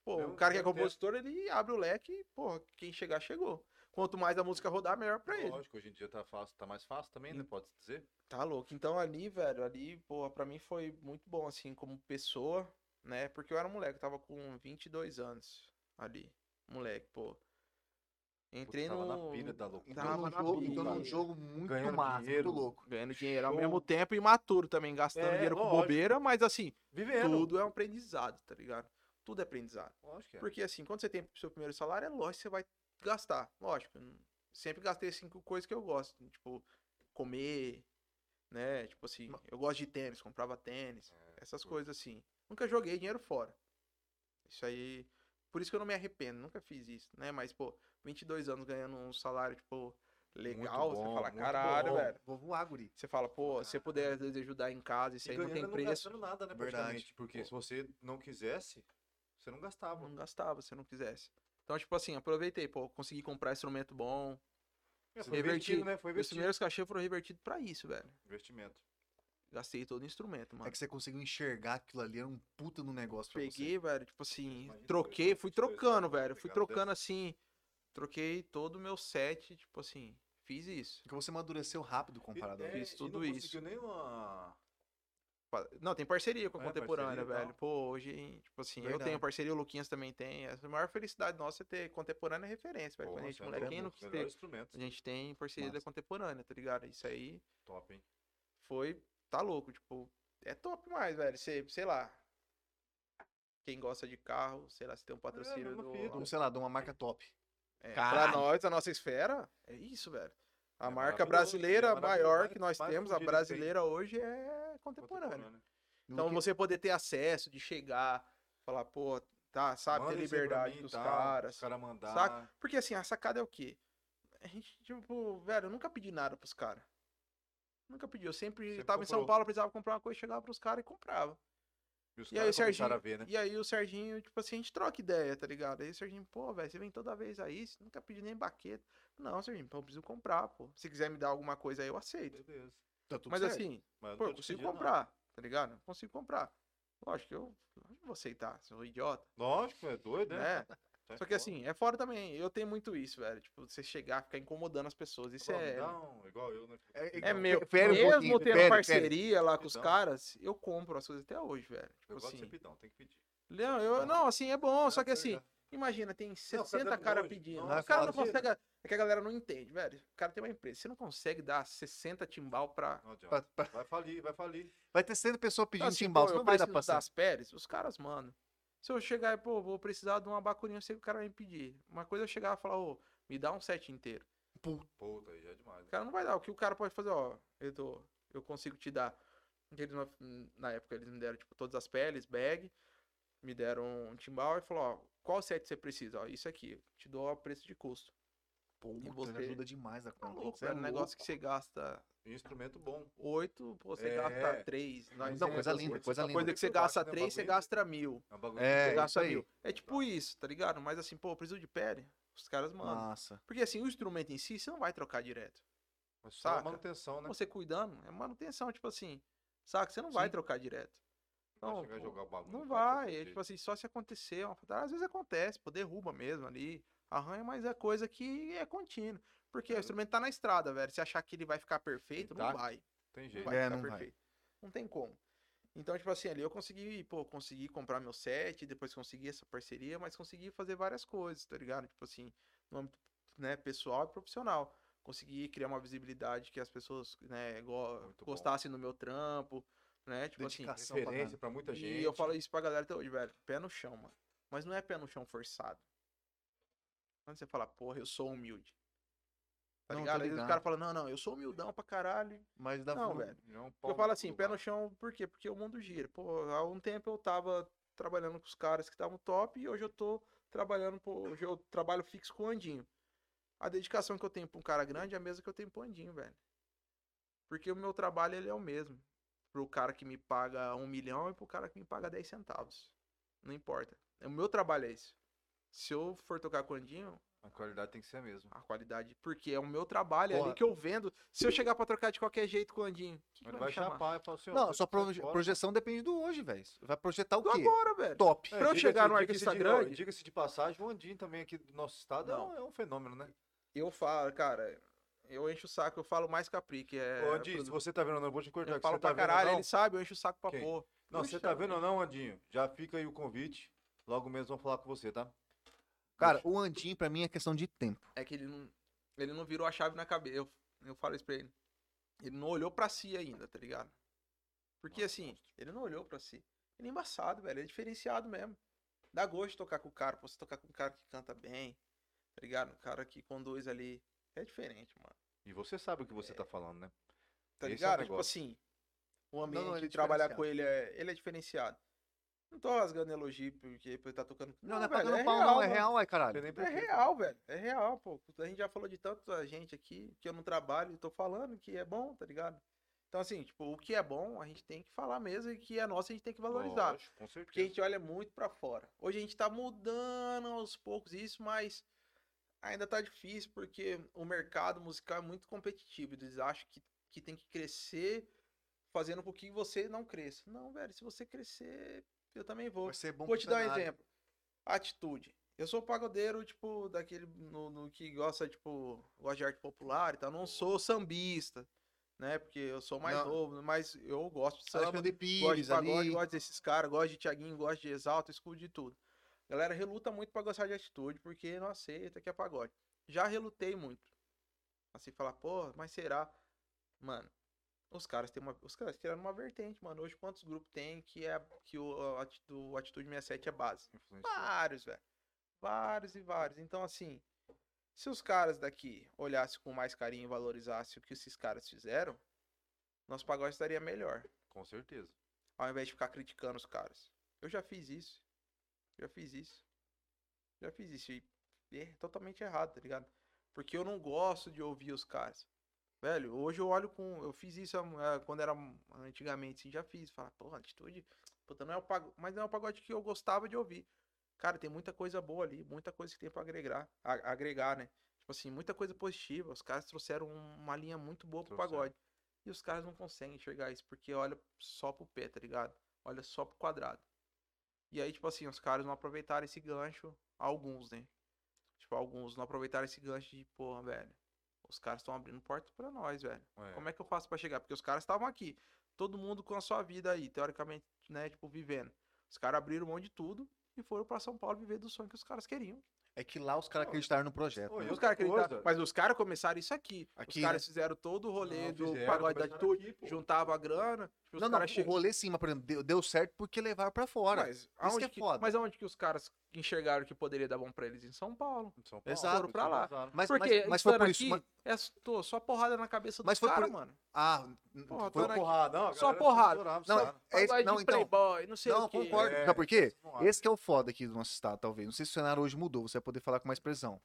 Pô, Mesmo o cara que é tempo. compositor, ele abre o leque e, pô, quem chegar, chegou. Quanto mais a música rodar, melhor pra ele. Lógico, hoje em dia tá fácil, tá mais fácil também, né? Pode-se dizer. Tá louco. Então ali, velho, ali, pô, pra mim foi muito bom, assim, como pessoa, né? Porque eu era moleque, eu tava com 22 anos ali. Moleque, pô. Entrei Tava na no. pilha da loucura. Tava na Então num pilha. jogo muito Ganhando massa, dinheiro. muito louco. Ganhando dinheiro ao Show. mesmo tempo e imaturo também, gastando É, dinheiro com lógico. bobeira, mas assim, Vivendo. tudo é um aprendizado, tá ligado? Tudo é aprendizado. Lógico que é. Porque assim, quando você tem seu primeiro salário, é lógico que você vai gastar. Lógico. Sempre gastei assim com coisas que eu gosto. Tipo, comer, né? Tipo assim, eu gosto de tênis, comprava tênis. Essas coisas assim. Nunca joguei dinheiro fora. Isso aí. Por isso que eu não me arrependo, nunca fiz isso, né? Mas, pô, 22 anos ganhando um salário, tipo, legal, você bom, fala, muito caralho, bom. velho. Vou voar, guri. Você fala, pô, se você puder às vezes ajudar em casa, isso E aí não ganhando tem não preço. gastando nada, né? Verdade. Praticamente. Porque Pô. se você não quisesse, você não gastava. Não gastava se não quisesse. Então, tipo assim, aproveitei, pô, consegui comprar instrumento bom. Foi Reverti. investido, né? Foi Meus investido. primeiros cachê foram revertidos pra isso, velho. Investimento. Gastei todo o instrumento, mano. É que você conseguiu enxergar que aquilo ali era um puta no negócio pra você. Peguei, velho, tipo assim, Imagina, troquei, fui 22 trocando, anos, velho. Fui pegada trocando assim. Troquei todo o meu set, tipo assim, fiz isso. Porque você amadureceu rápido comparado a Fiz e tudo não isso. conseguiu nenhuma... Não, tem parceria com a É, contemporânea, parceria e velho. Pô, hoje, tipo assim, eu Verdade. tenho parceria, o Luquinhas também tem. A maior felicidade nossa é ter contemporânea referência, velho. Pô, Quando a gente você é moleque, louco, quem não os quis melhores ter? instrumentos. A gente tem parceria da Massa. contemporânea, tá ligado? Isso aí Top, hein? foi, tá louco, tipo, é top mais, velho. Você, sei lá, quem gosta de carro, sei lá, se tem um patrocínio mesma do... fita. Sei lá, de uma marca top. É, Caralho. pra nós, a nossa esfera, é isso, velho. A É marca maravilhoso, brasileira é maravilhoso, maior mais- que nós mais temos, a fundido que tem. brasileira hoje é contemporânea. Então Luque- você poder ter acesso, de chegar, falar, pô, tá, sabe, ter Manda isso aí pra liberdade mim com e os tal, caras. os caras mandar. Saca? Porque assim, a sacada é o quê? A gente, tipo, velho, eu nunca pedi nada pros caras. Nunca pedi. Eu sempre tava em São comprou. Paulo, precisava comprar uma coisa, chegava pros caras e comprava. E os E aí o caras começaram Serginho, a ver, né? e aí o Serginho, tipo assim, a gente troca ideia, tá ligado? Aí o Serginho, pô, velho, você vem toda vez aí, você nunca pediu nem baqueta. Não, Serginho, pô, eu preciso comprar, pô. Se quiser me dar alguma coisa aí, eu aceito. Beleza. Tá tudo Mas certo. assim, Mas eu pô, não eu tô te consigo pedindo, comprar, tá ligado? Eu consigo comprar. Lógico que eu não vou aceitar, sou idiota, não. Lógico, é doido, né? né? Sai Só que fora. assim, é fora também, eu tenho muito isso, velho. Tipo, você chegar, ficar incomodando as pessoas. Isso Pô, me é. dá um, igual eu, né? É meu. Fere um Mesmo pouquinho, tendo fere. parceria lá com os Então. caras, eu compro as coisas até hoje, velho. Tipo Eu gosto de ser assim. pidão, tem que pedir. Não, assim, é bom, só que tá assim, ligado. imagina, tem fica 60 dando caras nojo. pedindo. Nossa, O cara não imagina. consegue. É que a galera não entende, velho. O cara tem uma empresa. Você não consegue dar 60 timbal pra. Não adianta. Vai falir, vai falir. Vai ter 100 pessoas pedindo Então, assim, timbal, pô, você eu não vai dar preciso pra das peles, os caras mandam. Se eu chegar e, pô, vou precisar de uma bacurinha, eu sei que o cara vai me pedir. Uma coisa é eu chegar e falar, ô, me dá um set inteiro. Puta, aí já é demais. O cara não vai dar. O que o cara pode fazer, ó, eu consigo te dar. Eles, na época eles me deram, tipo, todas as peles, bag, me deram um timbal e falou, ó, qual set você precisa? Ó, isso aqui, eu te dou a preço de custo. Puta, você- ajuda demais a Tá conta. louco, Você é velho. Um louco. negócio que você gasta E instrumento bom. 8, pô, você É. gasta 3. Não, coisa linda, coisa Uma linda. coisa que você Eu gosto, gasta né, 3, você bagulho. gasta 1.000. É um bagulho É, Você que- gasta isso aí. 1.000. É tipo isso, tá ligado? Mas assim, pô, eu preciso de pele. Os caras mandam. Massa. Porque assim, o instrumento em si, você não vai trocar direto. Mas só a saca? manutenção, né? Você cuidando, é manutenção, tipo assim. Saca? Você não vai Sim. trocar direto. Vai Não, chegar e pô, jogar o bagulho. não no quarto, vai. vai É, ter tipo assim, só se acontecer. Às vezes acontece, pô, derruba mesmo ali. Arranha, mas é coisa que é contínua. Porque o instrumento tá na estrada, velho. Se achar que ele vai ficar perfeito, não Intacto. vai. Tem Não jeito. vai É, ficar não vai. perfeito. Não tem como. Então, tipo assim, ali eu consegui comprar meu set, depois consegui essa parceria, mas consegui fazer várias coisas, tá ligado? Tipo assim, no âmbito, né, pessoal e profissional. Consegui criar uma visibilidade que as pessoas, né, Muito bom. gostassem do meu trampo, né? Tipo assim. Dedicação pra Referência caramba. pra muita E gente. eu falo isso pra galera até hoje, velho. Pé no chão, mano. Mas não é pé no chão forçado. Quando você fala, porra, eu sou humilde. Tá Não, tô ligado? Às vezes o ligado. cara fala, não, eu sou humildão pra caralho. Mas dá Não, velho. Não, Eu pau falo no assim, cu do pé no lado. chão, por quê? Porque o mundo gira. Pô, há um tempo eu tava trabalhando com os caras que estavam top e hoje eu tô trabalhando, hoje eu trabalho fixo com o Andinho. A dedicação que eu tenho pra um cara grande é a mesma que eu tenho pro Andinho, velho. Porque o meu trabalho, ele é o mesmo. Pro cara que me paga 1 milhão e pro cara que me paga 10 centavos. Não importa. O meu trabalho é esse. se eu for tocar com o Andinho, A qualidade tem que ser a mesma. a qualidade, porque é o meu trabalho, é Porra. ali que eu vendo. Se eu chegar pra trocar de qualquer jeito com o Andinho, que Ele vai vai me chamar? chapar e falar assim, ó, Não, você sua sai fora, projeção depende do hoje, velho. Vai projetar o Do quê? agora, velho. Top. mano. Pra eu chegar no diga-se artista de- grande- Diga-se de passagem, o Andinho também aqui do nosso estado Não. é um fenômeno, né? Eu falo, cara, eu encho o saco, eu falo mais Capri, que é. Ô, Andinho, se você tá vendo ou não, eu vou te cortar. Eu que falo você tá pra vendo ou caralho, não? ele sabe, eu encho o saco pra Quem? pôr. Não, Ixi, você tá vendo ou não, Andinho? Já fica aí o convite. Logo mesmo vão falar com você, tá? Cara, o Andinho, pra mim, é questão de tempo. É que ele não virou a chave na cabeça. Eu falo isso pra ele. Ele não olhou pra si ainda, tá ligado? Porque assim, ele não olhou pra si. Ele é embaçado, velho. Ele é diferenciado mesmo. Dá gosto de tocar com o cara. Pô, você tocar com um cara que canta bem, tá ligado? Um cara que conduz ali. É diferente, mano. E você sabe o que você tá falando, né? Tá Esse é o ligado? Tipo negócio. assim, o ambiente não, ele é de trabalhar diferenciado. com ele é diferenciado. Não tô rasgando elogio porque ele tá tocando. Não, não é velho, pagando pau, real, não. É mano. real, é Não caralho. tem nem É porquê. real, velho. É real, pô. A gente já falou de tanta gente aqui que eu não trabalho e tô falando que é bom, tá ligado? Então, assim, tipo, o que é bom a gente tem que falar mesmo e o que é nosso a gente tem que valorizar. Lógico, com Porque a certeza. gente olha muito pra fora. Hoje a gente tá mudando aos poucos isso, mas ainda tá difícil porque o mercado musical é muito competitivo. Eles acham que tem que crescer fazendo com que você não cresça. Não, velho, se você crescer, eu também vou. Vai ser bom Vou pro te dar um cenário. exemplo. Atitude. Eu sou pagodeiro, tipo, daquele no que gosta, tipo, gosta de arte popular e tal. Não sou sambista, né? Porque eu sou mais Não. novo, mas eu gosto de samba, Alexandre gosto de Pires pagode, ali. gosto desses caras, gosto de Thiaguinho, gosto de Exalta, escuto de tudo. A galera reluta muito pra gostar de atitude, porque não aceita que é pagode. Já relutei muito. Assim, falar, pô, mas será? Mano, os caras tiraram uma vertente, mano. Hoje quantos grupos tem que o Atitude 67 é base? Influenciou. Vários, velho. Vários e vários. Então, assim, se os caras daqui olhassem com mais carinho e valorizassem o que esses caras fizeram, nosso pagode estaria melhor. Com certeza. Ao invés de ficar criticando os caras. Eu já fiz isso. Já fiz isso. Já fiz isso. E é totalmente errado, tá ligado? Porque eu não gosto de ouvir os caras. Velho, hoje eu olho com. Eu fiz isso quando era antigamente, assim, já fiz. Falar, porra, Atitude. Puta, não é o pagode. Mas não é o pagode que eu gostava de ouvir. Cara, tem muita coisa boa ali, muita coisa que tem pra agregar, né? Tipo assim, muita coisa positiva. Os caras trouxeram uma linha muito boa pro Trouxeram. pagode. E os caras não conseguem enxergar isso, porque olha só pro pé, tá ligado? Olha só pro quadrado. E aí, tipo assim, os caras não aproveitaram esse gancho, alguns, né? Tipo, alguns não aproveitaram esse gancho de, porra, velho, os caras estão abrindo porta pra nós, velho. É. Como é que eu faço pra chegar? Porque os caras estavam aqui, todo mundo com a sua vida aí, teoricamente, né, tipo, vivendo. Os caras abriram mão de tudo e foram pra São Paulo viver do sonho que os caras queriam. É que lá os caras acreditaram no projeto. Oi, né? eu- Os caras outra acreditaram. coisa. Mas os caras começaram isso aqui. Aqui, Os caras né? fizeram todo o rolê Não, do fizeram, pagode da começaram atitude, aqui, pô. juntava a grana. Tipo, os Não, não, caras o chegam. rolê sim, mas por exemplo, deu certo porque levaram pra fora. Mas Isso aonde que é foda. mas aonde que os caras enxergaram que poderia dar bom pra eles? Em São Paulo. Em São Paulo, Exato. Foram pra lá. usaram. Mas, Porque mas foi estando por isso. aqui, só porrada na cabeça Mas dos foi por- caras, mano. Ah, Porra, foi tô na- porrada, não, a Só galera porrada. adorava os Não, caras. é isso- Pagode não, de então. Playboy, não sei Não, o quê. concordo. É, Sabe por quê? vamos lá. Esse que é o foda aqui do nosso estado, talvez. Não sei se o cenário hoje mudou, você vai poder falar com mais precisão.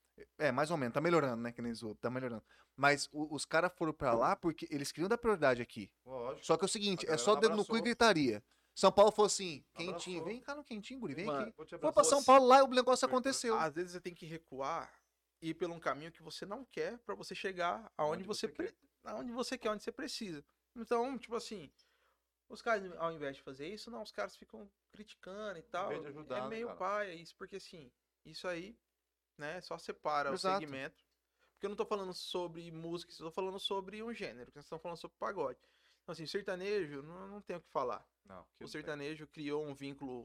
É, mais ou menos, tá melhorando, né? Que nem os outros, tá melhorando. Mas os caras foram pra lá porque eles queriam dar prioridade aqui. Lógico. Só que é o seguinte, A é só galera dedo no cu e abraçou. gritaria. São Paulo falou assim, Abraçou. quentinho, vem cá no quentinho, guri, vem Mano, aqui. Vou te Foi abraçar. pra São Paulo lá e o negócio Foi, aconteceu. Às vezes você tem que recuar e ir por um caminho que você não quer pra você chegar aonde Onde você, você quer. aonde você quer, onde você precisa. Então, tipo assim, os caras, ao invés de fazer isso, não, os caras ficam criticando e tal. vez de ajudar, É né, meio cara? paia isso, porque assim, isso aí, né, só separa Exato. o segmento. Porque eu não tô falando sobre música, eu tô falando sobre um gênero, que nós estamos falando sobre pagode. Então, assim, sertanejo, não tem o que falar. Não, aqui O não tem. sertanejo criou um vínculo,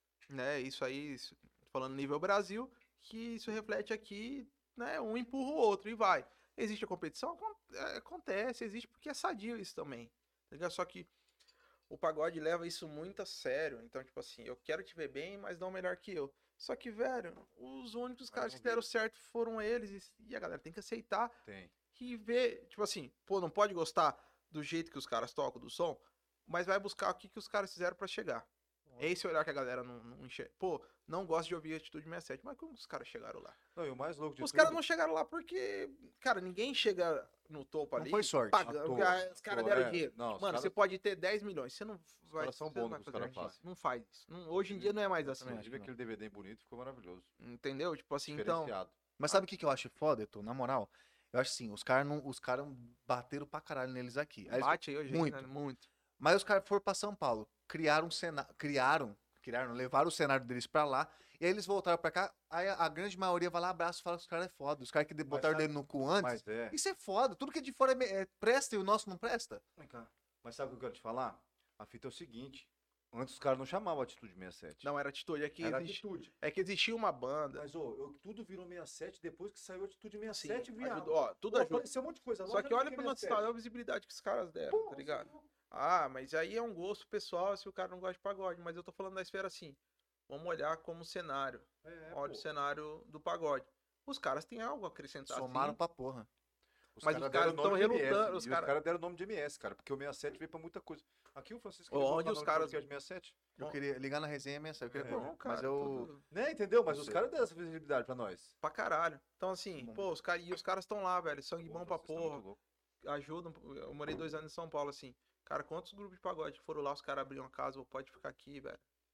né? Isso aí, falando nível Brasil, que isso reflete aqui, né? Um empurra o outro e vai. Existe a competição? Acontece, existe porque é sadio isso também. Tá ligado? Só que o pagode leva isso muito a sério. Então, tipo assim, eu quero te ver bem, mas não melhor que eu. Só que, velho, os únicos Mas caras não que deram vira. certo foram eles. E a galera tem que aceitar Tem. que ver, tipo assim, pô, não pode gostar do jeito que os caras tocam, do som, mas vai buscar o que os caras fizeram pra chegar. É esse olhar que a galera não enxerga. Pô, não gosta de ouvir Atitude 67, mas como os caras chegaram lá? Não, e o mais louco de Os tudo... caras não chegaram lá porque, cara, ninguém chega no topo Não ali foi sorte. pagando, À toa, porque os à caras toa, deram dinheiro. Não, os Mano, caras- você pode ter 10 milhões, você não vai, caras são você bons não vai no que os fazer caras artista. fazem. Não faz isso. Hoje em dia não é mais assim. também Inclusive aquele DVD bonito ficou maravilhoso. Entendeu? Tipo assim, então... Diferenciado. Mas sabe o que que eu acho foda, Eto? Na moral, eu acho assim, os caras bateram pra caralho neles aqui. Aí eles- Bate aí hoje, muito. né? Muito. Mas os caras foram pra São Paulo, criaram um cenário, levaram o cenário deles pra lá, e aí eles voltaram pra cá, aí a grande maioria vai lá, abraça e fala que os caras é foda. Os caras que botaram o sabe- dedo no cu antes, Mas é... isso é foda. Tudo que é de fora presta e o nosso não presta. Vem cá. Mas sabe o que eu quero te falar? A fita é o seguinte. Antes os caras não chamavam Atitude 67. Não, era atitude. Era Atitude. É que existia uma banda. Mas, tudo virou 67 depois que saiu Atitude Sim, 67, viado. ajuda, ó, tudo Pô, ajuda. apareceu um monte de coisa. Só Loja que olha do pro nosso 67. estado, olha a visibilidade que os caras deram, Pô, tá ligado? você é louco. Ah, mas aí é um gosto pessoal se o cara não gosta de pagode. Mas eu tô falando da esfera assim. Vamos olhar como cenário. Olha o cenário do pagode. Os caras têm algo a acrescentar. Somaram sim. pra porra. Mas os deram caras nome tão de MS, relutando, e os os cara- caras deram o nome de MS, cara. Porque o 67 veio pra muita coisa. Aqui o Francisco... Onde levou lá os no caras- podcast 67. Eu Bom. queria ligar na resenha mensal, eu queria É, pôr, Bom, cara, mas eu... tudo Né, entendeu? Mas Não os sei. caras deram essa visibilidade pra nós. pra caralho. Então assim, Bom. pô, os caras estão lá, velho. Sangue bom pra Vocês tão muito porra. loucos. Ajudam. Eu morei 2 anos em São Paulo, assim. Cara, quantos grupos de pagode foram lá, os caras abriram uma casa, ou pode ficar aqui, velho.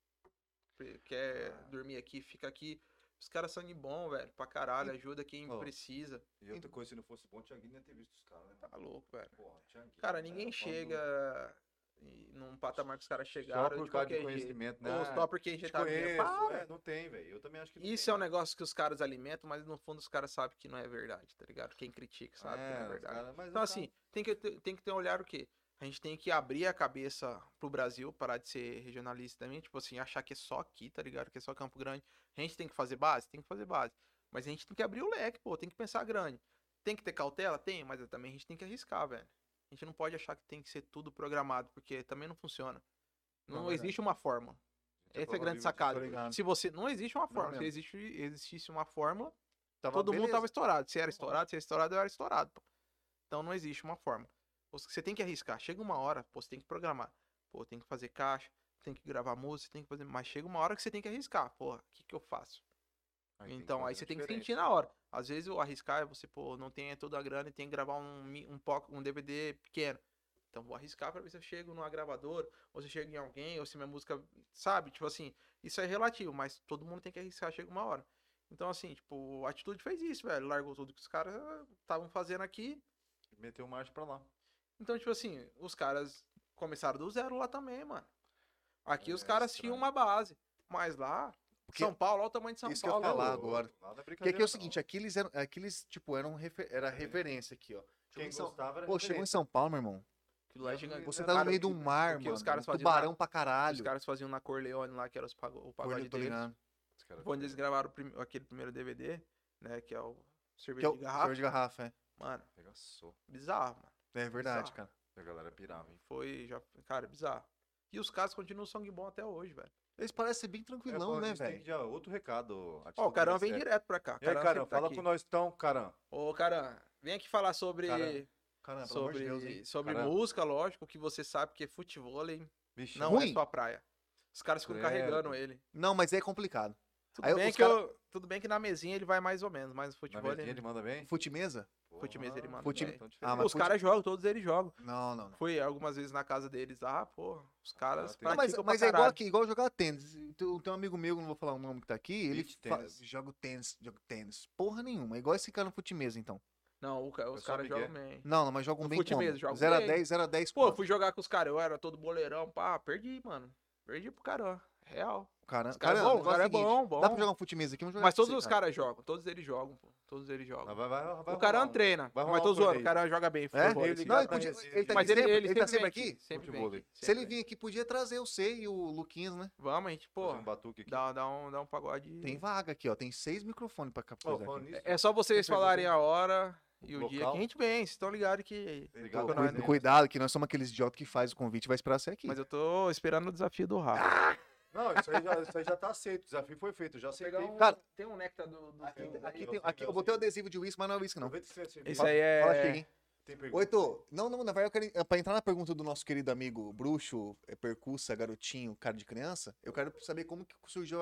Quer dormir aqui, fica aqui. Os caras são de bom, velho, pra caralho, ajuda quem Ó, precisa. E outra coisa, se não fosse bom, o Thiaguinho não ia ter visto os caras, né? Tá louco, velho. Porra, Thiaguinho, Cara, né? ninguém Falando chega num patamar que os caras Só chegaram por de causa de qualquer jeito. conhecimento, né? Ou só porque Te injetaram dinheiro. conheço, Para. não tem, velho. Eu também acho que não Isso tem. é um negócio que os caras alimentam, mas no fundo os caras sabem que não é verdade, tá ligado? Quem critica sabe que não é os verdade. caras- mas Então, os assim, tem que ter um olhar o quê? A gente tem que abrir a cabeça pro Brasil, parar de ser regionalista também, tipo assim, achar que é só aqui, tá ligado? Que é só Campo Grande. A gente tem que fazer base? Tem que fazer base. Mas a gente tem que abrir o leque, pô, tem que pensar grande. Tem que ter cautela? Tem, mas também a gente tem que arriscar, velho. A gente não pode achar que tem que ser tudo programado, porque também não funciona. Não, Não verdade. existe uma fórmula. Já Essa é a grande falou sacada. tô ligado. Se você. Não existe uma fórmula. mesmo. Se existisse uma fórmula, Tava todo mundo beleza. tava estourado. Se era estourado, eu era estourado, pô. Então não existe uma fórmula. Você tem que arriscar. Chega uma hora, pô, você tem que programar. Pô, tem que fazer caixa, tem que gravar música, tem que fazer. Mas chega uma hora que você tem que arriscar. Porra, o que que eu faço? Aí tem que Então, fazer aí a você tem que diferença. sentir na hora. Às vezes o arriscar é você, pô, não tem toda a grana e tem que gravar um DVD pequeno. Então vou arriscar pra ver se eu chego numa gravadora, ou se eu chego em alguém, ou se minha música, sabe? Tipo assim, isso é relativo, mas todo mundo tem que arriscar, chega uma hora. Então, assim, tipo, a Atitude fez isso, velho. Largou tudo que os caras estavam fazendo aqui. Meteu marcha pra lá. Então, tipo assim, os caras começaram do zero lá também, mano. Aqui os É, caras estranho. tinham uma base. Mas lá, Porque- São Paulo, olha o tamanho de São Isso que eu ia Paulo. falar né? agora. Nada Porque aqui é o seguinte, aqui eles tipo, era referência aqui, ó. Quem Chegou em São- gostava era Pô, chegou em referência. São Paulo, meu irmão. Aquilo lá é gigante. Você É, tá no Cara, meio do mar, porque mano. os caras faziam Tubarão na- pra caralho. Os caras faziam na Corleone lá, que era o Pô, pagode eu tô deles. ligado. Os caras- Quando eles gravaram aquele primeiro DVD, né, que é o Que Cerveja é o de Garrafa. cerveja de garrafa, é. Mano, Arregaçou. bizarro, mano. É verdade, Bizarro. cara. A galera pirava, hein? Foi, já, cara, bizarro. E os caras continuam sangue bom até hoje, velho. Eles parecem bem tranquilão, né, eles têm velho? já outro recado. Ó, o Atitude Caran vem 67. direto pra cá. E aí, Caran Caran, sempre tá fala aqui. com nós então, Caran. Ô, Caran, vem aqui falar sobre, Caran. Caramba, pelo amor de Deus, hein? sobre Caran. música, lógico, que você sabe que é futebol, hein? Vixe, Não Ruim. é sua praia. Os caras ficam Credo. carregando ele. Não, mas é complicado. Tudo Aí bem, os que cara- tudo bem que na mesinha ele vai mais ou menos, mas no na futebol mesinha ele manda bem? Fute-mesa? Fute-mesa ele manda Fute- bem. Então, Ah, mas Os caras jogam, todos eles jogam. Não, não, não. Fui algumas vezes na casa deles lá, pô, os caras tem- Não, praticam mas pra é igual caralho. aqui, igual jogar tênis. Tem um amigo meu, não vou falar o nome que tá aqui, ele Beach tênis. joga tênis. Porra nenhuma. É igual esse cara no fute-mesa, então. Não, os Pessoal caras Miguel. jogam bem. Não, mas jogam No bem fute-mesa, como? jogam 0 a bem. 10, 0 a 10 Pô, eu quanto? fui jogar com os caras, eu era todo boleirão, pá, perdi, mano. Perdi pro caramba. Real. Cara, Os caras é bom, o o cara é seguinte, bom, bom. Dá pra jogar um fute-mesa aqui? Vamos jogar Mas com todos você, os caras jogam, todos eles jogam, pô. Todos eles jogam. Vai O cara rolar um- treina, vai rolar mas tô um zoando, torneio. o cara joga bem É? futebol. Ele esse liga Não, cara. ele, pra podia, resenha. ele tá, Mas aqui sempre, ele tá vem sempre aqui? Sempre Futebol. vem aqui. Se sempre ele vem. vir aqui, podia trazer o C e o Luquinhas, né? Vamos, a gente, pô, Fazer um batuque aqui. dá um pagode. Tem vaga aqui, ó. Tem 6 microfones pra Ó, coisa falando aqui. nisso, É só vocês Quem falarem perguntou? a hora e o dia Local? que a gente vem. Vocês estão ligados que. Ligado Pô, com nós, nós, né? Cuidado, que nós somos aqueles idiotas que faz o convite e vai esperar você aqui. Mas eu tô esperando o desafio do Rafa. Não, isso aí já tá aceito. O desafio foi feito. Eu já aceitei. Cara, tem um néctar do Aqui eu botei o adesivo de uísque, mas não é uísque, não. Esse aí é. Fala aqui, hein? Tem pergunta? Oito, não, na verdade, eu quero, pra entrar na pergunta do nosso querido amigo bruxo, percussa, garotinho, cara de criança, eu quero saber como que surgiu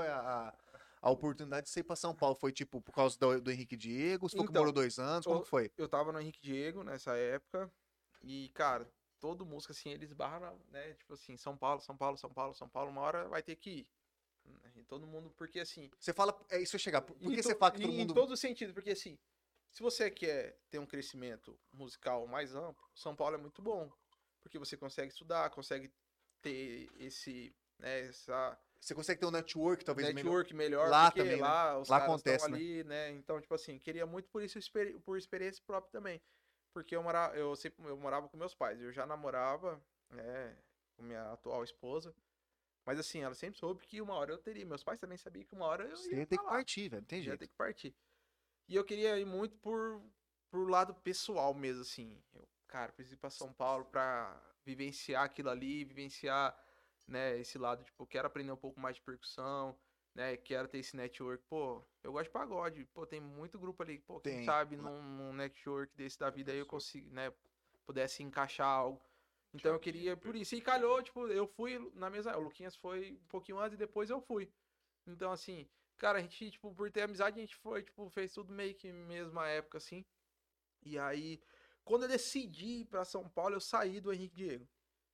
a oportunidade de você ir pra São Paulo. Foi tipo por causa do Henrique Diego? Você falou que Então, morou 2 anos? Como que foi? Eu tava no Henrique Diego nessa época e, cara, todo músico assim, eles barram, né? Tipo assim, São Paulo, São Paulo, São Paulo, São Paulo, uma hora vai ter que ir. E todo mundo, porque assim. Você fala, é isso que eu chegar. Por Em que to- você fala que todo em mundo. todo sentido, porque assim, se você quer ter um crescimento musical mais amplo, São Paulo é muito bom. Porque você consegue estudar, consegue ter esse, né, essa Você consegue ter um network, talvez melhor. network melhor, Lá porque também, né? lá os Lá caras acontece, estão ali, né? Então, tipo assim, queria muito por isso, por experiência própria também. Porque eu morava com meus pais, eu já namorava, né, com minha atual esposa. Mas assim, ela sempre soube que uma hora eu teria. Meus pais também sabiam que uma hora eu Você ia ia ter pra que lá. partir, velho. Não tem Ia jeito. ter que partir. E eu queria ir muito por lado pessoal mesmo, assim. Eu, cara, preciso ir pra São Paulo pra vivenciar aquilo ali, vivenciar, né, esse lado, tipo, quero aprender um pouco mais de percussão, né, quero ter esse network. Pô, eu gosto de pagode, pô, tem muito grupo ali, pô, quem Tem. sabe num network desse da vida aí eu consigo, né, pudesse encaixar algo. Então eu queria por isso. E calhou, tipo, eu fui na mesa, o Luquinhas foi um pouquinho antes e depois eu fui. Então, assim, cara, a gente, tipo, por ter amizade, a gente foi, tipo, fez tudo meio que mesma época, assim. E aí, quando eu decidi ir pra São Paulo, eu saí do Henrique Diego.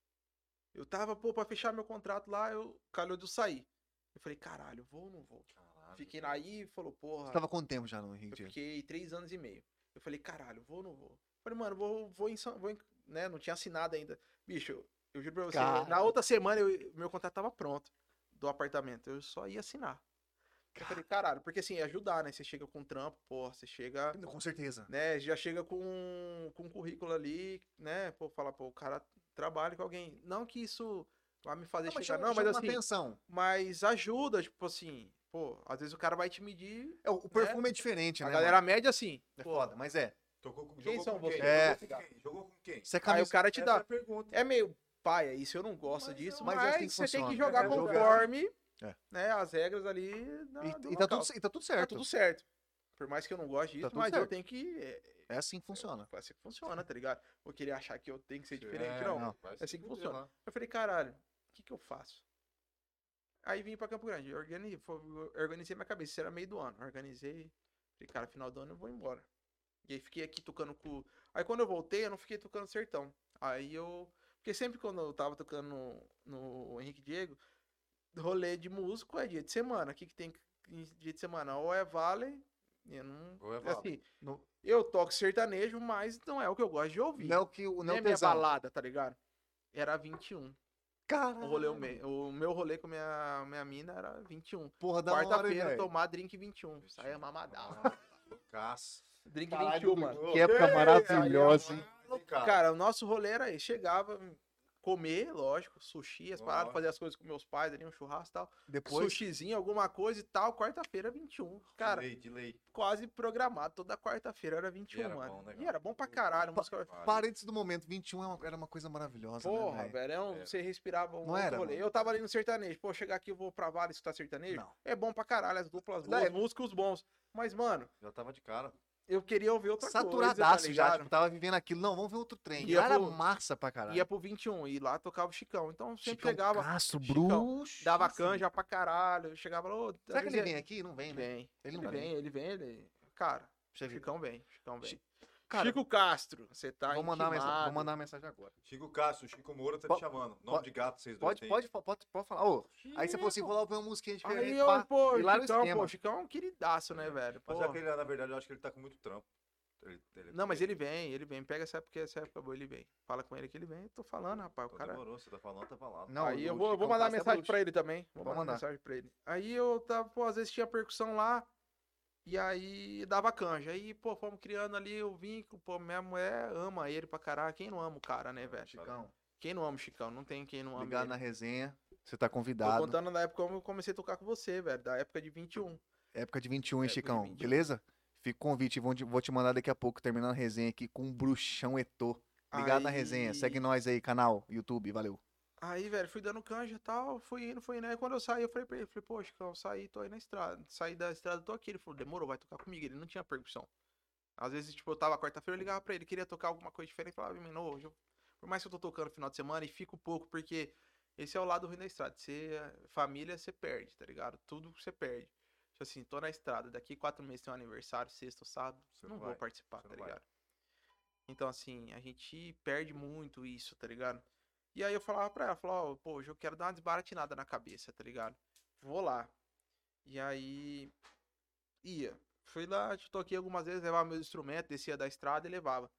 Eu tava, pô, pra fechar meu contrato lá, eu calhou de eu sair. Eu falei, caralho, vou ou não vou? Fiquei aí, falou, Você porra, tava quanto tempo já no Rio eu de Janeiro? fiquei 3 anos e meio. Eu falei, caralho, vou ou não vou? Eu falei, mano, né, não tinha assinado ainda. Bicho, eu juro pra você, Cara. na outra semana meu contrato tava pronto do apartamento, eu só ia assinar. Eu falei, caralho, porque assim, é ajudar, né? Você chega com trampo, porra, você chega, Com certeza. né? Já chega com um currículo ali, né? Pô, fala, pô, o cara trabalha com alguém. Não que isso vai me fazer Não, mas chegar, chama, não, mas chama assim, atenção. mas ajuda, tipo assim, pô, às vezes o cara vai te medir. É, o perfume é diferente, A né, galera mano? média, assim, É pô, foda, mas é. Quem Jogou são com quem? vocês? É. Jogou com quem? Jogou com quem? Você é aí o camisa... cara te Essa é dá. a pergunta. É meio paia, isso eu não gosto Mas disso, é mas, mas é assim que você tem que funciona. jogar É, jogar. conforme, É. né, as regras ali do E tá local. tudo, e tá tudo Tá certo. tudo certo. Por mais que eu não goste disso, tudo mas eu certo. tenho que. É assim que funciona. É assim que funciona, tá ligado? Vou querer achar que eu tenho que ser diferente, É, não. não. vai É se assim que fuder funciona. lá. Eu falei, caralho, o que eu faço? Aí vim pra Campo Grande, eu organizei minha cabeça, isso era meio do ano. Organizei, falei, cara, final do ano eu vou embora. E aí fiquei aqui tocando com. Aí quando eu voltei, eu não fiquei tocando sertão. Aí eu. Porque sempre quando eu tava tocando no Henrique Diego, rolê de músico é dia de semana. O que tem em dia de semana? Ou é Vale, eu não. Ou é É Vale. assim, No- eu toco sertanejo, mas não é o que eu gosto de ouvir. Não é o que não Não é é o minha tesão. balada, tá ligado? Era 21. Caralho. O meu rolê com minha mina era 21. Porra, da hora, hein, Quarta-feira, velho. tomar drink 21. Saia mamadão. Loucaço. Drink Caralho, 21, mano. Que época maravilhosa, hein? Cara, o nosso rolê era aí. Chegava, comer, lógico, sushi, as paradas, Lógico. fazer as coisas com meus pais ali, um churrasco e tal. Depois, Sushizinho, alguma coisa e tal. Quarta-feira, 21. Cara, De lei. quase programado. Toda quarta-feira era 21, E era mano. bom, né, E cara? era bom pra caralho. Música... parênteses do momento, 21 era uma coisa maravilhosa, Porra, né, velho? velho, você respirava um Não outro era, rolê. mano? Eu tava ali no sertanejo. Pô, chegar aqui, eu vou pra Vale escutar sertanejo. Não. É bom pra caralho, as duplas Não, boas, é- músicos bons. Mas, mano, Já tava de cara. eu queria ouvir outra coisa, tá Saturadaço já, ligado? tipo, tava vivendo aquilo. Não, vamos ver outro trem. Ia Era pro- massa pra caralho. Ia pro 21 e lá tocava o Chicão. Então sempre Chicão chegava, Castro, Chicão, bruxo. dava canja pra caralho. Chegava lá, ô, Será que às ele vezes vem aqui? Não vem, né? Vem. Ele não Ele vai vem, ele vem, ele. Cara, Deixa eu ver. Chicão vem, Chicão vem. Cara, Chico Castro, você tá vou mandar uma mensagem, intimado. vou mandar uma mensagem agora. Chico Castro, Chico Moura tá Po- te chamando. Nome pode- de gato, vocês dois Pode falar. Ô, aí você falou assim, vou lá ouvir uma musiquinha diferente. Aí eu, pá. pô, E lá no Chicão, esquema. pô, Chicão é um queridaço, né, velho? Mas Pô. é que ele, na verdade, eu acho que ele tá com muito trampo. Não, mas ele vem. Pega essa época boa, ele vem. Fala com ele que ele vem. Eu tô falando, rapaz, o Então cara... demorou, você tá falando, tá falando. Não, Aí eu o vou Chicão mandar Castro é mensagem bruxo. pra ele também. Vou Pode mandar mandar. mensagem pra ele. Aí eu tava, pô, às vezes tinha percussão lá. E aí dava canja. Aí, pô, fomos criando ali o vínculo. Pô, minha mulher ama ele pra caralho. Quem não ama o cara, né, velho? Chicão, Quem não ama o Chicão? Não tem quem não ama ligado ele. na resenha. Você tá Tô convidado. contando da época como eu comecei a tocar com você, velho. Da época de 21. Época de 21, hein, Época de Chicão? 21. Beleza? Fica o convite. Vou te mandar daqui a pouco, terminando a resenha aqui com um bruxão Etô. Ligado na resenha. Segue nós aí, canal, YouTube. Valeu. Aí, velho, fui dando canja e tal, fui indo. Aí quando eu saí, eu falei pra ele, pô, Chicão, saí, tô aí na estrada. Saí da estrada, tô aqui. Ele falou, demorou, vai tocar comigo. Ele não tinha percussão. Às vezes, tipo, eu tava quarta-feira, eu ligava pra ele, queria tocar alguma coisa diferente, falava, menino, hoje, por mais que eu tô tocando no final de semana, e fico pouco, porque esse é o lado ruim da estrada. Família, você perde, tá ligado? Tudo você perde. Tipo assim, tô na estrada, daqui 4 meses tem um aniversário, sexta ou sábado, Você não não vou vai, participar, você tá não vai. ligado? Então, assim, a gente perde muito isso, tá ligado? E aí eu falava pra ela, falava, ó, pô, hoje eu quero dar uma desbaratinada na cabeça, tá ligado? Vou lá. E aí, ia. Fui lá, toquei algumas vezes, levava meus instrumentos, descia da estrada e levava.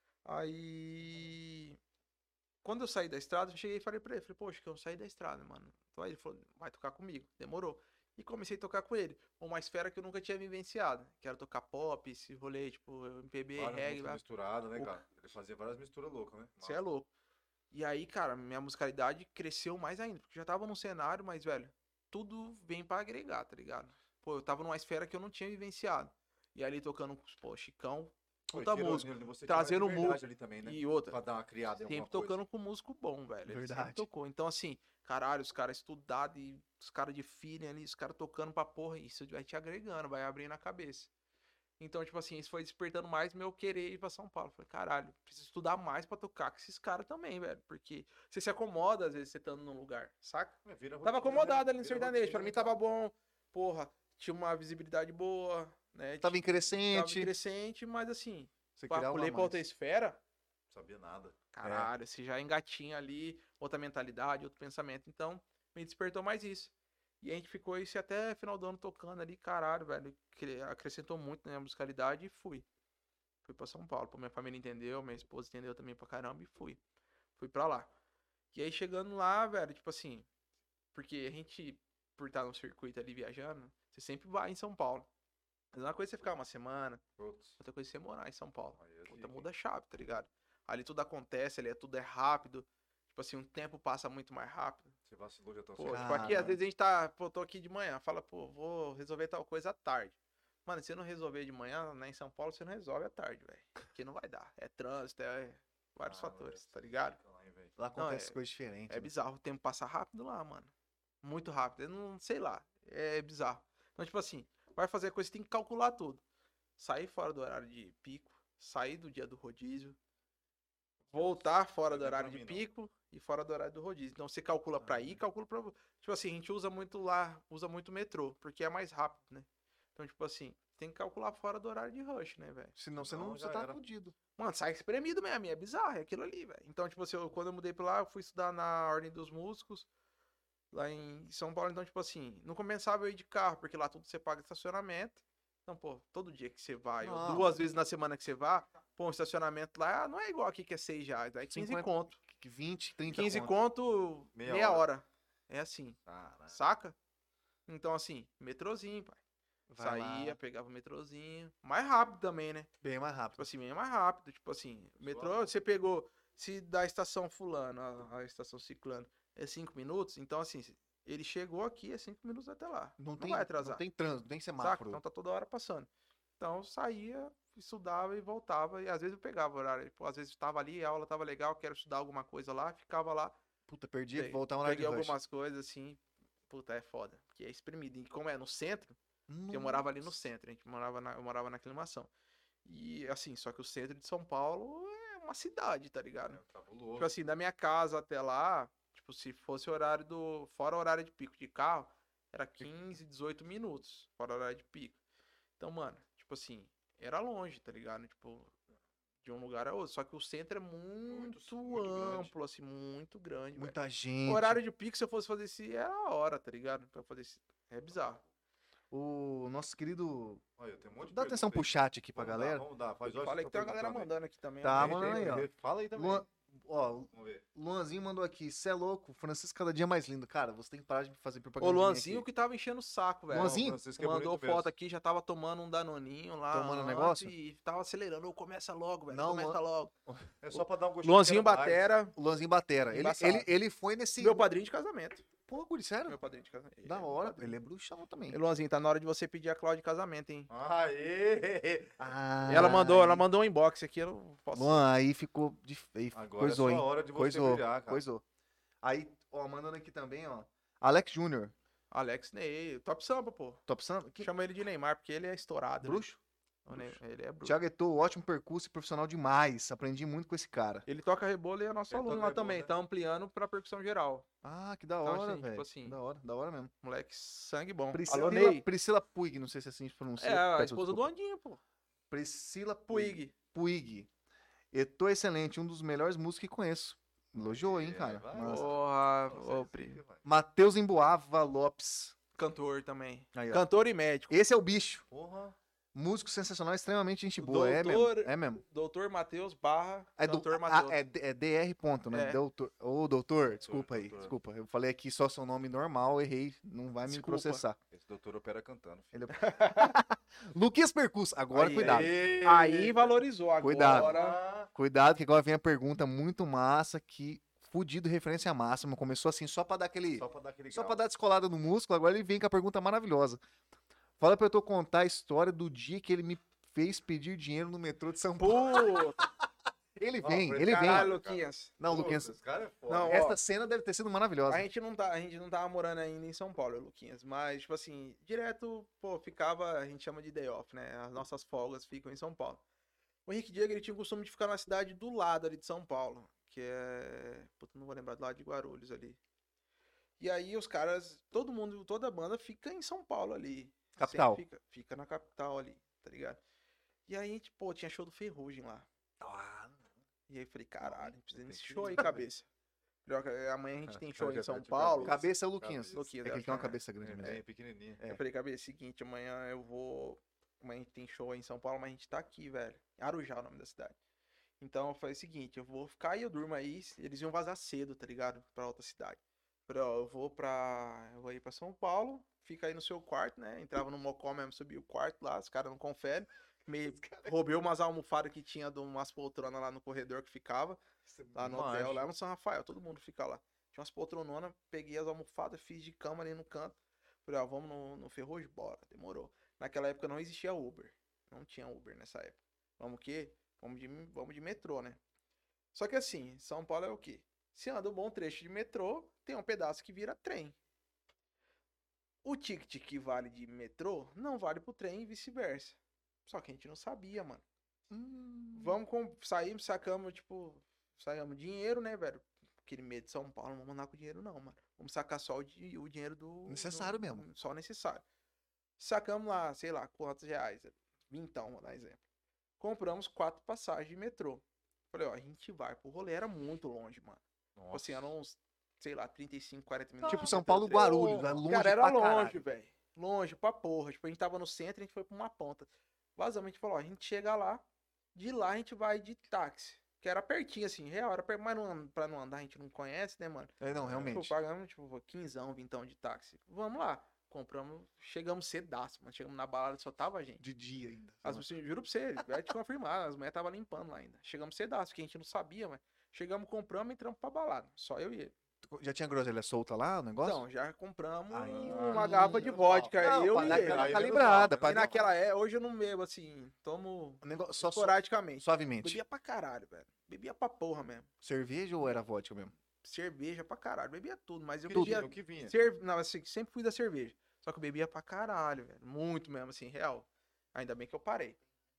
Aí, quando eu saí da estrada, eu cheguei e falei pra ele, falei, poxa, que eu saí da estrada, mano. Então aí ele falou, vai tocar comigo. Demorou. E comecei a tocar com ele. Uma esfera que eu nunca tinha vivenciado. Quero tocar pop, esse rolê, tipo, MPB, Várias reggae, músicas misturadas, né, o- cara? Ele fazia várias misturas loucas, né? você é Massa. louco. E aí, cara, minha musicalidade cresceu mais ainda. Porque já tava num cenário, mas, velho, tudo vem pra agregar, tá ligado? Pô, eu tava numa esfera que eu não tinha vivenciado. E ali tocando, pô, Chicão, Pô, puta músico. você tinha mais Trazendo liberdade ali também, né? E outra, Pra dar uma criada em alguma sempre coisa. tocando com músico bom, velho. Ele sempre Verdade. tocou. Então, assim, caralho, os caras estudados e os caras de feeling ali, os caras tocando pra porra, isso vai te agregando, vai abrindo a cabeça. Então, tipo assim, isso foi despertando mais meu querer ir pra São Paulo. Falei, caralho, preciso estudar mais pra tocar com esses caras também, velho. Porque você se acomoda, às vezes, você estando num lugar, saca? É, vira Tava rotina, acomodado né? ali no Vira sertanejo. rotina, Pra mim né, tava cara? bom, porra, tinha uma visibilidade boa, né? Tava em Tava crescente. crescente, mas assim, Você pá, criava pulei pra outra mais. esfera. Não sabia nada. Caralho, você já engatinha ali, outra mentalidade, outro pensamento. Então, me despertou mais isso. E a gente ficou isso até final do ano tocando ali, caralho, velho. Acrescentou muito na minha musicalidade e fui. Fui pra São Paulo. Pô, minha família entendeu, minha esposa entendeu também pra caramba e fui. Fui pra lá. E aí chegando lá, velho, tipo assim, porque a gente, por estar no circuito ali viajando, você sempre vai em São Paulo. Mas uma coisa é você ficar uma semana, Putz. outra coisa é você morar em São Paulo. Aí é Puta, zica, muda a chave, tá ligado? Ali tudo acontece, ali tudo é rápido. Tipo assim, o tempo passa muito mais rápido. Você vacilou, já tá Pô, certo. tipo, aqui às Caralho. vezes a gente tá, pô, tô aqui de manhã, fala, pô, vou resolver tal coisa à tarde. Mano, se você não resolver de manhã, né, em São Paulo, você não resolve à tarde, velho. Porque não vai dar. É trânsito, é vários fatores, tá ligado? Lá Não, acontece coisas diferentes. é né? bizarro. O tempo passa rápido lá, mano. Muito rápido. Eu não sei lá. É bizarro. Então, tipo assim, vai fazer a coisa, você tem que calcular tudo. Sair fora do horário de pico, sair do dia do rodízio, voltar fora do Não é horário pra de mim, não. pico e fora do horário do rodízio. Então você calcula pra ir, Ah. calcula pra. Tipo assim, a gente usa muito lá, usa muito o metrô, porque é mais rápido, né? Então, tipo assim, tem que calcular fora do horário de rush, né, velho? Senão você Não, não já você tá era. fudido. Mano, sai espremido mesmo, é bizarro, é aquilo ali, velho. Então, tipo assim, quando eu mudei pra lá, eu fui estudar na Ordem dos Músicos, lá em São Paulo. Então, tipo assim, não compensava eu ir de carro, porque lá tudo você paga estacionamento. Então, pô, todo dia que você vai, ou Não. 2 vezes na semana que você vá, pô, um estacionamento lá não é igual aqui que é R$6, é 15 50, conto. 20, 30 15 conto. conto, Meia meia hora. hora. É assim, Caralho. saca? Então, assim, metrozinho, pai. Vai Saía, lá, pegava o metrozinho. Mais rápido também, né? bem mais rápido. Tipo assim, bem mais rápido. Tipo assim, metrô, Suave. você pegou, se da estação fulano, a estação ciclano, é 5 minutos, então assim, ele chegou aqui, é 5 minutos até lá. Não Não tem, vai não atrasar. tem trânsito, não tem Saca? semáforo. Então tá toda hora passando. Então eu saía, estudava e voltava. E às vezes eu pegava o horário. Tipo, às vezes estava ali, a aula tava legal, quero estudar alguma coisa lá, ficava lá. Puta, perdi, Daí, voltar uma hora de peguei rush. algumas coisas assim. Puta, é foda. Que é espremido. E como é no centro, eu morava ali no Nossa. centro. Eu morava na aclimação. E assim, só que o centro de São Paulo é uma cidade, tá ligado? É cabuloso. Tipo assim, da minha casa até lá, tipo, se fosse horário do. Fora o horário de pico de carro, era 15, 18 minutos. Fora o horário de pico. Então, mano, tipo assim, era longe, tá ligado? Tipo, de um lugar a outro. Só que o centro é muito muito grande. amplo, assim, muito grande, velho. Muita gente. Horário de pico, se eu fosse fazer isso, era a hora, tá ligado? Pra fazer isso. É bizarro. O nosso querido. Olha, tem um monte de Dá atenção pergunta pro aí. chat aqui pra Vamos dar, galera. vamos dar. Faz Fala aí que tem uma galera mandando aqui também. Tá, ó. mano, aí, ó. Fala aí também. Luan, ó, Vamos ver. Luanzinho mandou aqui. Cê é louco, Francisco cada dia mais lindo. Cara, você tem que parar de fazer Ô, propaganda. Luanzinho que tava enchendo o saco, velho. Luanzinho? Não, Francisco é Mandou bonito mesmo. foto aqui, já tava tomando um danoninho lá. Tomando antes negócio? E tava acelerando. Ô, começa logo, velho. Não, começa logo. É só pra dar um gostinho. Luanzinho que quero mais. Batera, O Luanzinho Batera. Embaçado. Ele foi nesse. meu padrinho de casamento. Pô, guri, sério? Meu padrinho de casamento. Da Ele é hora. meu padrinho. Ele é bruxão também. E, Luanzinho, tá na hora de você pedir a Cláudia de casamento, hein? Aê! Ah, Ela mandou um inbox aqui, eu não posso. Luan, aí ficou. Aí Agora coisou, é hein? sua hora de você Coisou, brilhar, cara. coisou. Aí, ó, mandando aqui também, ó. Alex Júnior. Alex Ney, top samba, pô. Top Samba? Que Chama ele de Neymar, porque ele é estourado. né? bruxo? Ele é bruto. Thiago Eto'o, ótimo percurso e profissional demais. Aprendi muito com esse cara. Ele toca rebolo e é nosso Ele aluno toca lá rebolo, também. né? Tá ampliando pra percussão geral. Ah, que da Então, hora, assim, tipo velho. assim, Da hora mesmo. Moleque, sangue bom. Priscila, Alô, Ney. Priscila Puig, não sei se assim se pronuncia. É, a peço esposa do desculpa. Andinho, pô. Priscila Puig. Puig. Eto'o excelente, um dos melhores músicos que conheço. Elogiou, hein, cara. vai. Massa. Porra, Nossa, ô, esse Pri. aqui, vai. Matheus Emboava Lopes. Cantor também. Aí, ó. Cantor e médico. Esse é o bicho. Porra. Músico sensacional, extremamente gente O boa. É mesmo. doutor- É mesmo. Doutor Matheus barra É, do, Cantor ah, Matheus. é DR ponto, né? É. Doutor. Ô, doutor, desculpa aí. doutor. Desculpa. Eu falei aqui só seu nome normal, errei. Não vai me Desculpa. processar. Esse doutor opera cantando. Filho. Ele Luquinhas Percurso. Agora, Aí, cuidado. Aí valorizou. Agora. Cuidado. Ah, Cuidado, que agora vem a pergunta muito massa, que fudido referência máxima. Começou assim, só pra dar aquele. só pra dar aquele Só grau. pra dar descolada no músculo, agora ele vem com a pergunta maravilhosa. Fala pra eu contar a história do dia que ele me fez pedir dinheiro no metrô de São Paulo. Pô, Ele Ó, vem, por ele esse vem. caralho, Luquinhas. Não, Pô, Luquinhas, Esse cara é foda. Não, ó, essa cena deve ter sido maravilhosa. A gente não tava morando ainda em São Paulo, Luquinhas. Mas, tipo assim, direto, pô, ficava, a gente chama de day off, né? As nossas folgas ficam em São Paulo. O Henrique Diego, ele tinha o costume de ficar na cidade do lado ali de São Paulo, que é... Puta, não vou lembrar, do lado de Guarulhos ali. E aí os caras, todo mundo, toda a banda fica em São Paulo ali. Capital. Sempre fica na capital ali, tá ligado? E aí, tipo, pô, tinha show do Ferrugem lá. E aí eu falei, caralho, a gente precisa tem desse que show aí, ir. cabeça. Amanhã a gente tem show Já em São tá de Paulo. Cabeça é o Luquinhas. Cabeça. É Luquinhas, que ele acho tem uma que cabeça grande mesmo. É, pequenininha. É. Eu falei, cabeça, seguinte, amanhã eu vou. Amanhã a gente tem show aí em São Paulo, mas a gente tá aqui, velho. Arujá é o nome da cidade. Então eu falei o seguinte, eu vou ficar aí, eu durmo aí. Eles iam vazar cedo, tá ligado? Pra outra cidade. Falei, ó, eu vou ir pra São Paulo, fica aí no seu quarto, né? Entrava no Mocó mesmo, subi o quarto lá, os caras não conferem. Roubei umas almofadas que tinha de umas poltronas lá no corredor que ficava. Lá no hotel, Manjo. lá no São Rafael, todo mundo fica lá. Tinha umas poltrononas, peguei as almofadas, fiz de cama ali no canto. Falei, ó, vamos no Ferrugem? Bora, demorou. Naquela época não existia Uber. Não tinha Uber nessa época. Vamos o quê? Vamos de metrô, né? Só que assim, São Paulo é o quê? Se anda um bom trecho de metrô, tem um pedaço que vira trem. O ticket que vale de metrô não vale pro trem e vice-versa. Só que a gente não sabia, mano. Saímos, sacamos, tipo, saímos dinheiro, né, velho? Aquele medo de São Paulo, não vamos andar com dinheiro não, mano. Vamos sacar só o dinheiro do... Necessário mesmo. Só o necessário. Sacamos lá, sei lá, quantos reais. Vintão, vou dar exemplo. Compramos 4 passagens de metrô. Falei, ó, a gente vai pro rolê. Era muito longe, mano. Tipo assim, eram uns, sei lá, 35, 40 minutos. Tipo de São metrô. Paulo, Guarulhos, é longe Cara, era pra longe, caralho. velho. Longe pra porra. Tipo, a gente tava no centro, a gente foi pra uma ponta. Vazamos, a gente falou, ó, a gente chega lá, de lá a gente vai de táxi. Que era pertinho, assim, real, era perto, mas pra não andar a gente não conhece, né, mano? É, não, Tipo, realmente. pagamos, tipo, 15, vintão de táxi. Vamos lá. Compramos, chegamos cedaço, mano. Chegamos na balada, só tava a gente. De dia ainda. Juro pra você, vai te confirmar, as mulheres tava limpando lá ainda. Chegamos cedaço, porque a gente não sabia, mas chegamos, compramos e entramos pra balada. Só eu e ele. Já tinha groselha solta lá, o negócio? Então, já compramos Aí, uma garrafa de menos vodka, Não, eu pra e dar ele. aquela Aí, calibrada. menos pra E naquela hoje eu não bebo assim, tomo o negócio, só esporadicamente. suavemente. Bebia pra caralho, velho. Bebia pra porra mesmo. Cerveja ou era vodka mesmo? Cerveja pra caralho. Bebia tudo, mas eu Tudo, bebia. o que vinha. Não, assim, sempre fui da cerveja. Só que eu bebia pra caralho, velho. Muito mesmo, assim, real. Ainda bem que eu parei.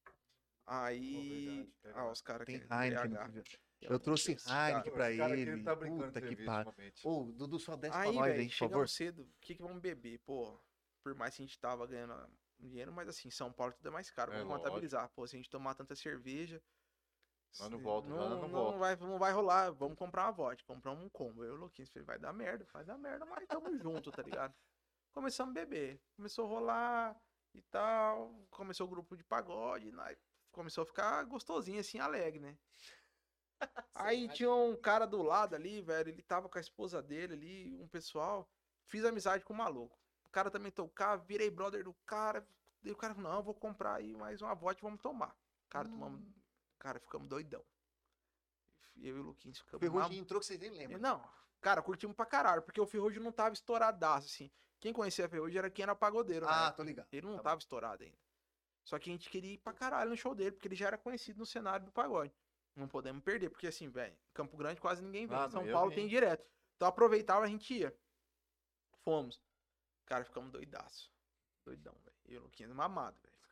Aí. Pô, verdade. Os caras Tem querem Heineken. embriagar. Eu trouxe Heineken pra Esse cara aqui, ele. tá brincando Puta de que cerveja pariu. ultimamente. Ô, Dudu, só desce pra Aí, nós aí, velho, por favor. chegamos cedo. O que vamos beber? Pô, por mais que a gente tava ganhando dinheiro, mas assim, São Paulo tudo é mais caro. É, Vamos lógico. contabilizar. Pô, se a gente tomar tanta cerveja. Nós não volta, nós não não vai rolar. Vamos comprar uma vodka, comprar um combo. Eu, Louquinho, falei, vai dar merda, mas tamo junto, tá ligado? Começamos a beber. Começou a rolar e tal. Começou o grupo de pagode. Né? Começou a ficar gostosinho, assim, alegre, né? Aí tinha um cara do lado ali, velho. Ele tava com a esposa dele ali, um pessoal. Fiz amizade com o maluco. O cara também tocava, virei brother do cara. E o cara falou, não, eu vou comprar aí mais uma vodka e vamos tomar. Cara, tomamos. Cara, ficamos doidão. Eu e o Luquinhos ficamos. Ferrugem entrou que vocês nem lembram. Não, cara, curtimos pra caralho, porque o Ferrugem não tava estouradaço, assim. Quem conhecia a Ferrugem era quem era pagodeiro, né? Tô ligado. Ele não Tá tava estourado ainda. Só que a gente queria ir pra caralho no show dele, porque ele já era conhecido no cenário do pagode. Não podemos perder, porque assim, velho, Campo Grande quase ninguém vem. Ah, não São ia Paulo vir. tem direto. Então aproveitava, a gente ia. Fomos. Cara, ficamos doidaço. Doidão, velho. Eu e o Luquinhas mamado, velho.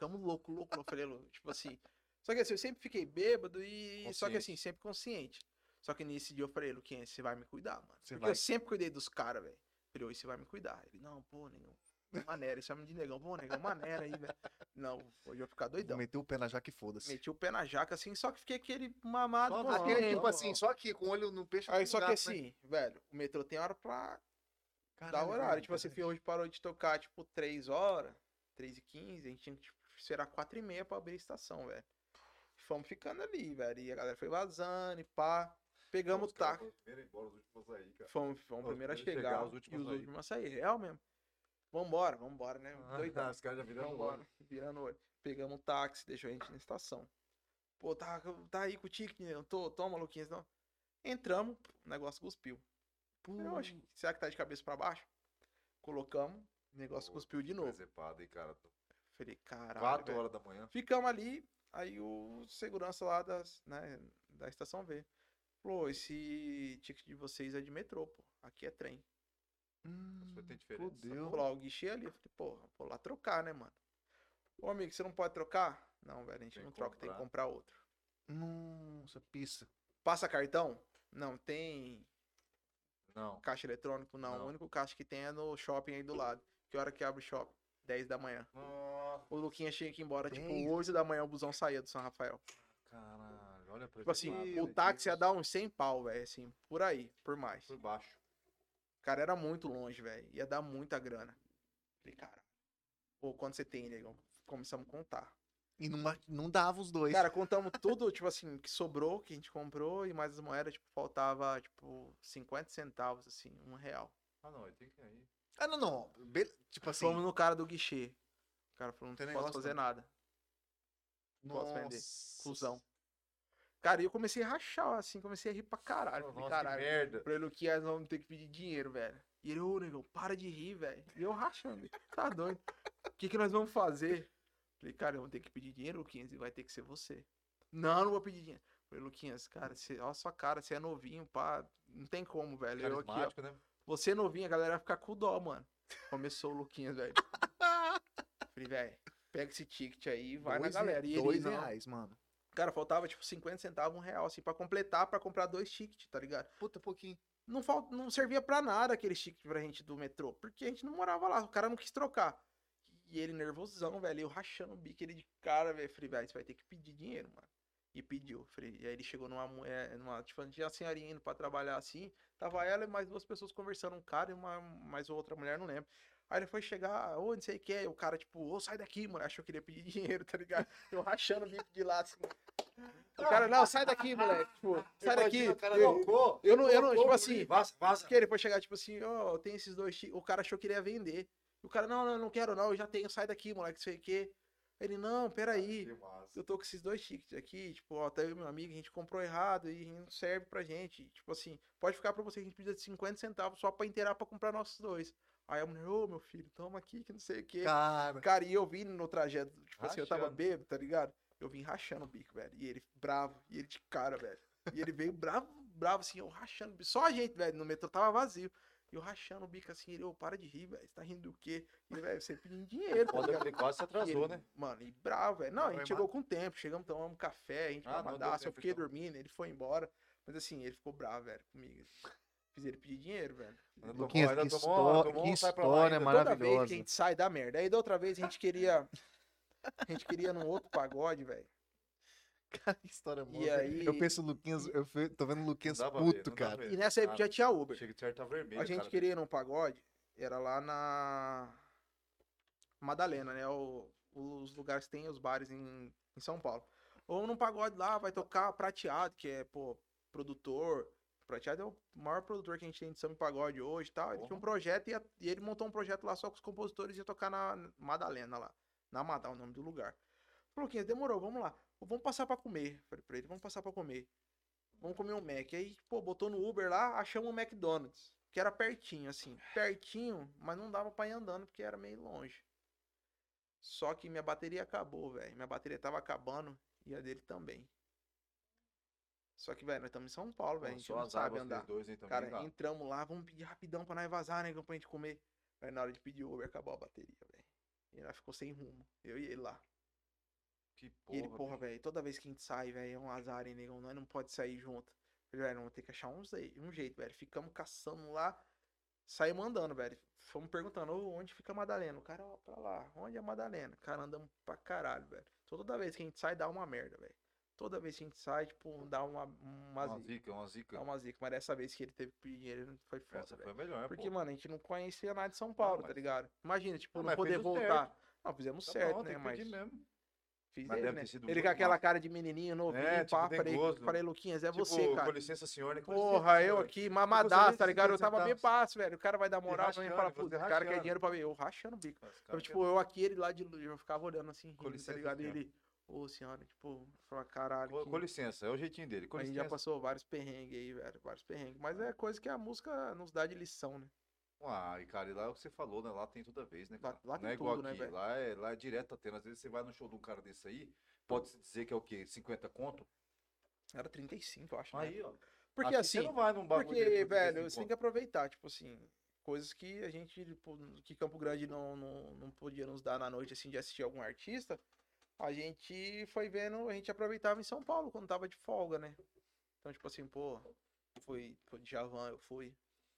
ficamos louco. Eu falei, tipo assim. Só que assim, eu sempre fiquei bêbado e. Só que Consciente. assim, sempre consciente. Só que nesse dia eu falei, Luquinhas, você vai me cuidar, mano. Você Porque vai. eu sempre cuidei dos caras, velho. Falei, hoje você vai me cuidar. Ele, não, pô, negão. Maneira, ele chama de negão. Pô, negão, maneira aí, velho. Não, hoje eu vou ficar doidão. Meteu o pé na jaca e foda-se. Meti o pé na jaca, assim, só que fiquei aquele mamado. Só consciente. Aquele tipo Não, assim, não. só aqui, com o olho no peixe. Aí no só que gato, né? assim, velho, o metrô tem hora pra Caralho, dar horário. verdade, Tipo assim, verdade. hoje parou de tocar, tipo, 3 horas, 3h15, a gente tinha que, tipo, será 4h30 pra abrir a estação, velho. Fomos ficando ali, velho, e a galera foi vazando e pá. Pegamos o táxi. Primeiro embora, os últimos aí, cara. Fomos Os primeiro a primeiros chegar, chegar, os e últimos os a ir. últimos a sair. Real mesmo. Vambora, né? Doidão. Os caras já virando o Vambora, olho. virando o olho. Pegamos um táxi, deixou a gente na estação. Pô, tá aí com o ticket, né? Toma, Luquinhas, não. Entramos, o negócio cuspiu. Falei, oxe, será que tá de cabeça pra baixo? Colocamos, o negócio cuspiu de novo. Presepado aí, cara. Falei, caralho, 4 velho. horas da manhã. Ficamos ali, aí o segurança lá da estação V falou, esse ticket de vocês é de metrô, pô. Aqui é trem. Mas vai ter diferença. Fudeu. Falou, ó, o guichê ali. Eu falei, porra, vou lá trocar, né, mano? Ô, amigo, você não pode trocar? Não, velho, a gente Tem não que troca, tem que comprar. comprar outro. Nossa, pista. Passa cartão? Não, tem Não. caixa eletrônico? Não, Não. o único caixa que tem é no shopping aí do lado. Que hora que abre o shopping? 10 da manhã. Nossa, O Luquinha tinha que ir embora, tipo, 10? 8 da manhã o busão saía do São Rafael. caralho. Olha pra Tipo assim, o táxi ia dar uns 100 pau, velho, assim, por aí, por mais. Por baixo. Cara, era muito longe, velho. Ia dar muita grana. Falei, cara, pô, quanto você tem, negão? Começamos a contar. E não dava os dois. Cara, contamos tudo, tipo assim, que sobrou, que a gente comprou, e mais as moedas, tipo, faltava, tipo, 50 centavos, assim, R$1. Ah, não. Ele tem que ir aí. Ah, não. Tipo assim. Fomos no cara do guichê. O cara falou, não Tem posso negócio fazer não. nada. posso vender. Nossa. Cusão. Cara, e eu comecei a rachar, assim, comecei a rir pra caralho. Falei, Nossa, caralho. que merda. Pra ele, o que nós vamos ter que pedir dinheiro, velho. E ele, ô, negão, para de rir, velho. E eu rachando. Tá doido. O que nós vamos fazer? Falei, cara, eu vou ter que pedir dinheiro, Luquinhas, e vai ter que ser você. Não vou pedir dinheiro. Falei, Luquinhas, cara, olha a sua cara, você é novinho, pá. Não tem como, velho. Eu aqui, ó. Carismático, né? Você novinho, a galera vai ficar com dó, mano. Começou o Luquinhas, velho. Falei, velho, pega esse ticket aí e vai na galera. E ele, R$2, não. mano. Cara, faltava tipo 50 centavos, R$1, assim, pra completar, pra comprar 2 tickets, tá ligado? Puta, pouquinho. Não servia pra nada aquele ticket pra gente do metrô, porque a gente não morava lá, o cara não quis trocar. E ele nervosão, velho, eu rachando o bico, ele de cara, velho. Falei, velho, você vai ter que pedir dinheiro, mano. E pediu. Falei, e aí ele chegou numa tipo, tinha uma senhorinha indo pra trabalhar assim, tava ela e mais 2 pessoas conversando, um cara e mais outra mulher, não lembro. Aí ele foi chegar, ô, não sei o que, o cara, tipo, ô, sai daqui, mano. Achou que ele ia pedir dinheiro, tá ligado? Eu rachando o bico de lá, assim. O cara, não, sai daqui, moleque. Tipo, sai daqui. O cara loucou. Eu não, tipo assim, Vaza. que ele foi chegar, tipo assim, ó, eu tenho esses 2 tickets. O cara achou que ele ia vender. E o cara, não quero não, eu já tenho, sai daqui, moleque, não sei o que. Ele, não, peraí. Que massa. Eu tô com esses 2 tickets aqui, tipo, ó, até eu e meu amigo, a gente comprou errado e não serve pra gente. Tipo assim, pode ficar pra você, a gente precisa de 50 centavos só pra inteirar pra comprar nossos 2. Aí a mulher, ô, meu filho, toma aqui, que não sei o quê. Cara. Cara, e eu vim no trajeto, tipo assim, eu tava Rachando. bêbado, tá ligado? Eu vim rachando o bico, velho. E ele bravo, e ele de cara, velho. E ele veio bravo, assim, eu rachando o bico. Só a gente, velho, no metrô tava vazio. E eu rachando o bico assim, ele, ô, para de rir, velho. Você tá rindo do quê? E, velho, você pedindo dinheiro, tá Quando ligado? ele quase se E atrasou, ele, né? Mano, e bravo, velho. Não, a Foi gente chegou com tempo, chegamos, tomamos café, a gente Ah, não, deu mamadaço, eu tempo, fiquei então. dormindo, ele foi embora. Mas assim, ele ficou bravo, velho, comigo. Fiz ele pedir dinheiro, velho. Luquinhas, Ainda que tomou que um sai pra lá história ainda. maravilhosa. Toda vez que a gente sai, dá merda. Aí da outra vez a gente queria. A gente queria num outro pagode, velho. Cara, que história E aí. Eu penso o Luquinhas, tô vendo o Luquinhas Não dá pra ver, puto, não dá pra cara. ver. E nessa época já tinha Uber. Chega de certo, tá vermelho. A gente cara. queria ir num pagode, era lá na Madalena, né? Os lugares que tem os bares em São Paulo. Ou num pagode lá, vai tocar Prateado, que é, pô, produtor. Prateado é o maior produtor que a gente tem de samba e pagode hoje e tal. Ele tinha um projeto e ele montou um projeto lá só com os compositores e ia tocar na Madalena lá. Na Madal, o nome do lugar. Falou, Luquinhas, demorou, vamos lá. Vamos passar pra comer. Falei pra ele, vamos passar pra comer. Vamos comer um Mac. Aí, pô, botou no Uber lá, achamos um McDonald's. Que era pertinho, assim. Pertinho, mas não dava pra ir andando porque era meio longe. Só que minha bateria acabou, velho. Minha bateria tava acabando e a dele também. Só que, velho, nós estamos em São Paulo, velho. A gente Só não azar sabe vocês andar. dois aí também, Cara, cara. entramos lá, vamos pedir rapidão pra nós vazar, né? Pra gente comer. Aí na hora de pedir Uber, acabou a bateria, velho. E nós ficou sem rumo. Eu e ele lá. Que E ele, porra, porra, bicho. velho, toda vez que a gente sai, velho, é um azar, hein, negão, nós não pode sair junto. Eu falei, velho, vamos ter que achar um jeito, velho. Ficamos caçando lá, saímos andando, velho. Fomos perguntando, "Ô, onde fica a Madalena? O cara, ó, pra lá, onde é a Madalena? Cara, andamos pra caralho, velho. Toda vez que a gente sai, dá uma merda, velho. Toda vez que a gente sai, tipo, dá uma Uma zica. zica, uma zica. Dá uma zica. Mas dessa vez que ele teve que pedir dinheiro, foi foda, Essa foi velho. a melhor, Porque, pô. mano, a gente não conhecia nada de São Paulo, tá mas- ligado? Imagina, tipo, Não, não mas poder fez o voltar. certo. Não, fizemos Tá certo, bom, né? tem que Mas pedir mesmo. fiz Mas ele, deve né? ter sido Ele muito com aquela massa. cara de menininho novinho, É, tipo, pá. dengoso. Falei, Luquinhas, é Tipo, você, cara. com licença, senhor, né? Com Porra, licença, eu senhor. aqui, Gostaria mamadaço, de tá ligado? 50 Eu tava bem centavos. fácil, velho. O cara vai dar moral pra mim e fala, rachando, putz, você o cara quer rachando. dinheiro pra mim. Eu rachando o bico. Esse cara Então, quer- tipo, eu aqui, ele lá de longe, eu ficava olhando assim, Com rindo, tá licença, ligado? E senhor. ele, ô senhora, tipo, falou, caralho. Com licença, é o jeitinho dele. Com A gente já licença. passou vários perrengues aí, velho. Vários perrengues. Mas é coisa que a música nos dá de lição, né? Ah, e cara, e lá é o que você falou, né? Lá tem toda vez, né, cara? Lá Não é tem igual tudo, né, aqui. velho? Lá é direto tá tendo. Às vezes você vai no show de um cara desse aí, pode-se dizer que é o quê? 50 conto? Era 35, eu acho, né? Aí, ó. Porque Aqui você assim, não vai num bagulho porque, desse por velho, 35 você tem conto. que aproveitar, tipo assim, coisas que a gente, tipo, que Campo Grande não podia nos dar na noite, assim, de assistir algum artista, a gente foi vendo, a gente aproveitava em São Paulo, quando tava de folga, né? Então, tipo assim, pô, foi Djavan, eu fui.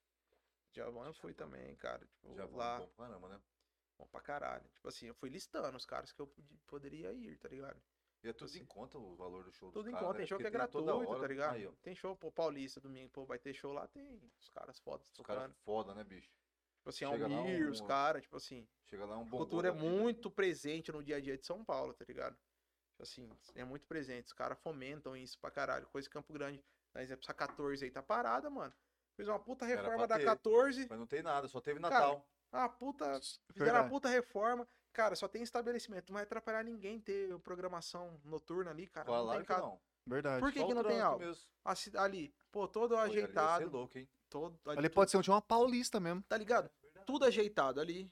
Djavan eu fui também, cara, tipo, Já vai lá, bom pra caramba, né? bom pra caralho. Tipo assim, eu fui listando os caras que eu poderia ir, tá ligado? E é tudo Assim, em conta o valor do show dos Tudo em caras, conta, né? tem show que é Porque tem toda gratuito, hora. tá ligado? Aí, ó. Tem show, pô, Paulista, domingo, pô, vai ter show lá, tem os caras fodas Os caras tocando. foda, né, bicho? Tipo assim, chega lá Almir, os caras, tipo assim. Chega lá um A bom cultura é muito presente no dia a dia de São Paulo, tá ligado? Tipo assim, é muito presente. Os caras fomentam isso pra caralho. Coisa que Campo Grande, por exemplo, essa 14 aí tá parada, mano. Fez uma puta Era reforma pra da ter. 14. Mas não tem nada, só teve Cara, Natal. Ah, puta. Fizeram Verdade. uma puta reforma. Cara, só tem estabelecimento. Não vai atrapalhar ninguém ter programação noturna ali, cara. Não Falaram tem que caso. não. Verdade. Por que Só que o não tem trânsito algo? mesmo. Ali, pô, todo Pô, e ali ia ser ajeitado. louco, hein? Todo, Ali pode ser uma paulista mesmo. Tá ligado? Tudo ajeitado ali.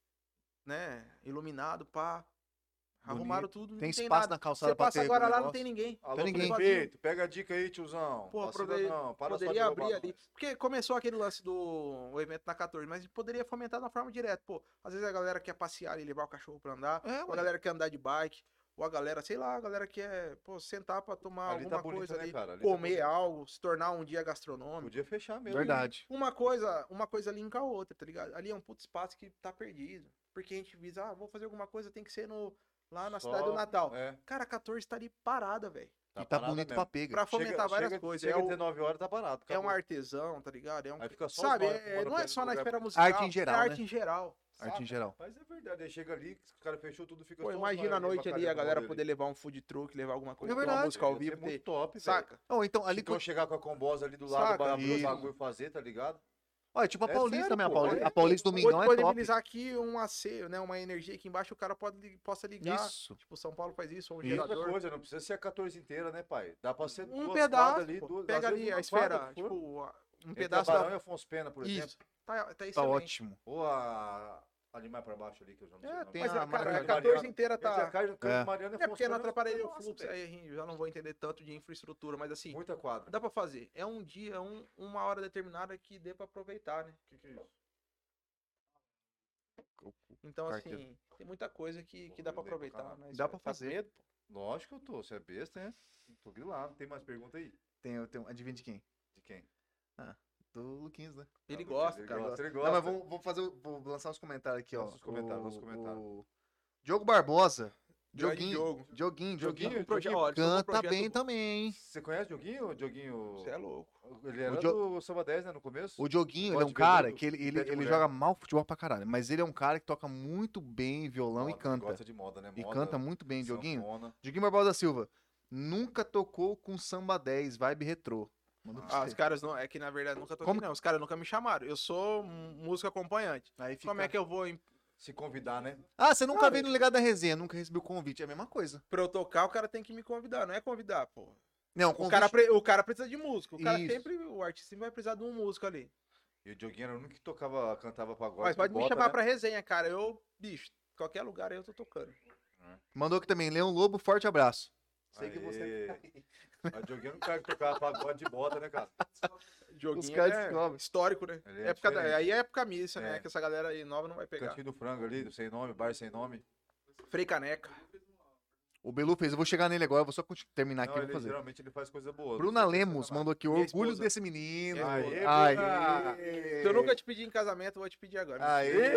Né? Iluminado, pá. Arrumaram tudo. Tem não tem espaço nada. na calçada Você pra passa ter agora lá, não negócio. tem ninguém. Alô, ninguém. prefeito, pega a dica aí, tiozão. Pô, Vacila não, para só de poderia roubar abrir ali. nós. Porque começou aquele lance do o evento na 14, mas poderia fomentar de uma forma direta. Pô, às vezes a galera quer passear e levar o cachorro pra andar. É, Ou a ué. galera quer andar de bike. Ou a galera, sei lá, a galera quer, pô, sentar pra tomar Ali tá alguma bonito, coisa né, ali. cara? Ali tá Comer bonito. algo, se tornar um dia gastronômico. Podia fechar mesmo. Verdade. Uma coisa linka a outra, tá ligado? Ali é um puto espaço que tá perdido. Porque a gente visa, vou fazer alguma coisa, tem que ser lá na Só- cidade do Natal. É, Cara, 14 tá ali parada, velho. E tá parada bonito mesmo. pra pega. Pra fomentar várias chega, coisas. Chega É, 19 horas, tá barato. é um acabou. artesão, tá ligado? É um, Aí fica só sabe, os manos fumando não é pé só no na lugar. esfera musical. Arte em geral, é né? arte em geral. Arte em Saca? geral. Mas é verdade, aí chega ali, os caras fechou tudo, fica Pô, só os imagina a manos noite ali, a avacalhando galera no poder rolê levar um food truck, levar alguma coisa, É ter uma verdade. música ao Ia ser vivo, muito ter, top, velho. saca? Oh, então, ali. Então chegar com a combosa ali do lado, Saca? abrir o Isso. bagulho e fazer, tá ligado? Olha, tipo a É Paulista sério, também. pô, A Paulista Domingão é top. Disponibilizar aqui um aceio, né? Uma energia aqui embaixo, o cara possa ligar. Isso. Tipo, São Paulo faz isso, ou um E outra gerador. coisa, não precisa ser a 14 inteira, né, pai? Dá pra ser Um duas pedaço, quadras ali, pô. duas, Pega às vezes ali a uma esfera, quadra, se for. tipo, um Entre pedaço Barão da... e Afonso Pena, por exemplo. Isso, tá Tá excelente. ótimo. Ou ali mais pra baixo ali, que eu já não sei o nome. tem Mas, a cara, Mariana a 14 Mariana. inteira Entre a tá... Carlos É. Mariana e É Afonso porque não Pena, atrapalharia o nossa, fluxo, velho. aí eu já não vou entender tanto de infraestrutura, mas assim, Muita quadra. dá pra fazer. É um dia, uma hora determinada que dê pra aproveitar, né? O que é isso? Então, Carteira. assim, tem muita coisa que dá pra Pô, eu dei pra aproveitar. caralho. Mas Dá pra tá com fazer. medo, pô? Lógico que eu tô, você é besta, né? Tô grilado. Tem mais pergunta aí? Adivinha de quem? De quem? Do Luquinhas, né? Ele Ah, gosta, ele cara. gosta, ele Não, gosta. mas vou lançar uns comentários aqui, ó. Lança os comentários, lança os comentários. O Diogo Barbosa. Grande Dioguinho. Diogo. Dioguinho. Um projeto, olha, sobre um Canta projeto- bem também, hein? Você conhece o Dioguinho? Dioguinho... Você é louco. Ele era O do Samba 10, né, no começo? O Dioguinho, ele é Pode um ver cara muito que ele pé de mulher. joga mal futebol pra caralho, mas ele é um cara que toca muito bem violão e Moda, canta. Gosta de moda, né? E Moda, canta muito bem, Dioguinho. sanfona. Dioguinho Barbosa da Silva. Nunca tocou com Samba 10, vibe retrô. Mandou pra Ah, você. os caras não. É que na verdade nunca tô Como- aqui, não. Os caras nunca me chamaram. Eu sou músico acompanhante. Aí fica... Como é que eu vou. Se convidar, né? Ah, você nunca Cara, veio no Legado da Resenha, nunca recebeu convite. É a mesma coisa. Pra eu tocar, o cara tem que me convidar. Não é convidar, pô. Não, O convite... cara precisa de músico. O cara Isso. sempre. O artista sempre vai precisar de um músico ali. E o Dioguinho era o único que cantava pagode. Mas que pode me bota, chamar né? pra resenha, cara. Bicho, qualquer lugar aí eu tô tocando. Mandou aqui também, Leão Lobo, forte abraço. Sei que você... Aê. Mas o Dioguinho era um cara que tocava pagode de bota, né, cara? Joguinho caras é descobrem. histórico, né? Ele é Época diferente. aí é época missa, né? É. Que essa galera aí nova não vai pegar. Cantinho do frango ali, do sem nome, bar sem nome. Frei Caneca. O Belu fez, eu vou chegar nele agora, eu vou só terminar aqui Não, e vou fazer. geralmente ele faz coisa boa. Bruna Lemos mandou aqui, Minha orgulho esposa. desse menino. Minha Aê, esposa. Aê. Bruna! Se eu nunca te pedi em casamento, eu vou te pedir agora.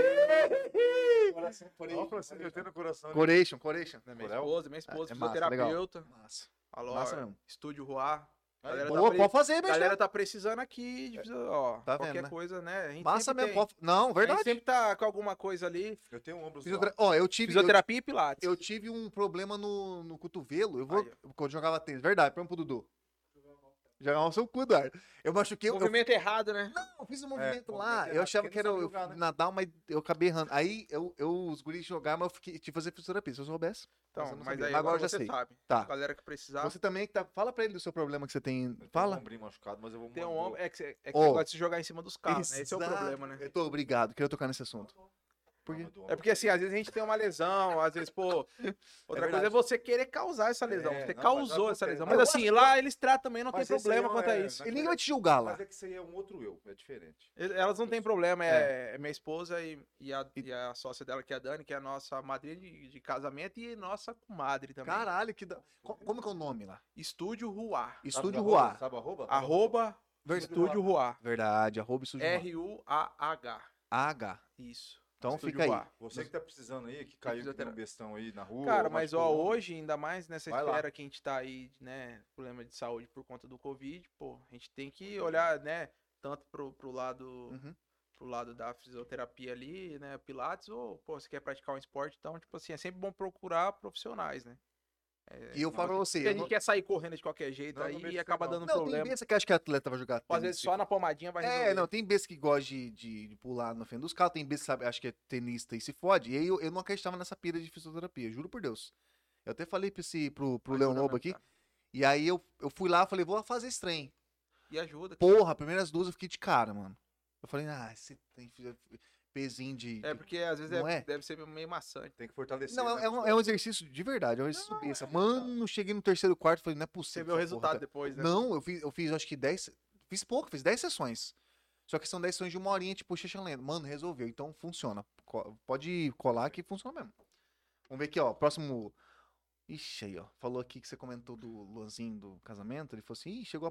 Aê! Coração, Ó, Francisco, eu tenho no coração. né? Coration. Né, Corel? minha esposa, É massa, fisioterapeuta. Massa. Alô, Massa mesmo. Estúdio Ruá. Aí, Galera Boa, tá pode fazer, A galera Bechão. tá precisando aqui, ó, Tá qualquer vendo, né? coisa, né? A gente Massa sempre mesmo. tem. Não, A verdade. gente sempre tá com alguma coisa ali. Eu tenho um ombro só. Ó, eu tive... Fisioterapia e pilates. Eu tive um problema no cotovelo. Eu vou. Aí, Quando eu jogava tênis. Verdade, pergunta pro Dudu. Jogava o seu cu, Eduardo. Eu machuquei. Movimento errado, né? Eu fiz um movimento movimento lá. Eu errado, achava porque que era não eu sabia jogar, né? nadar, mas eu acabei errando. Aí os guris jogaram, mas eu tive que fazer fisioterapia. Se eu soubesse. Então, eu não mas sabia. aí Mas agora eu já você sei. sabe. Tá. Galera que precisar. Você também que tá. Fala pra ele do seu problema que você tem. Eu tenho Fala. um ombrinho machucado, mas eu vou Tem um mandar. ombro. É que você Ô. gosta de se jogar em cima dos carros, né? Esse é o Exato. problema, né? Eu tô obrigado. Queria tocar nesse assunto. Por quê? É porque assim, às vezes a gente tem uma lesão, às vezes, pô. Outra coisa verdade. é você querer causar essa lesão. É, Você não, causou mas essa acontece. lesão. Mas Mas eu assim, acho lá eles tratam também, não tem Mas esse problema aí quanto a é- isso. E ninguém vai te julgar lá. Mas é que isso aí é um outro eu, é diferente. Elas não têm problema, é minha esposa e a sócia dela, que é a Dani, que é a nossa madrinha de casamento e nossa comadre também. Caralho, que da... Como que é o nome lá? Estúdio Ruá. Estúdio Sabe Ruá. Sabe arroba? Arroba Estúdio Ruá. Verdade, arroba Estúdio Ruá. RUAH. AH. Isso. Então Estúdio fica aí. Ruá. Você que tá precisando aí, que caiu que tem um fisioterapia. bestão aí na rua. Cara, ou mas machucou ó, o ombro, hoje, ainda mais nessa Vai lá. esfera que a gente tá aí, né, problema de saúde por conta do Covid, pô, a gente tem que olhar, né, tanto pro lado Uhum. pro lado da fisioterapia ali, né, pilates, ou, pô, você quer praticar um esporte, então, tipo assim, é sempre bom procurar profissionais, né. E eu falo pra você. Porque a eu gente não- quer sair correndo de qualquer jeito Não, aí não meto e isso acaba não. dando Não, tem problema. besta que acha que atleta vai jogar Às vezes tênis. só na pomadinha vai resolver. É, não, tem besta que gosta de pular na frente dos carros, tem besta que sabe, acho que é tenista e se fode. E aí eu não acreditava nessa pira de fisioterapia, juro por Deus. Eu até falei pro Ajuda Leão mesmo, Lobo aqui, cara. e aí eu fui lá, falei, vou fazer esse trem. E ajuda. Porra, primeiras duas eu fiquei de cara, mano. Eu falei, você tem pezinho de... É porque às vezes Não é? deve ser meio maçante. Tem que fortalecer. Não, né? é um exercício de verdade, é um exercício besta. Mano, cheguei no terceiro quarto, falei, não é Você possível. vê o essa resultado porra, cara. depois, né? Não, eu fiz acho que 10. Fiz pouco, fiz 10 sessões. Só que são 10 sessões de uma horinha, tipo, xixi lento. Mano, resolveu. Então funciona. Pode colar que funciona mesmo. Vamos ver aqui, ó. Próximo. Ixi, aí, ó. Falou aqui que você comentou do Luanzinho do casamento. Ele falou assim: ih, chegou a